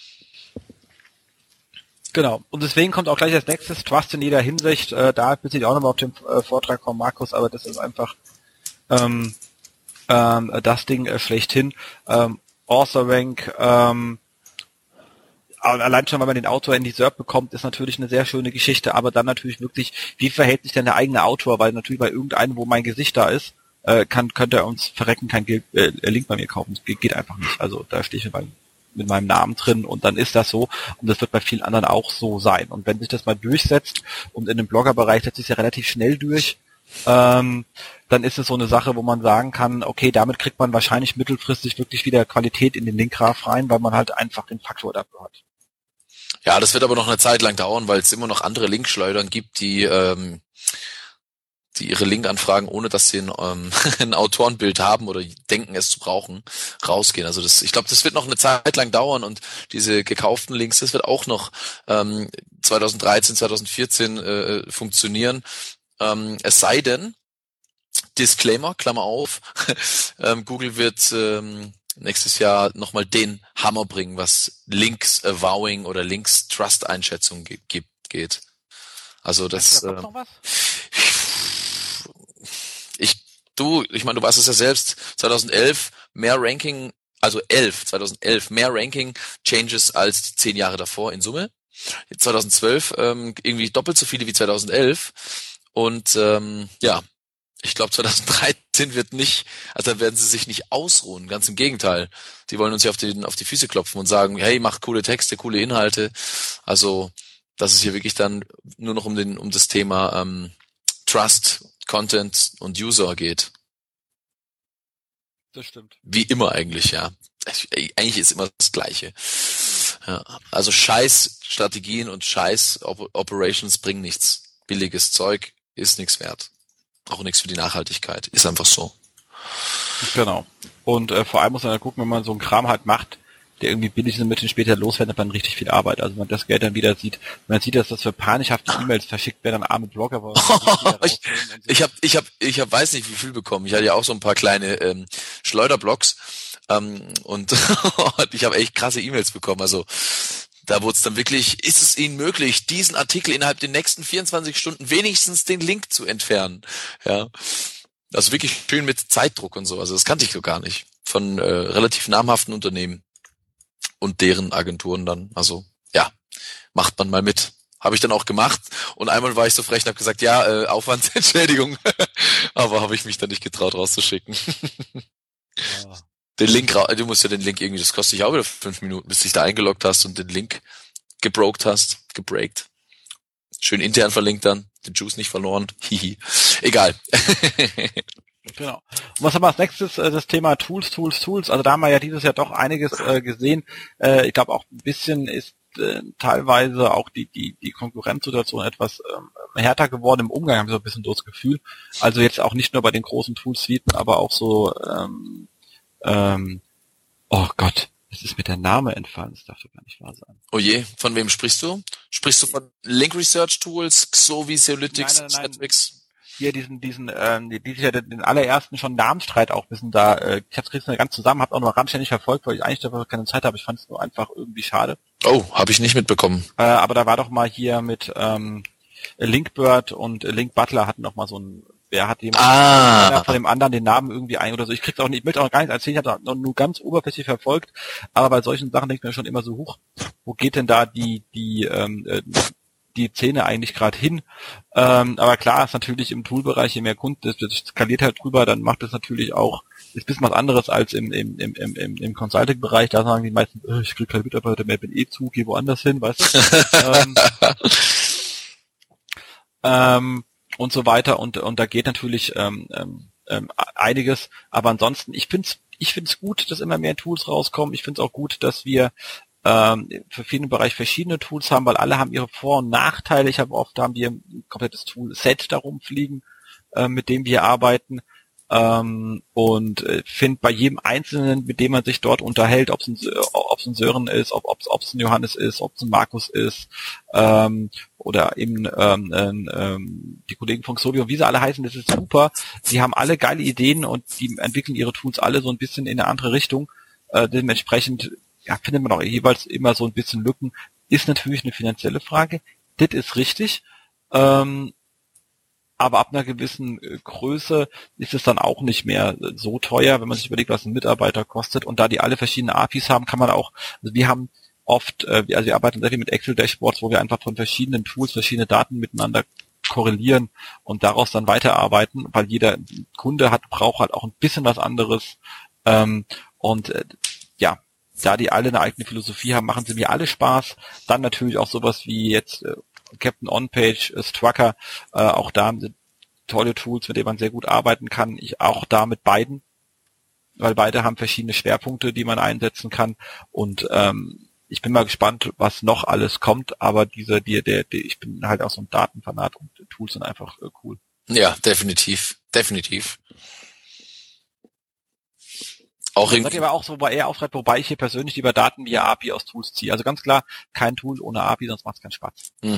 Genau, und deswegen kommt auch gleich als nächstes Trust in jeder Hinsicht, äh, da bin ich auch nochmal auf dem äh, Vortrag von Markus, aber das ist einfach ähm, ähm, das Ding äh, schlechthin. Ähm, AuthorRank, ähm, allein schon, weil man den Autor in die S E R P bekommt, ist natürlich eine sehr schöne Geschichte, aber dann natürlich wirklich, wie verhält sich denn der eigene Autor, weil natürlich bei irgendeinem, wo mein Gesicht da ist, äh, kann könnte er uns verrecken kein Geld, äh, Link bei mir kaufen. Das geht, geht einfach nicht. Also da stehe ich mit meinem, mit meinem Namen drin und dann ist das so und das wird bei vielen anderen auch so sein. Und wenn sich das mal durchsetzt und in dem Blogger-Bereich setzt sich ja relativ schnell durch, ähm, dann ist es so eine Sache, wo man sagen kann, okay, damit kriegt man wahrscheinlich mittelfristig wirklich wieder Qualität in den Linkgraph rein, weil man halt einfach den Faktor dafür hat. Ja, das wird aber noch eine Zeit lang dauern, weil es immer noch andere Linkschleudern gibt, die ähm, die ihre Linkanfragen, ohne dass sie ein, ähm, ein Autorenbild haben oder denken, es zu brauchen, rausgehen. Also das, ich glaube, das wird noch eine Zeit lang dauern und diese gekauften Links, das wird auch noch ähm, zwanzig dreizehn, zwanzig vierzehn äh, funktionieren. Ähm, es sei denn, Disclaimer, Klammer auf, ähm, Google wird ähm, nächstes Jahr nochmal den Hammer bringen, was Links Avowing oder Links Trust Einschätzung gibt, geht. Also das, da kommt noch was? Ich, du, ich meine, du weißt es ja selbst, zwanzig elf mehr Ranking, also elf, zwanzig elf mehr Ranking-Changes als die zehn Jahre davor in Summe. zwanzig zwölf ähm, irgendwie doppelt so viele wie zwanzig elf und ähm, ja, ich glaube zwanzig dreizehn wird nicht, also da werden sie sich nicht ausruhen, ganz im Gegenteil. Die wollen uns ja auf die, auf die Füße klopfen und sagen, hey, mach coole Texte, coole Inhalte. Also, dass es hier wirklich dann nur noch um den, um das Thema ähm, Trust, Content und User geht. Das stimmt. Wie immer eigentlich, ja. Eigentlich ist immer das Gleiche. Ja. Also scheiß Strategien und scheiß Operations bringen nichts. Billiges Zeug ist nichts wert. Auch nichts für die Nachhaltigkeit. Ist einfach so. Genau. Und äh, vor allem muss man ja gucken, wenn man so einen Kram halt macht, der irgendwie billig ist und mit den später loswerden, hat man richtig viel Arbeit. Also wenn man das Geld dann wieder sieht, man sieht, dass das für panischhafte E-Mails verschickt werden an arme Blogger. Aber ich so. ich habe, ich habe, ich habe, weiß nicht, wie viel bekommen. Ich hatte ja auch so ein paar kleine ähm, Schleuderblogs ähm, und ich habe echt krasse E-Mails bekommen. Also da wurde es dann wirklich, ist es Ihnen möglich, diesen Artikel innerhalb der nächsten vierundzwanzig Stunden wenigstens den Link zu entfernen? Ja, also wirklich schön mit Zeitdruck und so. Also das kannte ich so gar nicht von äh, relativ namhaften Unternehmen und deren Agenturen dann. Also ja, macht man mal mit. Habe ich dann auch gemacht und einmal war ich so frech und habe gesagt, ja, äh, Aufwandsentschädigung, aber habe ich mich dann nicht getraut rauszuschicken. Ja. Den Link, du musst ja den Link irgendwie, das kostet dich auch wieder fünf Minuten, bis du dich da eingeloggt hast und den Link gebrokt hast, gebreakt. Schön intern verlinkt dann, den Juice nicht verloren. Hihi. Egal. Genau. Und was haben wir als nächstes? Das Thema Tools, Tools, Tools. Also da haben wir ja dieses Jahr doch einiges äh, gesehen. Äh, ich glaube auch ein bisschen ist äh, teilweise auch die die die Konkurrenzsituation etwas ähm, härter geworden im Umgang, haben wir so ein bisschen das Gefühl. Also jetzt auch nicht nur bei den großen Tool-Suiten, aber auch so ähm, Ähm, oh Gott, es ist mir der Name entfallen, das darf doch gar nicht wahr sein. Oh je, von wem sprichst du? Sprichst du von Link Research Tools, Xovi, Seolytics, nein, nein, nein. Netflix? Hier diesen, diesen, ähm, die, die sich ja den allerersten schon Namensstreit auch ein bisschen da, äh, ich hab's nicht ganz zusammen, hab auch nur randständig verfolgt, weil ich eigentlich dafür keine Zeit habe, ich fand es nur einfach irgendwie schade. Oh, habe ich nicht mitbekommen. Äh, aber da war doch mal hier mit ähm, Linkbird und Link Butler hatten noch mal so ein, wer hat jemand ah. einer von dem anderen den Namen irgendwie ein oder so. Ich krieg's auch nicht, ich möchte auch gar nichts erzählen, ich habe noch nur ganz oberflächlich verfolgt, aber bei solchen Sachen denke ich mir schon immer so, huch, wo geht denn da die die ähm, die Szene eigentlich gerade hin? Ähm, aber klar ist natürlich im Toolbereich, je mehr Kunden ist, das skaliert halt drüber, dann macht das natürlich auch, ist ein bisschen was anderes als im im im im im Consulting-Bereich, da sagen die meisten, oh, ich krieg keine Mitarbeiter mehr, bin eh zu, geh woanders hin, weißt du. ähm, ähm, und so weiter und und da geht natürlich ähm, ähm, ähm, einiges, aber ansonsten, ich finde es ich finde es gut, dass immer mehr Tools rauskommen. Ich finde es auch gut, dass wir ähm, für jeden Bereich verschiedene Tools haben, weil alle haben ihre Vor- und Nachteile. Ich habe oft haben wir ein komplettes Tool-Set darum fliegen, äh, mit dem wir arbeiten. Ähm, und äh, finde bei jedem Einzelnen, mit dem man sich dort unterhält, ob es ein, ob es ein Sören ist, ob es ob es ein Johannes ist, ob es ein Markus ist, ähm, oder eben ähm, ähm, die Kollegen von Xolio, wie sie alle heißen, das ist super. Die haben alle geile Ideen und die entwickeln ihre Tools alle so ein bisschen in eine andere Richtung. Äh, dementsprechend ja, findet man auch jeweils immer so ein bisschen Lücken. Ist natürlich eine finanzielle Frage. Das ist richtig. Ähm, aber ab einer gewissen äh, Größe ist es dann auch nicht mehr äh, so teuer, wenn man sich überlegt, was ein Mitarbeiter kostet. Und da die alle verschiedene A P Is haben, kann man auch, also wir haben oft, äh, wir- also wir arbeiten sehr viel mit Excel-Dashboards, wo wir einfach von verschiedenen Tools verschiedene Daten miteinander korrelieren und daraus dann weiterarbeiten, weil jeder Kunde hat, braucht halt auch ein bisschen was anderes. Ähm, und äh, ja, da die alle eine eigene Philosophie haben, machen sie mir alle Spaß. Dann natürlich auch sowas wie jetzt äh, Captain OnPage, äh, Strucker, äh, auch da haben sie tolle Tools, mit denen man sehr gut arbeiten kann. Ich auch da mit beiden, weil beide haben verschiedene Schwerpunkte, die man einsetzen kann. Und ähm, ich bin mal gespannt, was noch alles kommt. Aber diese, die, der, der, ich bin halt auch so ein Datenfanat und Tools sind einfach äh, cool. Ja, definitiv, definitiv. Auch Dann seid irgendwie, ihr aber auch so, wo er aufschreibt, wobei ich hier persönlich lieber Daten via A P I aus Tools ziehe. Also ganz klar, kein Tool ohne A P I, sonst macht es keinen Spaß. hm.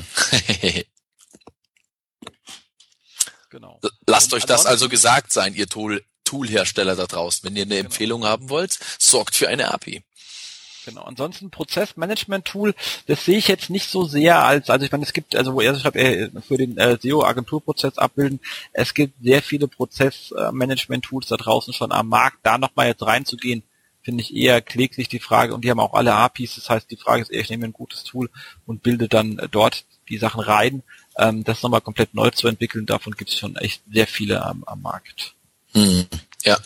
Genau. Lasst Und euch das also ansonsten- gesagt sein, ihr Tool, Toolhersteller da draußen. Wenn ihr eine Genau. Empfehlung haben wollt, sorgt für eine A P I. Genau. Ansonsten Prozessmanagement-Tool, das sehe ich jetzt nicht so sehr als, also ich meine, es gibt, also wo er sich äh, für den äh, S E O-Agenturprozess abbilden, es gibt sehr viele Prozessmanagement-Tools da draußen schon am Markt. Da nochmal jetzt reinzugehen, finde ich eher kläglich die Frage, und die haben auch alle A P Is, das heißt, die Frage ist eher, ich nehme ein gutes Tool und bilde dann äh, dort die Sachen rein. Ähm, das nochmal komplett neu zu entwickeln, davon gibt es schon echt sehr viele am, am Markt. Hm. Ja.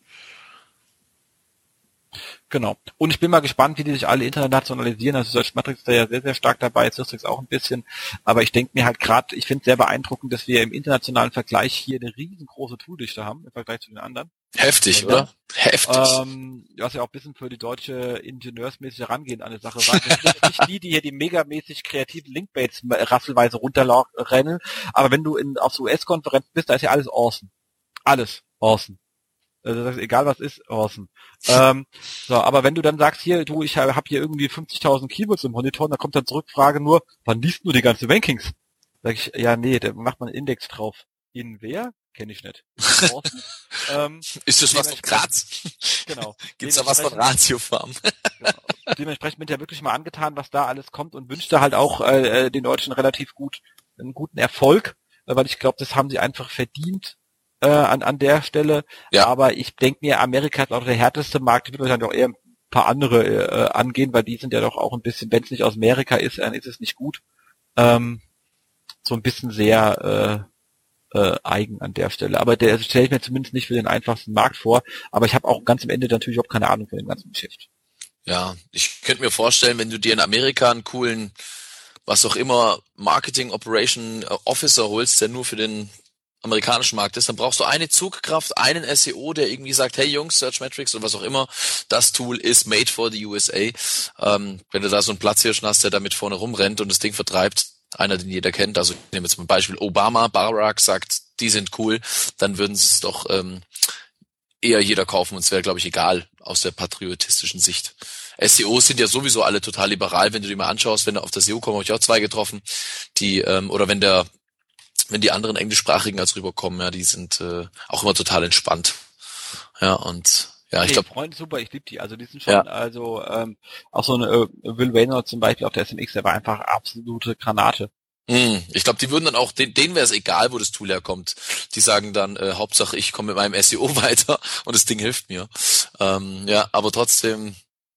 Genau. Und ich bin mal gespannt, wie die sich alle internationalisieren. Also Search Matrix ist da ja sehr, sehr stark dabei, Systrix auch ein bisschen. Aber ich denke mir halt gerade, ich finde es sehr beeindruckend, dass wir im internationalen Vergleich hier eine riesengroße Tooldichte haben, im Vergleich zu den anderen. Heftig, oder? Heftig. Ähm, was ja auch ein bisschen für die deutsche ingenieursmäßige Herangehen an die Sache war. Wir sind jetzt nicht die, die hier die megamäßig kreativen Linkbaits rasselweise runterrennen. Aber wenn du in, auf so U S-Konferenzen bist, da ist ja alles awesome. Alles awesome. Also das heißt, egal was ist, awesome. Ähm, so, aber wenn du dann sagst, hier, du, ich habe hab hier irgendwie fünfzigtausend Keywords im Monitor, dann kommt dann zurück Frage nur, wann liest du die ganzen Rankings? Sag ich, ja, nee, da macht man einen Index drauf. In wer? Kenne ich nicht. Awesome. ähm, Ist das was von Graz? Genau. Gibt's da was von Ratiofarm? Genau. Dementsprechend bin ich ja wirklich mal angetan, was da alles kommt und wünschte halt auch äh, den Deutschen relativ gut, einen guten Erfolg, äh, weil ich glaube, das haben sie einfach verdient äh, an an der Stelle. Ja. Aber ich denke mir, Amerika ist auch der härteste Markt, die wird wahrscheinlich auch eher ein paar andere äh, angehen, weil die sind ja doch auch ein bisschen, wenn es nicht aus Amerika ist, dann ist es nicht gut. Ähm, so ein bisschen sehr äh, äh, eigen an der Stelle. Aber der stelle ich mir zumindest nicht für den einfachsten Markt vor. Aber ich habe auch ganz am Ende natürlich überhaupt keine Ahnung von dem ganzen Geschäft. Ja, ich könnte mir vorstellen, wenn du dir in Amerika einen coolen, was auch immer, Marketing Operation Officer holst, der nur für den amerikanischen Markt ist, dann brauchst du eine Zugkraft, einen S E O, der irgendwie sagt, hey Jungs, Searchmetrics oder was auch immer, das Tool ist made for the U S A. Ähm, wenn du da so einen Platzhirschen hast, der damit vorne rumrennt und das Ding vertreibt, einer, den jeder kennt, also ich nehme jetzt mal ein Beispiel, Obama, Barack sagt, die sind cool, dann würden es doch ähm, eher jeder kaufen und es wäre, glaube ich, egal aus der patriotistischen Sicht. S E Os sind ja sowieso alle total liberal, wenn du die mal anschaust, wenn du auf das S E O kommst, habe ich auch zwei getroffen, die, ähm, oder wenn der wenn die anderen englischsprachigen als rüberkommen, ja, die sind äh, auch immer total entspannt. Ja, und ja, ich nee, glaube. Freunde, super, ich liebe die. Also die sind schon, Ja. also ähm, auch so eine äh, Will Rayner zum Beispiel auf der S M X, der war einfach absolute Granate. Mh, ich glaube, die würden dann auch, den, denen wäre es egal, wo das Tool herkommt. Die sagen dann, äh, Hauptsache ich komme mit meinem S E O weiter und das Ding hilft mir. Ähm, ja, aber trotzdem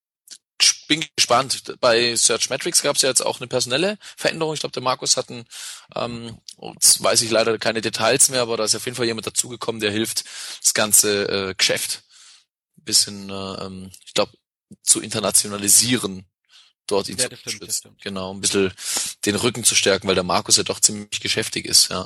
bin gespannt. Bei Searchmetrics gab es ja jetzt auch eine personelle Veränderung. Ich glaube, der Markus hat ein, ähm, jetzt weiß ich leider keine Details mehr, aber da ist auf jeden Fall jemand dazugekommen, der hilft, das ganze äh, Geschäft ein bisschen, äh, ich glaube, zu internationalisieren, dort ihn Ja, zu das stimmt, das unterstützen. stimmt. Genau, ein bisschen den Rücken zu stärken, weil der Markus ja doch ziemlich geschäftig ist. Ja.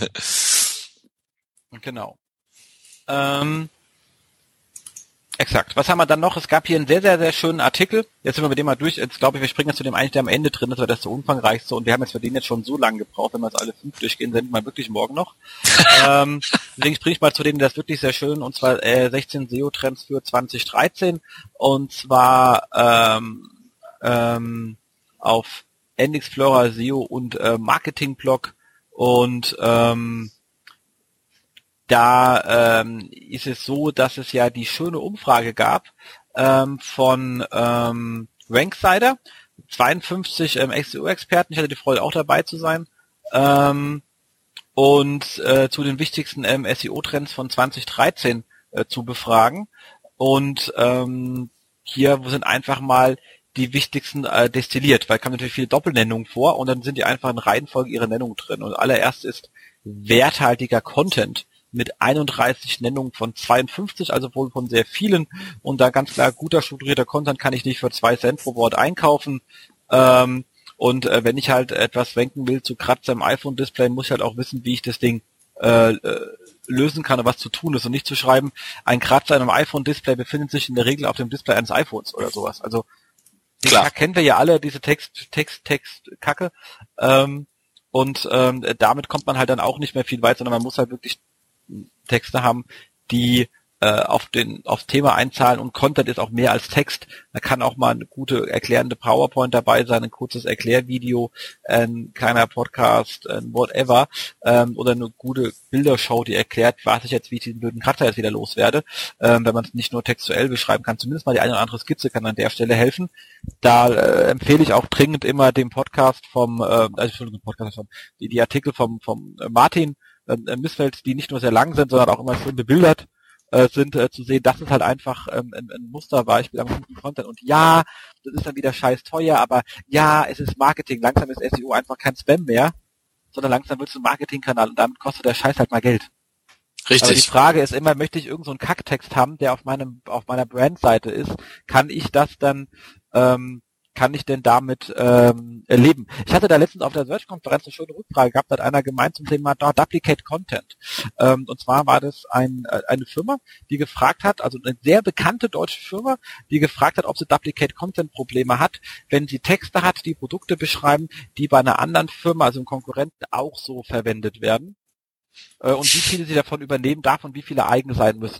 Genau. Ähm, exakt. Was haben wir dann noch? Es gab hier einen sehr, sehr, sehr schönen Artikel. Jetzt sind wir mit dem mal durch. Jetzt glaube ich, wir springen jetzt zu dem eigentlich, der am Ende drin ist, weil das der umfangreichste. Und wir haben jetzt für den jetzt schon so lange gebraucht. Wenn wir jetzt alle fünf durchgehen, senden wir wirklich morgen noch. ähm, deswegen springe ich mal zu denen, das ist wirklich sehr schön. Und zwar äh, sechzehn S E O-Trends für zwanzig dreizehn. Und zwar ähm, ähm, auf Endexplorer, S E O und äh, Marketing-Blog. Und ähm, Da ähm, ist es so, dass es ja die schöne Umfrage gab ähm, von ähm, Ranksider, zweiundfünfzig ähm, S E O-Experten, ich hatte die Freude auch dabei zu sein, ähm, und äh, zu den wichtigsten ähm, S E O-Trends von zwanzig dreizehn äh, zu befragen. Und ähm, hier sind einfach mal die wichtigsten äh, destilliert, weil kam natürlich viele Doppelnennungen vor und dann sind die einfach in Reihenfolge ihre Nennungen drin. Und allererst ist werthaltiger Content mit einunddreißig Nennungen von zweiundfünfzig, also wohl von sehr vielen. Und da ganz klar, guter, strukturierter Content kann ich nicht für zwei Cent pro Wort einkaufen. Ähm, und äh, wenn ich halt etwas ranken will zu Kratzer im iPhone-Display, muss ich halt auch wissen, wie ich das Ding äh, äh, lösen kann und was zu tun ist. Und nicht zu schreiben, ein Kratzer in einem iPhone-Display befindet sich in der Regel auf dem Display eines iPhones oder sowas. Also die Klar. kennen wir ja alle, diese Text, Text, Text, Kacke. Ähm, und ähm, damit kommt man halt dann auch nicht mehr viel weit, sondern man muss halt wirklich Texte haben, die äh, auf den aufs Thema einzahlen, und Content ist auch mehr als Text. Da kann auch mal eine gute erklärende PowerPoint dabei sein, ein kurzes Erklärvideo, ein kleiner Podcast, ein whatever, ähm, oder eine gute Bildershow, die erklärt, was ich jetzt, wie ich diesen blöden Kratzer jetzt wieder loswerde, ähm, wenn man es nicht nur textuell beschreiben kann. Zumindest mal die eine oder andere Skizze kann an der Stelle helfen. Da äh, empfehle ich auch dringend immer den Podcast vom, äh, also Entschuldigung, Podcast vom, die, die Artikel vom vom äh, Martin äh, Missfeld, die nicht nur sehr lang sind, sondern auch immer schön bebildert äh, sind, äh, zu sehen. Das ist halt einfach ähm, ein, ein Musterbeispiel am guten Content. Und ja, das ist dann wieder scheiß teuer, aber ja, es ist Marketing. Langsam ist S E O einfach kein Spam mehr, sondern langsam wird es ein Marketingkanal und damit kostet der Scheiß halt mal Geld. Richtig. Aber die Frage ist immer, möchte ich irgend so einen Kacktext haben, der auf meinem auf meiner Brandseite ist? Kann ich das dann ähm, kann ich denn damit ähm, leben? Ich hatte da letztens auf der Search-Konferenz eine schöne Rückfrage gehabt, hat einer gemeint zum Thema Duplicate Content. Ähm, und zwar war das ein, äh, eine Firma, die gefragt hat, also eine sehr bekannte deutsche Firma, die gefragt hat, ob sie Duplicate Content Probleme hat, wenn sie Texte hat, die Produkte beschreiben, die bei einer anderen Firma, also einem Konkurrenten, auch so verwendet werden. Äh, und wie viele sie davon übernehmen darf und wie viele eigen sein müssen.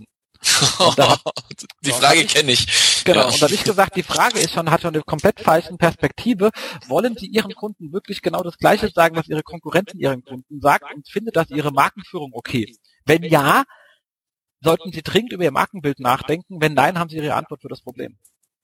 Hat, die Frage kenne ich. Genau, ja. Und da habe ich gesagt, die Frage ist schon, hat schon eine komplett falsche Perspektive. Wollen Sie Ihren Kunden wirklich genau das Gleiche sagen, was Ihre Konkurrentin Ihren Kunden sagt, und findet das Ihre Markenführung okay? Wenn ja, sollten Sie dringend über Ihr Markenbild nachdenken. Wenn nein, haben Sie Ihre Antwort für das Problem.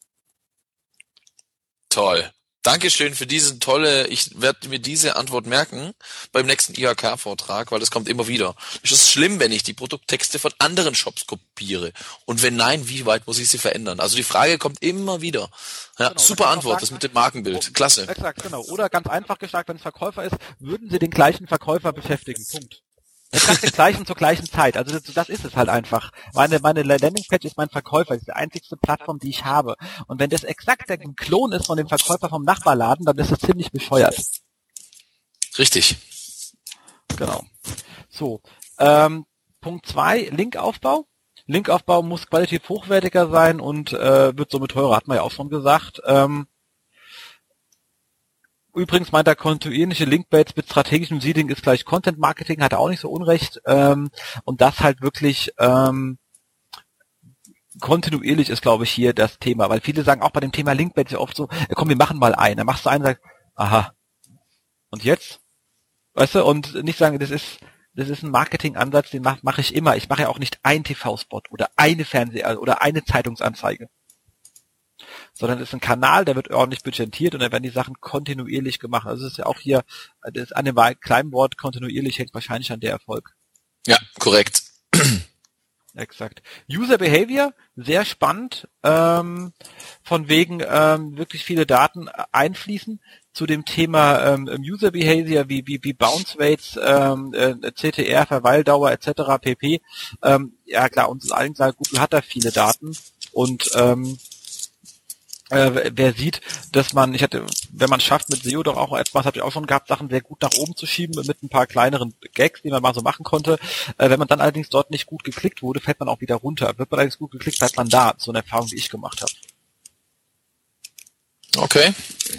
Toll. Dankeschön für diese tolle, ich werde mir diese Antwort merken beim nächsten I H K-Vortrag, weil das kommt immer wieder. Ist es schlimm, wenn ich die Produkttexte von anderen Shops kopiere? Und wenn nein, wie weit muss ich sie verändern? Also die Frage kommt immer wieder. Ja, genau, super Antwort, sagen, das mit dem Markenbild. Oh, Klasse. Exakt, genau. Oder ganz einfach gesagt, wenn es Verkäufer ist, würden Sie den gleichen Verkäufer beschäftigen. Punkt. Exakt den gleichen zur gleichen Zeit. Also das, das ist es halt einfach. Meine, meine Landingpage ist mein Verkäufer, das ist die einzigste Plattform, die ich habe. Und wenn das exakt der Klon ist von dem Verkäufer vom Nachbarladen, dann ist das ziemlich bescheuert. Richtig. Genau. So. Ähm, Punkt zwei, Linkaufbau. Linkaufbau muss qualitativ hochwertiger sein und äh, wird somit teurer, hat man ja auch schon gesagt. Ähm, Übrigens meint er, kontinuierliche Linkbaits mit strategischem Seeding ist gleich Content Marketing, hat er auch nicht so unrecht. Ähm, und das halt wirklich ähm, kontinuierlich ist, glaube ich, hier das Thema. Weil viele sagen auch bei dem Thema Linkbaits ja oft so, ja, komm, wir machen mal einen. Dann machst du einen und sagst, aha, und jetzt? Weißt du, und nicht sagen, das ist das ist ein Marketingansatz, den mache mach ich immer. Ich mache ja auch nicht einen T V-Spot oder eine Fernseh- oder eine Zeitungsanzeige. Sondern es ist ein Kanal, der wird ordentlich budgetiert und da werden die Sachen kontinuierlich gemacht. Also es ist ja auch hier, das an dem kleinen Wort kontinuierlich hängt wahrscheinlich an der Erfolg. Ja, korrekt. Exakt. User Behavior, sehr spannend, ähm, von wegen ähm, wirklich viele Daten einfließen zu dem Thema ähm, User Behavior, wie wie wie Bounce Rates, ähm, äh, C T R, Verweildauer et cetera pp. Ähm, ja klar, uns ist allen klar, Google hat da viele Daten und ähm, äh, wer sieht, dass man, ich hatte, wenn man es schafft mit S E O doch auch etwas, habe ich auch schon gehabt, Sachen sehr gut nach oben zu schieben mit ein paar kleineren Gags, die man mal so machen konnte. Äh, wenn man dann allerdings dort nicht gut geklickt wurde, fällt man auch wieder runter. Wird man allerdings gut geklickt, bleibt man da. So eine Erfahrung, die ich gemacht habe. Okay.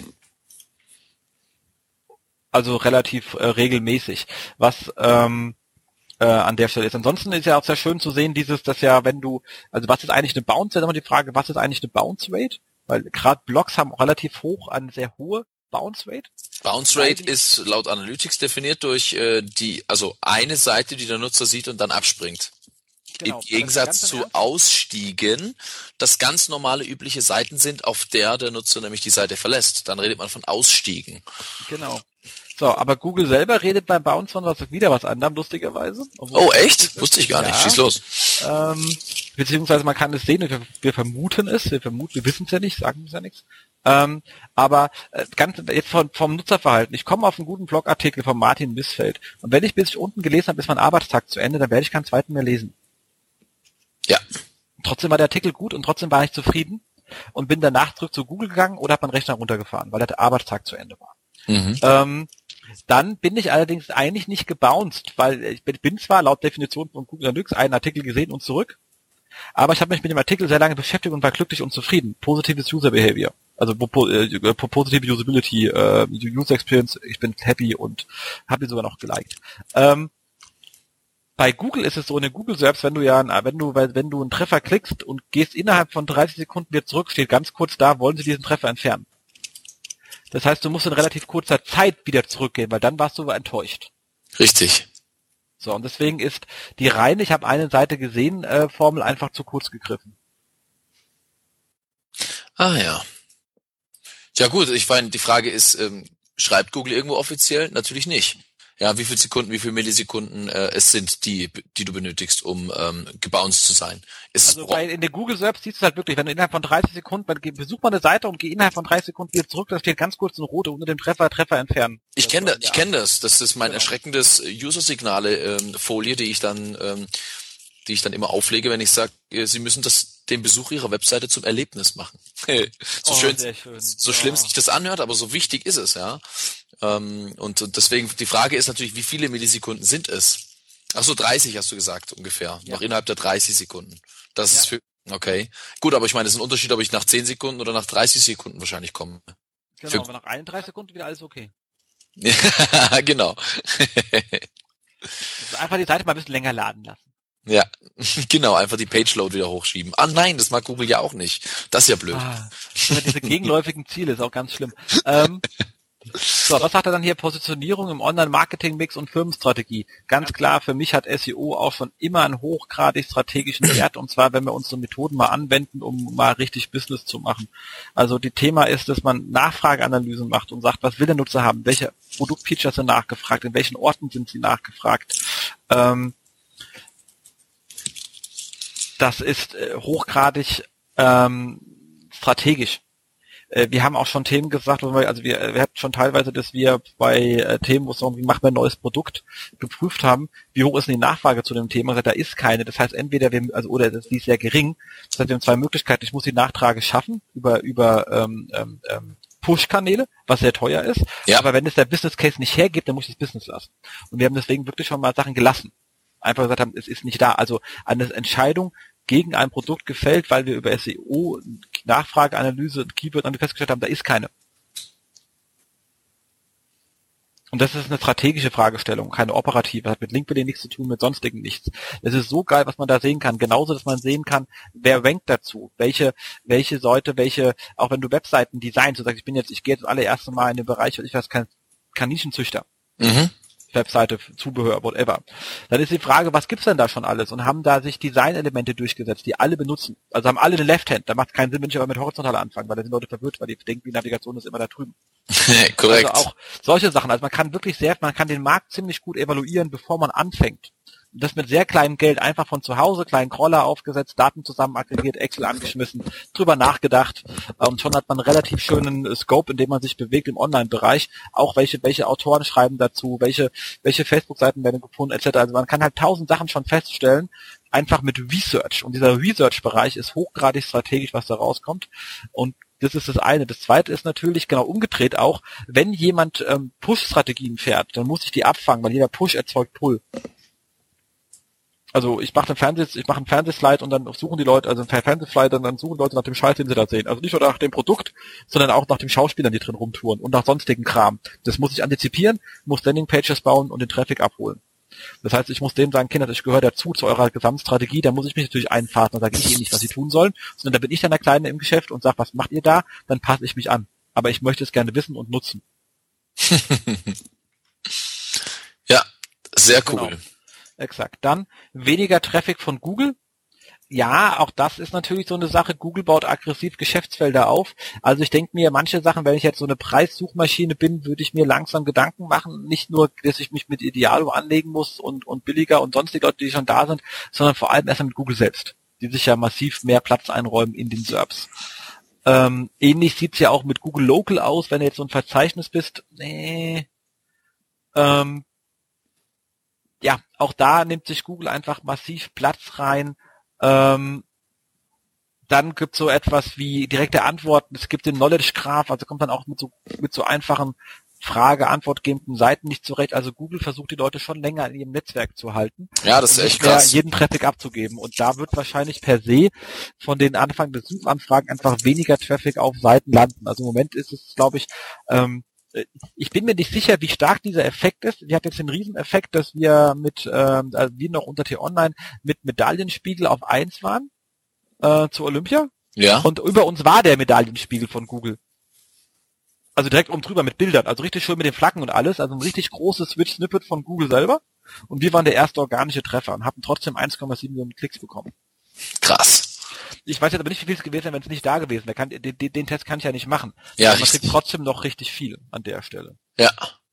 Also relativ äh, regelmäßig. Was ähm, äh, an der Stelle ist. Ansonsten ist ja auch sehr schön zu sehen, dieses, dass ja, wenn du, also was ist eigentlich eine Bounce? Rate? Immer die Frage, was ist eigentlich eine Bounce Rate? Weil gerade Blogs haben relativ hoch eine sehr hohe Bounce Rate. Bounce Rate ist laut Analytics definiert durch äh, die, also eine Seite, die der Nutzer sieht und dann abspringt. Genau. Im Gegensatz zu Ernst? Ausstiegen, das ganz normale übliche Seiten sind, auf der der Nutzer nämlich die Seite verlässt. Dann redet man von Ausstiegen. Genau. So, aber Google selber redet beim Bounce von was wieder was anderem, lustigerweise. Oh, echt? Wusste ich gar nicht. Ja. Schieß los. Ähm, beziehungsweise man kann es sehen, wir, wir vermuten es, wir vermuten, wir wissen es ja nicht, sagen es ja nichts. Ähm, aber äh, ganz jetzt vom, vom Nutzerverhalten. Ich komme auf einen guten Blogartikel von Martin Missfeld und wenn ich bis ich unten gelesen habe, ist mein Arbeitstag zu Ende, dann werde ich keinen zweiten mehr lesen. Ja. Trotzdem war der Artikel gut und trotzdem war ich zufrieden und bin danach zurück zu Google gegangen oder habe meinen Rechner runtergefahren, weil der Arbeitstag zu Ende war. Mhm. Ähm, Dann bin ich allerdings eigentlich nicht gebounced, weil ich bin zwar laut Definition von Google Analytics einen Artikel gesehen und zurück, aber ich habe mich mit dem Artikel sehr lange beschäftigt und war glücklich und zufrieden. Positives User Behavior, also äh, positive Usability, äh, User Experience, ich bin happy und habe ihn sogar noch geliked. Ähm, bei Google ist es so, in den Google Search, wenn du ja, wenn du, wenn du einen Treffer klickst und gehst innerhalb von dreißig Sekunden wieder zurück, steht ganz kurz da, wollen sie diesen Treffer entfernen. Das heißt, du musst in relativ kurzer Zeit wieder zurückgehen, weil dann warst du enttäuscht. Richtig. So, und deswegen ist die reine, ich habe eine Seite gesehen, äh, Formel einfach zu kurz gegriffen. Ah ja. Ja gut, ich meine, die Frage ist, ähm, schreibt Google irgendwo offiziell? Natürlich nicht. Ja, wie viele Sekunden, wie viele Millisekunden äh, es sind, die die du benötigst, um ähm, gebounced zu sein. Ist also bei, in der Google Search siehst du halt wirklich, wenn du innerhalb von dreißig Sekunden, besuch mal eine Seite und geh innerhalb von dreißig Sekunden wieder zurück, da steht ganz kurz eine rote unter dem Treffer, Treffer entfernen. Ich kenne das, ich kenne das. Das ist mein genau. erschreckendes User-Signale-Folie, ähm, die ich dann ähm, die ich dann immer auflege, wenn ich sage, äh, sie müssen das den Besuch ihrer Webseite zum Erlebnis machen. so oh, schön, schön, so oh. schlimm sich das anhört, aber so wichtig ist es, ja. Ähm, und, und deswegen, die Frage ist natürlich, wie viele Millisekunden sind es? Ach so, dreißig hast du gesagt, ungefähr. Ja. Noch innerhalb der dreißig Sekunden. Das ja. ist für, okay. Gut, aber ich meine, es ist ein Unterschied, ob ich nach zehn Sekunden oder nach dreißig Sekunden wahrscheinlich komme. Genau, für, aber nach einunddreißig Sekunden wieder alles okay. Ja, genau. Also einfach die Seite mal ein bisschen länger laden lassen. Ja, genau, einfach die Page-Load wieder hochschieben. Ah nein, das mag Google ja auch nicht. Das ist ja blöd. Ah, diese gegenläufigen Ziele ist auch ganz schlimm. Ähm, so, was sagt er dann hier? Positionierung im Online-Marketing-Mix und Firmenstrategie. Ganz klar, für mich hat S E O auch schon immer einen hochgradig strategischen Wert, und zwar, wenn wir unsere Methoden mal anwenden, um mal richtig Business zu machen. Also die Thema ist, dass man Nachfrageanalysen macht und sagt, was will der Nutzer haben? Welche Produktfeatures sind nachgefragt? In welchen Orten sind sie nachgefragt? Ähm, Das ist äh, hochgradig ähm, strategisch. Äh, wir haben auch schon Themen gesagt, wo wir, also wir, wir hatten schon teilweise, dass wir bei äh, Themen, wo es darum, wie macht man ein neues Produkt, geprüft haben, wie hoch ist denn die Nachfrage zu dem Thema. Da ist keine. Das heißt, entweder wir, also oder das, die ist sehr gering. Das heißt, wir haben zwei Möglichkeiten. Ich muss die Nachfrage schaffen über über ähm, ähm, Push-Kanäle, was sehr teuer ist. Ja. Aber wenn es der Business Case nicht hergibt, dann muss ich das Business lassen. Und wir haben deswegen wirklich schon mal Sachen gelassen. Einfach gesagt haben, es ist nicht da. Also eine Entscheidung gegen ein Produkt gefällt, weil wir über S E O, Nachfrageanalyse und Keyword festgestellt haben, da ist keine. Und das ist eine strategische Fragestellung, keine operative. Hat mit Linkbuilding nichts zu tun, mit sonstigen nichts. Es ist so geil, was man da sehen kann. Genauso, dass man sehen kann, wer rankt dazu, welche, welche Seite, welche, auch wenn du Webseiten designst, du sagst, ich bin jetzt, ich gehe jetzt das allererste Mal in den Bereich, ich weiß, kein Kaninchenzüchter. Mhm. Webseite, Zubehör, whatever. Dann ist die Frage, was gibt's denn da schon alles? Und haben da sich Designelemente durchgesetzt, die alle benutzen. Also haben alle eine Left-Hand. Da macht es keinen Sinn, wenn ich aber mit horizontal anfange, weil da sind Leute verwirrt, weil die denken, die Navigation ist immer da drüben. Korrekt. Also auch solche Sachen. Also man kann wirklich sehr, man kann den Markt ziemlich gut evaluieren, bevor man anfängt. Und das mit sehr kleinem Geld, einfach von zu Hause, kleinen Crawler aufgesetzt, Daten zusammen aggregiert, Excel angeschmissen, drüber nachgedacht, und schon hat man einen relativ schönen Scope, in dem man sich bewegt im Online-Bereich. Auch welche, welche Autoren schreiben dazu, welche, welche Facebook-Seiten werden gefunden, et cetera. Also man kann halt tausend Sachen schon feststellen, einfach mit Research. Und dieser Research-Bereich ist hochgradig strategisch, was da rauskommt. Und Das ist das eine. Das zweite ist natürlich genau umgedreht auch, wenn jemand ähm, Push-Strategien fährt, dann muss ich die abfangen, weil jeder Push erzeugt Pull. Also ich mache einen Fernseh, ich mache einen Fernsehslide und dann suchen die Leute, also einen Fernsehslide und dann suchen Leute nach dem Scheiß, den sie da sehen. Also nicht nur nach dem Produkt, sondern auch nach den Schauspielern, die drin rumtouren und nach sonstigen Kram. Das muss ich antizipieren, muss Landingpages bauen und den Traffic abholen. Das heißt, ich muss denen sagen, Kinder, ich gehöre dazu zu eurer Gesamtstrategie, da muss ich mich natürlich einfahren und sage ich ihnen nicht, was sie tun sollen, sondern da bin ich dann der Kleine im Geschäft und sage, was macht ihr da? Dann passe ich mich an. Aber ich möchte es gerne wissen und nutzen. Ja, sehr cool. Genau. Exakt. Dann weniger Traffic von Google. Ja, auch das ist natürlich so eine Sache. Google baut aggressiv Geschäftsfelder auf. Also ich denke mir, manche Sachen, wenn ich jetzt so eine Preissuchmaschine bin, würde ich mir langsam Gedanken machen. Nicht nur, dass ich mich mit Idealo anlegen muss und, und billiger und sonstige Leute, die schon da sind, sondern vor allem erstmal mit Google selbst, die sich ja massiv mehr Platz einräumen in den S E R Ps. Ähm, ähnlich sieht's ja auch mit Google Local aus, wenn du jetzt so ein Verzeichnis bist. Nee. Ähm, ja, auch da nimmt sich Google einfach massiv Platz rein. Ähm, dann gibt's so etwas wie direkte Antworten. Es gibt den Knowledge Graph, also kommt dann auch mit so mit so einfachen Frage-Antwort-gebenden Seiten nicht zurecht. Also Google versucht die Leute schon länger in ihrem Netzwerk zu halten. Ja, das ist echt krass. Jeden Traffic abzugeben. Und da wird wahrscheinlich per se von den Anfang des Suchanfragen einfach weniger Traffic auf Seiten landen. Also im Moment ist es, glaube ich, ähm, ich bin mir nicht sicher, wie stark dieser Effekt ist. Wir hatten jetzt den Rieseneffekt, dass wir mit, ähm, also wir noch unter T-Online mit Medaillenspiegel auf eins waren äh, zu Olympia. Ja. Und über uns war der Medaillenspiegel von Google. Also direkt oben drüber mit Bildern, also richtig schön mit den Flaggen und alles, also ein richtig großes Switch-Snippet von Google selber. Und wir waren der erste organische Treffer und hatten trotzdem eins Komma sieben Millionen Klicks bekommen. Krass. Ich weiß jetzt aber nicht, wie viel es gewesen wäre, wenn es nicht da gewesen wäre. Kann, den, den, den Test kann ich ja nicht machen. Ja, aber man kriegt trotzdem noch richtig viel an der Stelle. Ja.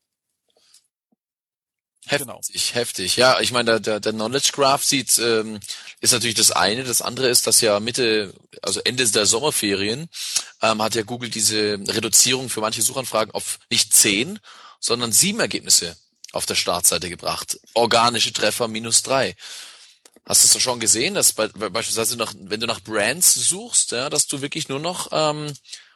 Heftig, Genau. heftig. Ja, ich meine, der, der, der Knowledge Graph sieht, ähm, ist natürlich das eine. Das andere ist, dass ja Mitte, also Ende der Sommerferien, ähm, hat ja Google diese Reduzierung für manche Suchanfragen auf nicht zehn, sondern sieben Ergebnisse auf der Startseite gebracht. Organische Treffer minus drei. Hast du es doch schon gesehen, dass bei, beispielsweise noch, wenn du nach Brands suchst, ja, dass du wirklich nur noch ähm,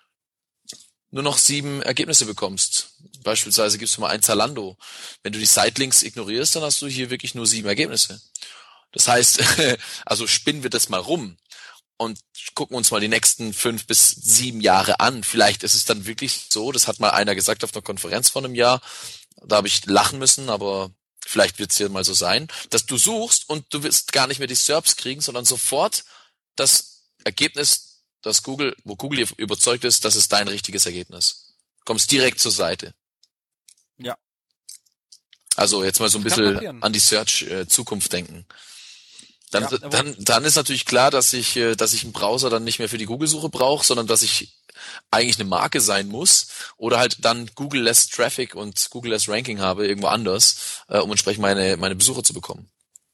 nur noch sieben Ergebnisse bekommst. Beispielsweise gibst du mal ein Zalando. Wenn du die Sitelinks ignorierst, dann hast du hier wirklich nur sieben Ergebnisse. Das heißt, also spinnen wir das mal rum und gucken uns mal die nächsten fünf bis sieben Jahre an. Vielleicht ist es dann wirklich so, das hat mal einer gesagt auf einer Konferenz vor einem Jahr, da habe ich lachen müssen, aber vielleicht wird es hier mal so sein, dass du suchst und du wirst gar nicht mehr die S E R Ps kriegen, sondern sofort das Ergebnis, das Google, wo Google überzeugt ist, das ist dein richtiges Ergebnis. Du kommst direkt zur Seite. Ja. Also jetzt mal so ein bisschen an die Search-Zukunft äh, denken. Dann, ja, dann, dann ist natürlich klar, dass ich, äh, dass ich einen Browser dann nicht mehr für die Google-Suche brauche, sondern dass ich eigentlich eine Marke sein muss oder halt dann Google Less Traffic und Google Less Ranking habe irgendwo anders, äh, um entsprechend meine meine Besucher zu bekommen.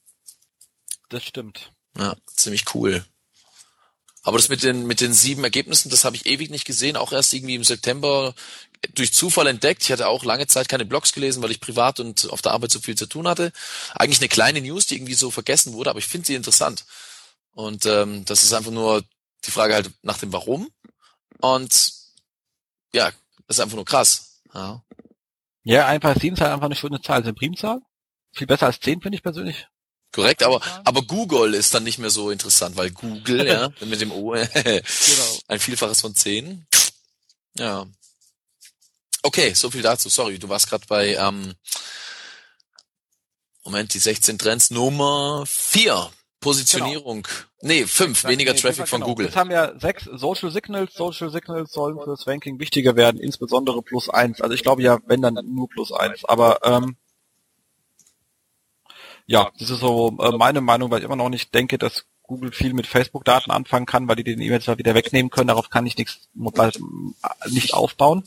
Das stimmt. Ja, ziemlich cool. Aber das mit den mit den sieben Ergebnissen, das habe ich ewig nicht gesehen, auch erst irgendwie im September durch Zufall entdeckt. Ich hatte auch lange Zeit keine Blogs gelesen, weil ich privat und auf der Arbeit so viel zu tun hatte. Eigentlich eine kleine News, die irgendwie so vergessen wurde, aber ich finde sie interessant. Und ähm, das ist einfach nur die Frage halt nach dem Warum. Und ja, das ist einfach nur krass. Ja, ja, ein paar sieben ist halt einfach eine schöne Zahl. Das ist eine Primzahl. Viel besser als zehn, finde ich persönlich. Korrekt, aber aber Google ist dann nicht mehr so interessant, weil Google, ja, mit dem O, genau. Ein Vielfaches von zehn. Ja. Okay, so viel dazu. Sorry, du warst gerade bei ähm, Moment, die sechzehn Trends Nummer vier. Positionierung. Genau. Nee, fünf, weniger nee, Traffic von genau. Google. Jetzt haben wir sechs Social Signals. Social Signals sollen fürs Ranking wichtiger werden, insbesondere plus eins. Also ich glaube ja, wenn dann nur plus eins. Aber ähm, ja, das ist so äh, meine Meinung, weil ich immer noch nicht denke, dass Google viel mit Facebook-Daten anfangen kann, weil die den E-Mails zwar wieder wegnehmen können. Darauf kann ich nichts nicht aufbauen.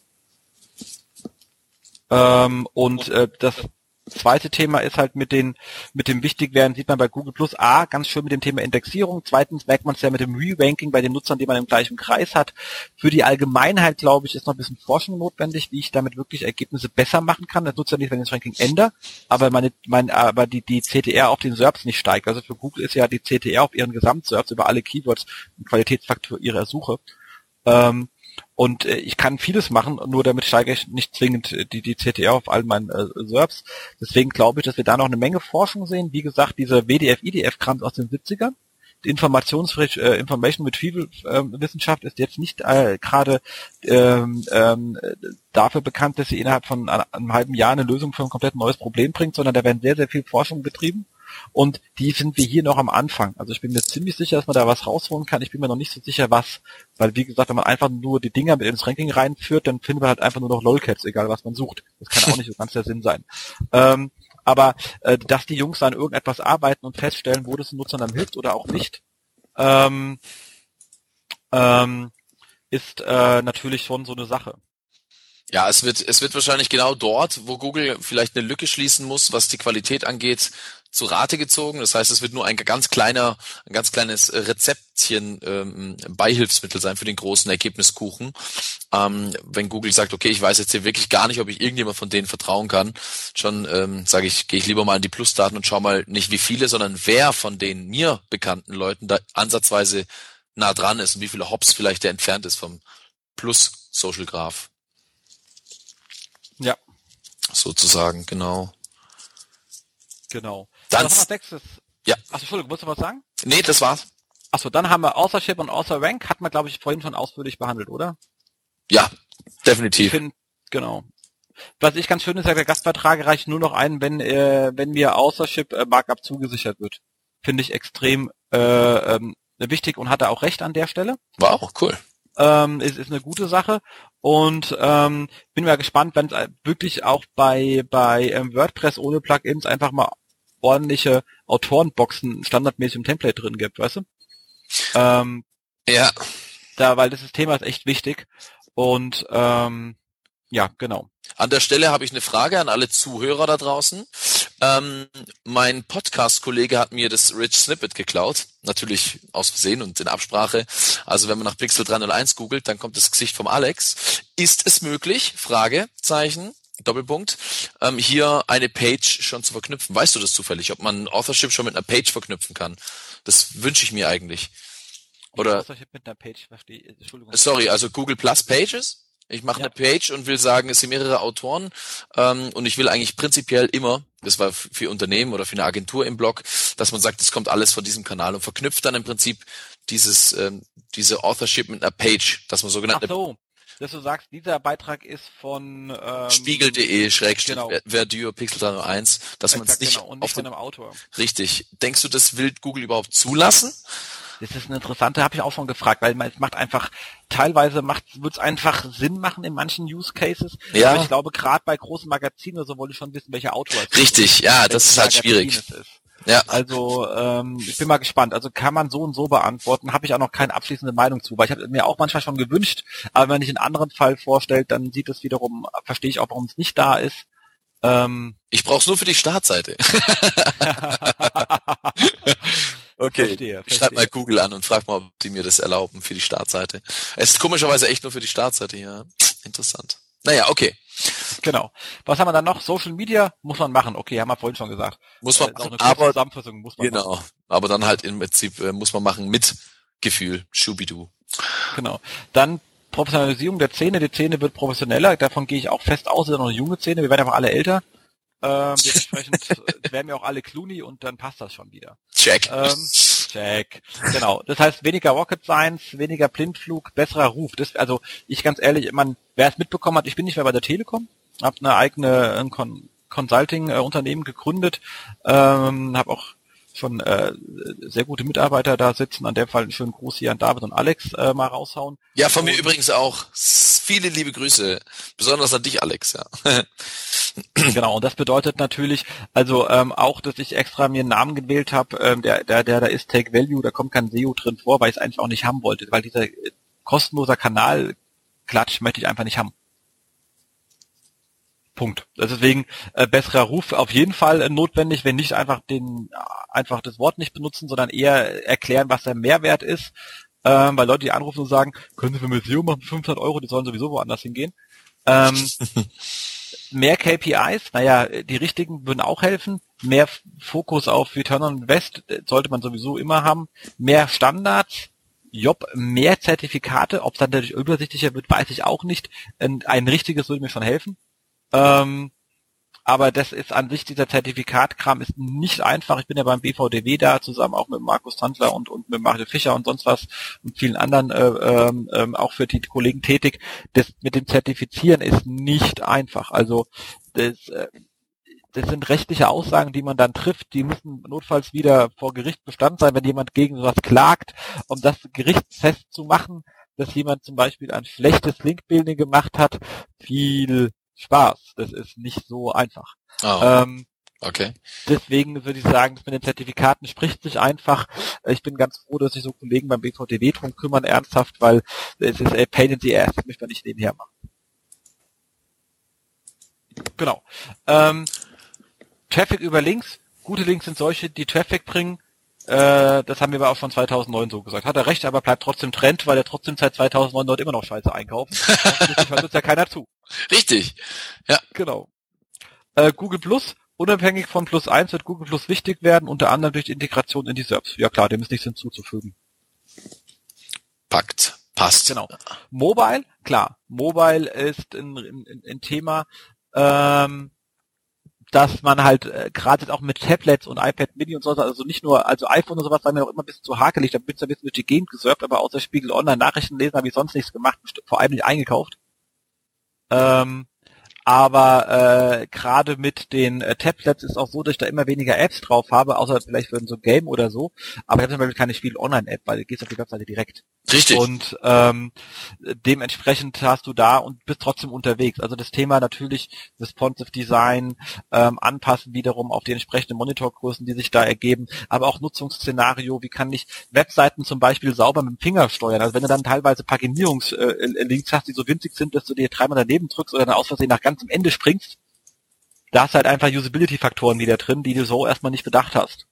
Ähm, und äh, das zweite Thema ist halt mit den mit dem Wichtigwerden, sieht man bei Google Plus A ganz schön mit dem Thema Indexierung. Zweitens merkt man es ja mit dem Re-Ranking bei den Nutzern, die man im gleichen Kreis hat. Für die Allgemeinheit, glaube ich, ist noch ein bisschen Forschung notwendig, wie ich damit wirklich Ergebnisse besser machen kann. Das nutzt ja nicht, wenn ich das Ranking ändere, aber meine, mein, aber die die C T R auf den S E R Ps nicht steigt. Also für Google ist ja die C T R auf ihren Gesamt-S E R Ps über alle Keywords ein Qualitätsfaktor ihrer Suche. Ähm, und äh, ich kann vieles machen, nur damit steige ich nicht zwingend die, die C T R auf all meinen äh, Serbs. Deswegen glaube ich, dass wir da noch eine Menge Forschung sehen. Wie gesagt, dieser W D F, I D F-Kram aus den siebzigern. Die Informations äh, Information Retrieval äh, Wissenschaft ist jetzt nicht äh, gerade ähm, ähm, dafür bekannt, dass sie innerhalb von einem, einem halben Jahr eine Lösung für ein komplett neues Problem bringt, sondern da werden sehr, sehr viel Forschung betrieben und die sind wir hier noch am Anfang. Also ich bin mir ziemlich sicher, dass man da was rausholen kann. Ich bin mir noch nicht so sicher, was, weil wie gesagt, wenn man einfach nur die Dinger mit ins Ranking reinführt, dann finden wir halt einfach nur noch Lolcats, egal was man sucht. Das kann auch nicht so ganz der Sinn sein. Ähm, Aber äh, dass die Jungs an irgendetwas arbeiten und feststellen, wo das den Nutzern dann hilft oder auch nicht, ähm, ähm, ist äh, natürlich schon so eine Sache. Ja, es wird es wird wahrscheinlich genau dort, wo Google vielleicht eine Lücke schließen muss, was die Qualität angeht, zu Rate gezogen. Das heißt, es wird nur ein ganz kleiner, ein ganz kleines Rezeptchen ähm, Beihilfsmittel sein für den großen Ergebniskuchen. Ähm, wenn Google sagt, okay, ich weiß jetzt hier wirklich gar nicht, ob ich irgendjemand von denen vertrauen kann, schon ähm, sage ich, gehe ich lieber mal in die Plusdaten und schau mal nicht wie viele, sondern wer von den mir bekannten Leuten da ansatzweise nah dran ist und wie viele Hops vielleicht der entfernt ist vom Plus Social Graph. Ja. Sozusagen, genau. Genau. Dann, was haben wir als nächstes? Ja. Achso, Entschuldigung, wolltest du was sagen? Nee, das war's. Achso, dann haben wir Authorship und Author Rank, hat man, glaube ich, vorhin schon ausführlich behandelt, oder? Ja, definitiv. Ich find, genau. Was ich ganz schön ist, der Gastbeitrag reicht nur noch ein, wenn äh, wenn mir Authorship äh, Markup zugesichert wird. Finde ich extrem äh, ähm, wichtig und hat er auch recht an der Stelle. Wow, cool. Ähm, ist, ist eine gute Sache und ähm, bin mal gespannt, wenn es wirklich auch bei bei ähm, WordPress ohne Plugins einfach mal ordentliche Autorenboxen standardmäßig im Template drin gibt, weißt du? Ähm, ja. Da, weil das Thema ist echt wichtig und ähm, ja, genau. An der Stelle habe ich eine Frage an alle Zuhörer da draußen. Ähm, mein Podcast-Kollege hat mir das Rich Snippet geklaut. Natürlich aus Versehen und in Absprache. Also wenn man nach Pixel drei null eins googelt, dann kommt das Gesicht vom Alex. Ist es möglich, Frage, Zeichen, Doppelpunkt, ähm, hier eine Page schon zu verknüpfen? Weißt du das zufällig, ob man Authorship schon mit einer Page verknüpfen kann? Das wünsche ich mir eigentlich. Oder Authorship mit einer Page, verstehe. Entschuldigung. Sorry, also Google Plus Pages? Ich mache ja. eine Page und will sagen, es sind mehrere Autoren ähm, und ich will eigentlich prinzipiell immer, das war für Unternehmen oder für eine Agentur im Blog, dass man sagt, es kommt alles von diesem Kanal und verknüpft dann im Prinzip dieses ähm, diese Authorship mit einer Page, dass man sogenannte... Ach so, dass du sagst, dieser Beitrag ist von ähm, Spiegel.de Schrägstrich genau. Verdure Pixel drei null eins, dass man es nicht, genau, und nicht von einem Autor. Richtig. Denkst du, das will Google überhaupt zulassen? Das ist eine interessante, habe ich auch schon gefragt, weil es macht einfach, teilweise macht, wird es einfach Sinn machen in manchen Use Cases. Ja. Aber ich glaube, gerade bei großen Magazinen oder so wollte ich schon wissen, welcher Autor es ist. Richtig, ja, das ist halt schwierig. Ist. Ja. Also ähm, ich bin mal gespannt. Also kann man so und so beantworten, habe ich auch noch keine abschließende Meinung zu, weil ich habe mir auch manchmal schon gewünscht, aber wenn ich einen anderen Fall vorstellt, dann sieht es wiederum, verstehe ich auch, warum es nicht da ist. Ähm, ich brauche es nur für die Startseite. Okay, verstehe, ich schreib mal Google an und frag mal, ob die mir das erlauben für die Startseite. Es ist komischerweise echt nur für die Startseite hier. Interessant. Naja, okay. Genau. Was haben wir dann noch? Social Media muss man machen. Okay, haben wir vorhin schon gesagt. Muss man äh, machen, aber Zusammenfassung muss man genau. machen. Aber dann halt im Prinzip äh, muss man machen mit Gefühl. Schubidu. Genau. Dann Professionalisierung der Szene. Die Szene wird professioneller. Davon gehe ich auch fest aus. Es ist noch eine junge Szene. Wir werden einfach alle älter. Ähm, dementsprechend werden wir auch alle Clooney und dann passt das schon wieder. Check. Ähm, check. Genau. Das heißt weniger Rocket Science, weniger Blindflug, besserer Ruf. Das, also ich ganz ehrlich, man, wer es mitbekommen hat, ich bin nicht mehr bei der Telekom, habe eine eigene ein Con- Consulting-Unternehmen gegründet, ähm, habe auch schon äh, sehr gute Mitarbeiter da sitzen. An dem Fall einen schönen Gruß hier an David und Alex äh, mal raushauen. Ja, von und, mir übrigens auch. Viele liebe Grüße. Besonders an dich, Alex. Ja. Genau, und das bedeutet natürlich, also ähm, auch, dass ich extra mir einen Namen gewählt habe, ähm, der, der, der da ist Take Value, da kommt kein S E O drin vor, weil ich es eigentlich auch nicht haben wollte, weil dieser äh, kostenloser Kanalklatsch möchte ich einfach nicht haben. Punkt. Deswegen äh, besserer Ruf auf jeden Fall äh, notwendig, wenn nicht einfach den äh, einfach das Wort nicht benutzen, sondern eher erklären, was der Mehrwert ist, ähm, weil Leute, die anrufen und sagen, können Sie für mich S E O machen, fünfhundert Euro, die sollen sowieso woanders hingehen. Ähm, mehr K P Is, naja, die richtigen würden auch helfen. Mehr Fokus auf Return on Invest sollte man sowieso immer haben. Mehr Standards, Job mehr Zertifikate, ob es dann dadurch übersichtlicher wird, weiß ich auch nicht. Ein, ein richtiges würde mir schon helfen. Ähm, aber das ist an sich, dieser Zertifikatkram ist nicht einfach. Ich bin ja beim B V D W da, zusammen auch mit Markus Tandler und, und mit Mario Fischer und sonst was und vielen anderen äh, ähm, ähm, auch für die Kollegen tätig. Das mit dem Zertifizieren ist nicht einfach. Also das, äh, das sind rechtliche Aussagen, die man dann trifft, die müssen notfalls wieder vor Gericht Bestand sein, wenn jemand gegen sowas klagt, um das gerichtsfest zu machen, dass jemand zum Beispiel ein schlechtes Linkbuilding gemacht hat. Viel Spaß. Das ist nicht so einfach. Oh, ähm, okay. Deswegen würde ich sagen, das mit den Zertifikaten spricht sich einfach. Ich bin ganz froh, dass sich so Kollegen beim B V D W drum kümmern, ernsthaft, weil es ist a pain in the ass. Das möchte man nicht nebenher machen. Genau. Ähm, Traffic über Links. Gute Links sind solche, die Traffic bringen. Äh, das haben wir aber auch schon zweitausendneun so gesagt. Hat er recht, aber bleibt trotzdem Trend, weil er trotzdem seit zweitausendneun dort immer noch Scheiße einkauft. Richtig, hört uns ja keiner zu. Richtig. Ja. Genau. Äh, Google Plus, unabhängig von Plus eins wird Google Plus wichtig werden, unter anderem durch die Integration in die S E R Ps. Ja klar, dem ist nichts hinzuzufügen. Packt. Passt. Genau. Mobile, klar. Mobile ist ein, ein, ein Thema, ähm, dass man halt äh, gerade jetzt auch mit Tablets und iPad Mini und so, also nicht nur, also iPhone und sowas war mir auch immer ein bisschen zu hakelig, da bin ich ein bisschen durch die Gegend gesurft, aber außer Spiegel Online Nachrichten lesen habe ich sonst nichts gemacht, vor allem nicht eingekauft. Ähm, aber äh, gerade mit den äh, Tablets ist auch so, dass ich da immer weniger Apps drauf habe, außer vielleicht für so ein Game oder so, aber ich habe zum Beispiel keine Spiegel-Online-App, weil du gehst auf die Webseite direkt. Richtig. Und ähm, dementsprechend hast du da und bist trotzdem unterwegs. Also das Thema natürlich responsive Design, ähm, anpassen wiederum auf die entsprechenden Monitorgrößen, die sich da ergeben, aber auch Nutzungsszenario, wie kann ich Webseiten zum Beispiel sauber mit dem Finger steuern. Also wenn du dann teilweise Paginierungslinks hast, die so winzig sind, dass du dir dreimal daneben drückst oder dann aus Versehen nach ganz am Ende springst, da hast du halt einfach Usability-Faktoren wieder drin, die du so erstmal nicht bedacht hast.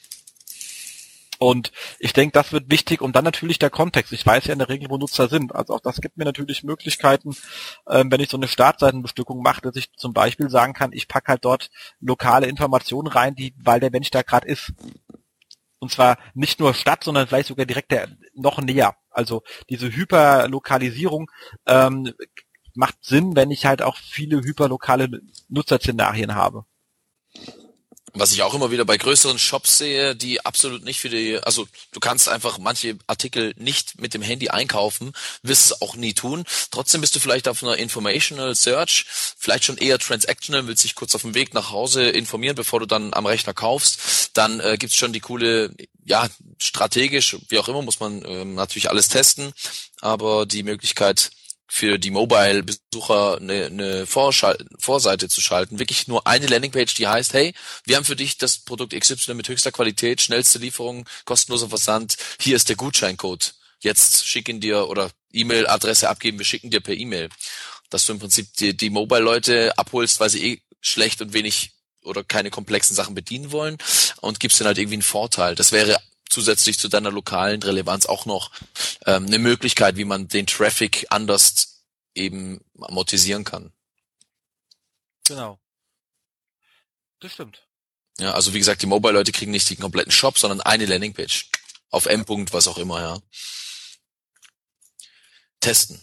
Und ich denke, das wird wichtig und dann natürlich der Kontext. Ich weiß ja in der Regel, wo Nutzer sind. Also auch das gibt mir natürlich Möglichkeiten, ähm, wenn ich so eine Startseitenbestückung mache, dass ich zum Beispiel sagen kann, ich packe halt dort lokale Informationen rein, die, weil der Mensch da gerade ist. Und zwar nicht nur Stadt, sondern vielleicht sogar direkt der, noch näher. Also diese Hyperlokalisierung ähm, macht Sinn, wenn ich halt auch viele hyperlokale Nutzerszenarien habe. Was ich auch immer wieder bei größeren Shops sehe, die absolut nicht für die, also du kannst einfach manche Artikel nicht mit dem Handy einkaufen, wirst es auch nie tun. Trotzdem bist du vielleicht auf einer Informational Search, vielleicht schon eher transactional, willst dich kurz auf dem Weg nach Hause informieren, bevor du dann am Rechner kaufst. Dann äh, gibt's schon die coole, ja, strategisch, wie auch immer, muss man ähm, natürlich alles testen, aber die Möglichkeit für die Mobile-Besucher eine, eine Vorschal- Vorseite zu schalten. Wirklich nur eine Landingpage, die heißt, hey, wir haben für dich das Produkt X Y mit höchster Qualität, schnellste Lieferung, kostenloser Versand, hier ist der Gutscheincode. Jetzt schicken dir oder E-Mail-Adresse abgeben, wir schicken dir per E-Mail. Dass du im Prinzip die, die Mobile-Leute abholst, weil sie eh schlecht und wenig oder keine komplexen Sachen bedienen wollen und gibst denen halt irgendwie einen Vorteil. Das wäre zusätzlich zu deiner lokalen Relevanz auch noch ähm, eine Möglichkeit, wie man den Traffic anders eben amortisieren kann. Genau. Das stimmt. Ja, also wie gesagt, die Mobile-Leute kriegen nicht den kompletten Shop, sondern eine Landingpage. Auf M. -Punkt, was auch immer, ja. Testen.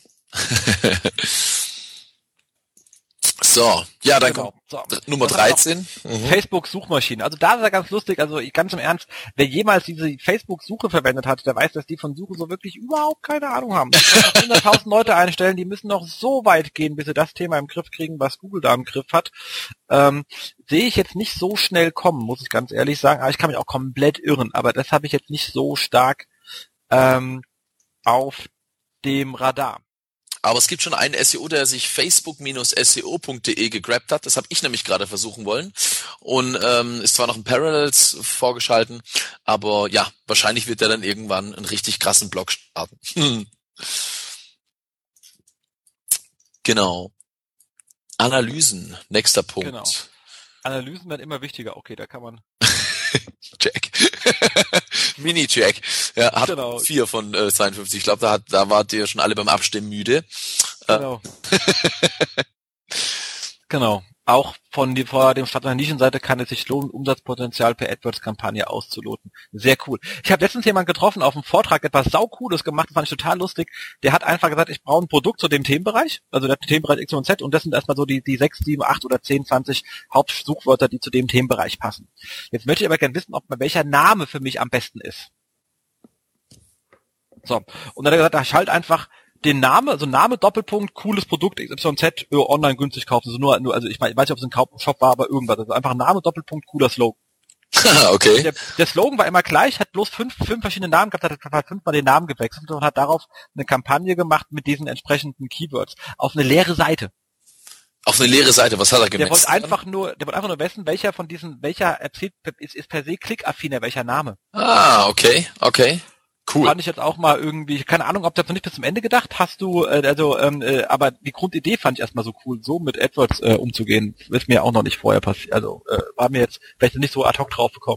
So, ja, dann genau. kommt so. Nummer dreizehn. Mhm. Facebook-Suchmaschinen. Also da ist er ganz lustig, also ich, ganz im Ernst, wer jemals diese Facebook-Suche verwendet hat, der weiß, dass die von Suche so wirklich überhaupt keine Ahnung haben. hunderttausend Leute einstellen, die müssen noch so weit gehen, bis sie das Thema im Griff kriegen, was Google da im Griff hat. Ähm, sehe ich jetzt nicht so schnell kommen, muss ich ganz ehrlich sagen. Aber ich kann mich auch komplett irren, aber das habe ich jetzt nicht so stark ähm, auf dem Radar. Aber es gibt schon einen S E O, der sich facebook Bindestrich S E O Punkt de gegrabt hat. Das habe ich nämlich gerade versuchen wollen. Und ähm, ist zwar noch ein Parallels vorgeschalten, aber ja, wahrscheinlich wird der dann irgendwann einen richtig krassen Blog starten. Genau. Analysen, nächster Punkt. Genau. Analysen werden immer wichtiger. Okay, da kann man... Jack. Mini-Jack. Ja, hat genau. vier von äh, zweiundfünfzig. Ich glaube, da, hat, da wart ihr schon alle beim Abstimmen müde. Genau. Genau. Auch von die, vor dem Start einer Nischenseite kann es sich lohnen, Umsatzpotenzial per AdWords-Kampagne auszuloten. Sehr cool. Ich habe letztens jemanden getroffen auf dem Vortrag, etwas saucooles gemacht, das fand ich total lustig. Der hat einfach gesagt, ich brauche ein Produkt zu dem Themenbereich, also der Themenbereich X Y Z, und das sind erstmal so die, die sechs, sieben, acht oder zehn, zwanzig Hauptsuchwörter, die zu dem Themenbereich passen. Jetzt möchte ich aber gerne wissen, ob mal welcher Name für mich am besten ist. So. Und dann hat er gesagt, ich halt einfach den Namen, also Name, Doppelpunkt, cooles Produkt, X Y Z, äh, online günstig kaufen. Also nur, nur, also ich, mein, ich weiß nicht, ob es ein Kaufshop war, aber irgendwas. Also einfach Name, Doppelpunkt, cooler Slogan. Okay. Der, der Slogan war immer gleich, hat bloß fünf, fünf verschiedene Namen gehabt, hat, hat fünfmal den Namen gewechselt und hat darauf eine Kampagne gemacht mit diesen entsprechenden Keywords. Auf eine leere Seite. Auf eine leere Seite, was hat er Der gemessen? wollte einfach nur, der wollte einfach nur wissen, welcher von diesen, welcher erzählt, ist, ist per se klickaffiner, welcher Name. Ah, okay, okay. Cool. Fand ich jetzt auch mal irgendwie, keine Ahnung, ob du das noch nicht bis zum Ende gedacht hast, du, äh, also, ähm, äh, aber die Grundidee fand ich erstmal so cool, so mit AdWords äh, umzugehen, ist mir auch noch nicht vorher passiert, also äh, war mir jetzt vielleicht nicht so ad hoc drauf gekommen.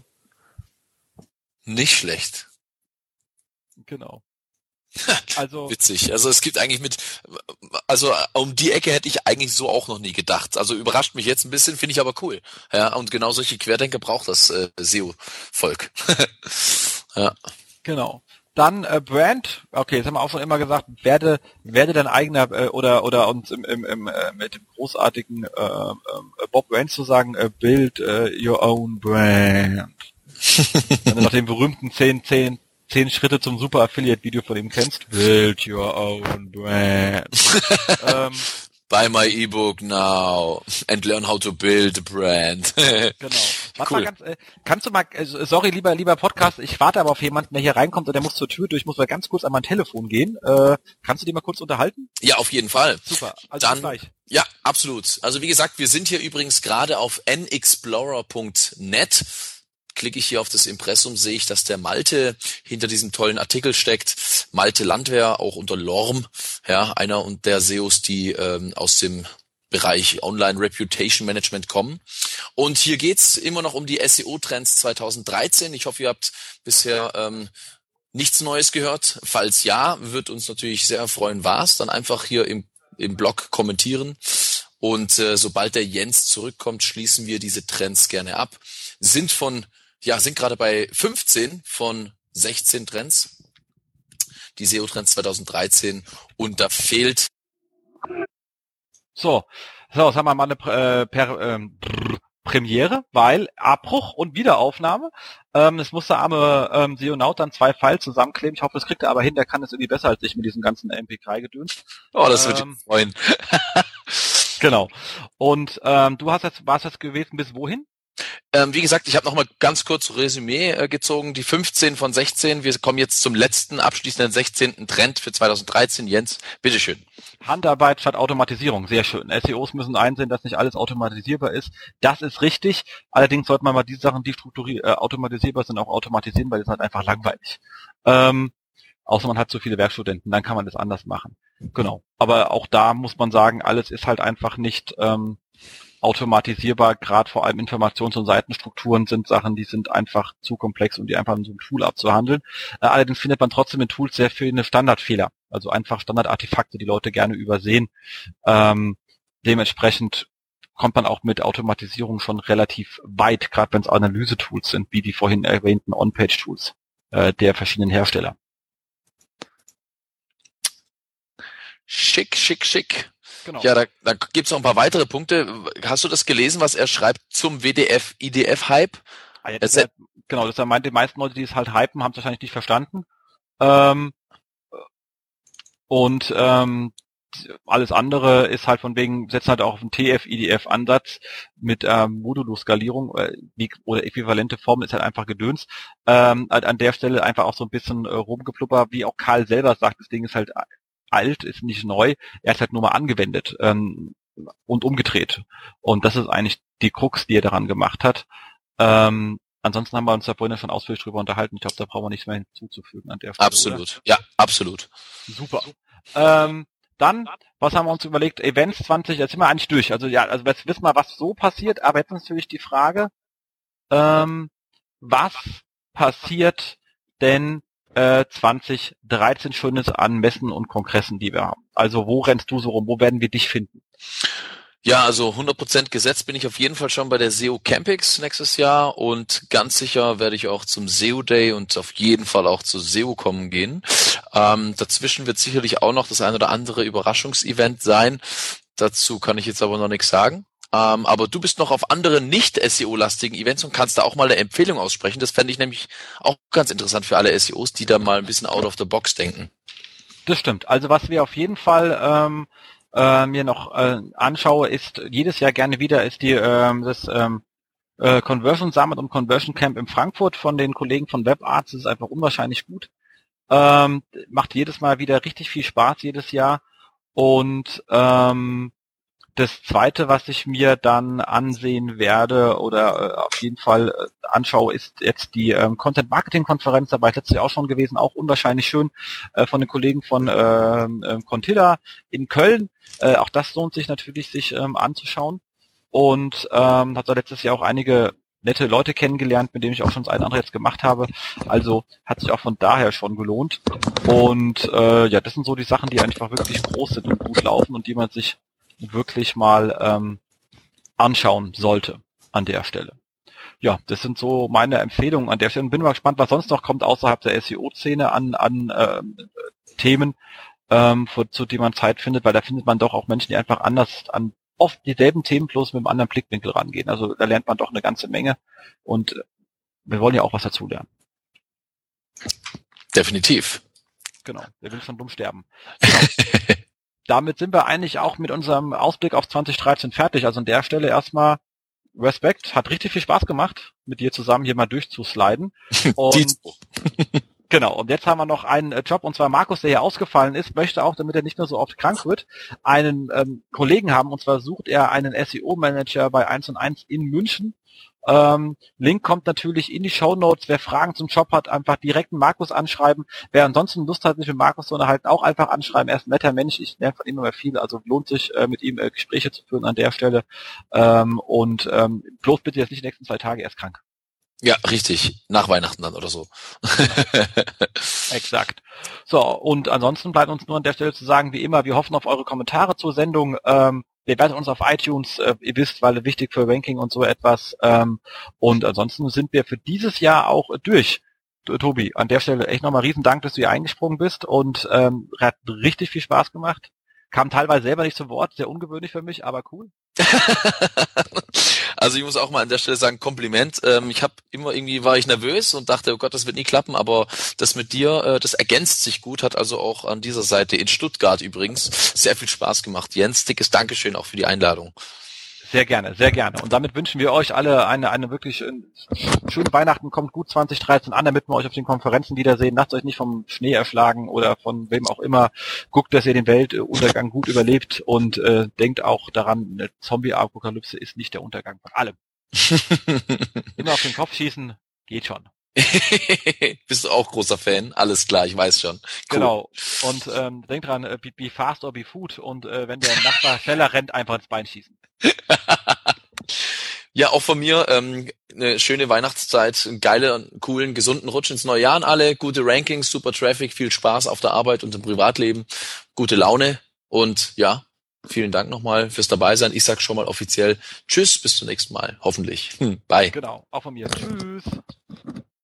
Nicht schlecht. Genau. Also witzig. Also es gibt eigentlich mit, also um die Ecke hätte ich eigentlich so auch noch nie gedacht. Also überrascht mich jetzt ein bisschen, finde ich aber cool. Ja, und genau solche Querdenker braucht das äh, S E O-Volk. Ja. Genau. Dann äh, Brand, okay, das haben wir auch schon immer gesagt, werde werde dein eigener äh, oder oder uns im, im, im äh, mit dem großartigen äh, äh, Bob Brand zu sagen, äh, build äh, your own brand. Wenn du nach dem berühmten zehn, zehn, zehn Schritte zum Super Affiliate Video von ihm kennst, build your own brand. ähm, Buy my ebook now and learn how to build a brand. Genau. Was cool. Ganz, äh, kannst du mal, äh, sorry, lieber lieber Podcast, ich warte aber auf jemanden, der hier reinkommt und der muss zur Tür durch, muss mal ganz kurz an mein Telefon gehen. Äh, kannst du die mal kurz unterhalten? Ja, auf jeden Fall. Super, also dann gleich. Ja, absolut. Also wie gesagt, wir sind hier übrigens gerade auf n explorer punkt net. Klicke ich hier auf das Impressum, sehe ich, dass der Malte hinter diesem tollen Artikel steckt. Malte Landwehr, auch unter Lorm, ja, einer und der S E Os, die ähm, aus dem Bereich Online Reputation Management kommen. Und hier geht's immer noch um die S E O-Trends zweitausenddreizehn. Ich hoffe, ihr habt bisher ähm, nichts Neues gehört. Falls ja, wird uns natürlich sehr freuen, was. Dann einfach hier im, im Blog kommentieren. Und äh, sobald der Jens zurückkommt, schließen wir diese Trends gerne ab. Sind von Ja, sind gerade bei fünfzehn von sechzehn Trends, die S E O-Trends zweitausenddreizehn, und da fehlt... So, so, jetzt haben wir mal eine äh, per, ähm, Premiere, weil Abbruch und Wiederaufnahme. Ähm, es muss der arme ähm, Seonaut dann zwei Files zusammenkleben. Ich hoffe, das kriegt er aber hin, der kann es irgendwie besser als ich mit diesem ganzen M P drei Gedöns. Oh, das würde ähm, mich freuen. Genau. Und ähm, du hast jetzt, warst jetzt gewesen bis wohin? Ähm, wie gesagt, ich habe nochmal ganz kurz Resümee äh, gezogen, die fünfzehn von sechzehn. Wir kommen jetzt zum letzten, abschließenden sechzehnten Trend für zweitausenddreizehn. Jens, bitteschön. Handarbeit statt Automatisierung, sehr schön. S E Os müssen einsehen, dass nicht alles automatisierbar ist. Das ist richtig. Allerdings sollte man mal die Sachen, die strukturiert äh, automatisierbar sind, auch automatisieren, weil das ist halt einfach langweilig. Ähm, außer man hat zu viele Werkstudenten, dann kann man das anders machen. Genau. Aber auch da muss man sagen, alles ist halt einfach nicht ähm, automatisierbar, gerade vor allem Informations- und Seitenstrukturen sind Sachen, die sind einfach zu komplex, um die einfach in so einem Tool abzuhandeln. Äh, allerdings findet man trotzdem in Tools sehr viele Standardfehler, also einfach Standardartefakte, die Leute gerne übersehen. Ähm, dementsprechend kommt man auch mit Automatisierung schon relativ weit, gerade wenn es Analyse-Tools sind, wie die vorhin erwähnten On-Page-Tools äh, der verschiedenen Hersteller. Schick, schick, schick. Genau. Ja, da, da gibt's noch ein paar weitere Punkte. Hast du das gelesen, was er schreibt zum W D F-I D F-Hype? Ah, ja, das ist ja, genau, das meint, die meisten Leute, die es halt hypen, haben es wahrscheinlich nicht verstanden. Ähm, und ähm, alles andere ist halt von wegen, setzen halt auch auf einen T F-I D F-Ansatz mit ähm, Modulo-Skalierung äh, oder äquivalente Formen, ist halt einfach Gedöns. Ähm, halt an der Stelle einfach auch so ein bisschen äh, rumgeplupper, wie auch Karl selber sagt, das Ding ist halt alt, ist nicht neu, er hat halt nur mal angewendet ähm, und umgedreht. Und das ist eigentlich die Krux, die er daran gemacht hat. Ähm, ansonsten haben wir uns da vorhin schon ausführlich drüber unterhalten. Ich glaube, da brauchen wir nichts mehr hinzuzufügen an der Stelle. Absolut, oder? Ja, absolut. Super. Ähm, dann, was haben wir uns überlegt? Events zwanzig, jetzt sind wir eigentlich durch. Also ja, also jetzt wissen wir, was so passiert, aber jetzt ist natürlich die Frage, ähm, was passiert denn zwanzig dreizehn Schönes an Messen und Kongressen, die wir haben. Also wo rennst du so rum? Wo werden wir dich finden? Ja, also hundert Prozent gesetzt bin ich auf jeden Fall schon bei der S E O Campix nächstes Jahr und ganz sicher werde ich auch zum S E O Day und auf jeden Fall auch zu S E O kommen gehen. Ähm, dazwischen wird sicherlich auch noch das ein oder andere Überraschungsevent sein. Dazu kann ich jetzt aber noch nichts sagen. Ähm, aber du bist noch auf anderen nicht-S E O-lastigen Events und kannst da auch mal eine Empfehlung aussprechen. Das fände ich nämlich auch ganz interessant für alle S E Os, die da mal ein bisschen out of the box denken. Das stimmt. Also was wir auf jeden Fall ähm, äh, mir noch äh, anschaue, ist jedes Jahr gerne wieder ist die ähm, das ähm, äh, Conversion Summit und Conversion Camp in Frankfurt von den Kollegen von WebArts. Das ist einfach unwahrscheinlich gut. Ähm, macht jedes Mal wieder richtig viel Spaß jedes Jahr. Und ähm, das Zweite, was ich mir dann ansehen werde oder äh, auf jeden Fall äh, anschaue, ist jetzt die ähm, Content-Marketing-Konferenz. Da war ich letztes Jahr auch schon gewesen, auch unwahrscheinlich schön, äh, von den Kollegen von ähm, äh, Contilla in Köln. Äh, auch das lohnt sich natürlich, sich ähm, anzuschauen. Und ähm, hat da letztes Jahr auch einige nette Leute kennengelernt, mit denen ich auch schon das eine oder andere jetzt gemacht habe. Also hat sich auch von daher schon gelohnt. Und äh, ja, das sind so die Sachen, die einfach wirklich groß sind und gut laufen und die man sich wirklich mal ähm, anschauen sollte an der Stelle. Ja, das sind so meine Empfehlungen an der Stelle. Bin mal gespannt, was sonst noch kommt außerhalb der S E O-Szene an, an ähm, Themen, ähm, für, zu denen man Zeit findet, weil da findet man doch auch Menschen, die einfach anders an oft dieselben Themen bloß mit einem anderen Blickwinkel rangehen. Also da lernt man doch eine ganze Menge und wir wollen ja auch was dazulernen. Definitiv. Genau, wer will schon dumm sterben. Genau. Damit sind wir eigentlich auch mit unserem Ausblick auf zwanzig dreizehn fertig. Also an der Stelle erstmal Respekt. Hat richtig viel Spaß gemacht, mit dir zusammen hier mal durchzusliden. Und genau, und jetzt haben wir noch einen Job, und zwar Markus, der hier ausgefallen ist, möchte auch, damit er nicht mehr so oft krank wird, einen ähm, Kollegen haben, und zwar sucht er einen S E O-Manager bei eins und eins in München. Ähm, Link kommt natürlich in die Shownotes. Wer Fragen zum Job hat, einfach direkt einen Markus anschreiben. Wer ansonsten Lust hat, sich mit Markus zu unterhalten, auch einfach anschreiben. Er ist ein netter Mensch, ich lerne von ihm immer viel, also lohnt sich, äh, mit ihm äh, Gespräche zu führen an der Stelle. Ähm, und ähm, bloß bitte jetzt nicht die nächsten zwei Tage, er ist krank. Ja, richtig. Nach Weihnachten dann oder so. Exakt. So, und ansonsten bleibt uns nur an der Stelle zu sagen, wie immer, wir hoffen auf eure Kommentare zur Sendung. Ähm, bewertet uns auf iTunes, äh, ihr wisst, weil wichtig für Ranking und so etwas. Ähm, und ansonsten sind wir für dieses Jahr auch durch. Tobi, an der Stelle echt nochmal riesen Dank, dass du hier eingesprungen bist und ähm, hat richtig viel Spaß gemacht. Kam teilweise selber nicht zu Wort, sehr ungewöhnlich für mich, aber cool. Also ich muss auch mal an der Stelle sagen, Kompliment. Ähm, ich habe immer irgendwie war ich nervös und dachte, oh Gott, das wird nie klappen, aber das mit dir, äh, das ergänzt sich gut, hat also auch an dieser Seite in Stuttgart übrigens sehr viel Spaß gemacht. Jens, dickes Dankeschön auch für die Einladung. Sehr gerne, sehr gerne. Und damit wünschen wir euch alle eine eine wirklich schöne Weihnachten. Kommt gut zwanzig dreizehn an, damit wir euch auf den Konferenzen wiedersehen. Lasst euch nicht vom Schnee erschlagen oder von wem auch immer. Guckt, dass ihr den Weltuntergang gut überlebt und äh, denkt auch daran, eine Zombie-Apokalypse ist nicht der Untergang von allem. Immer auf den Kopf schießen, geht schon. Bist du auch großer Fan? Alles klar, ich weiß schon. Cool. Genau. Und ähm, denkt dran, be, be fast or be food. Und äh, wenn der Nachbar schneller rennt, einfach ins Bein schießen. Ja, auch von mir ähm, eine schöne Weihnachtszeit, einen geilen, coolen, gesunden Rutsch ins neue Jahr an alle, gute Rankings, super Traffic, viel Spaß auf der Arbeit und im Privatleben, gute Laune und ja, vielen Dank nochmal fürs Dabeisein. Ich sag schon mal offiziell Tschüss, bis zum nächsten Mal, hoffentlich. Hm, bye. Genau, auch von mir. Tschüss.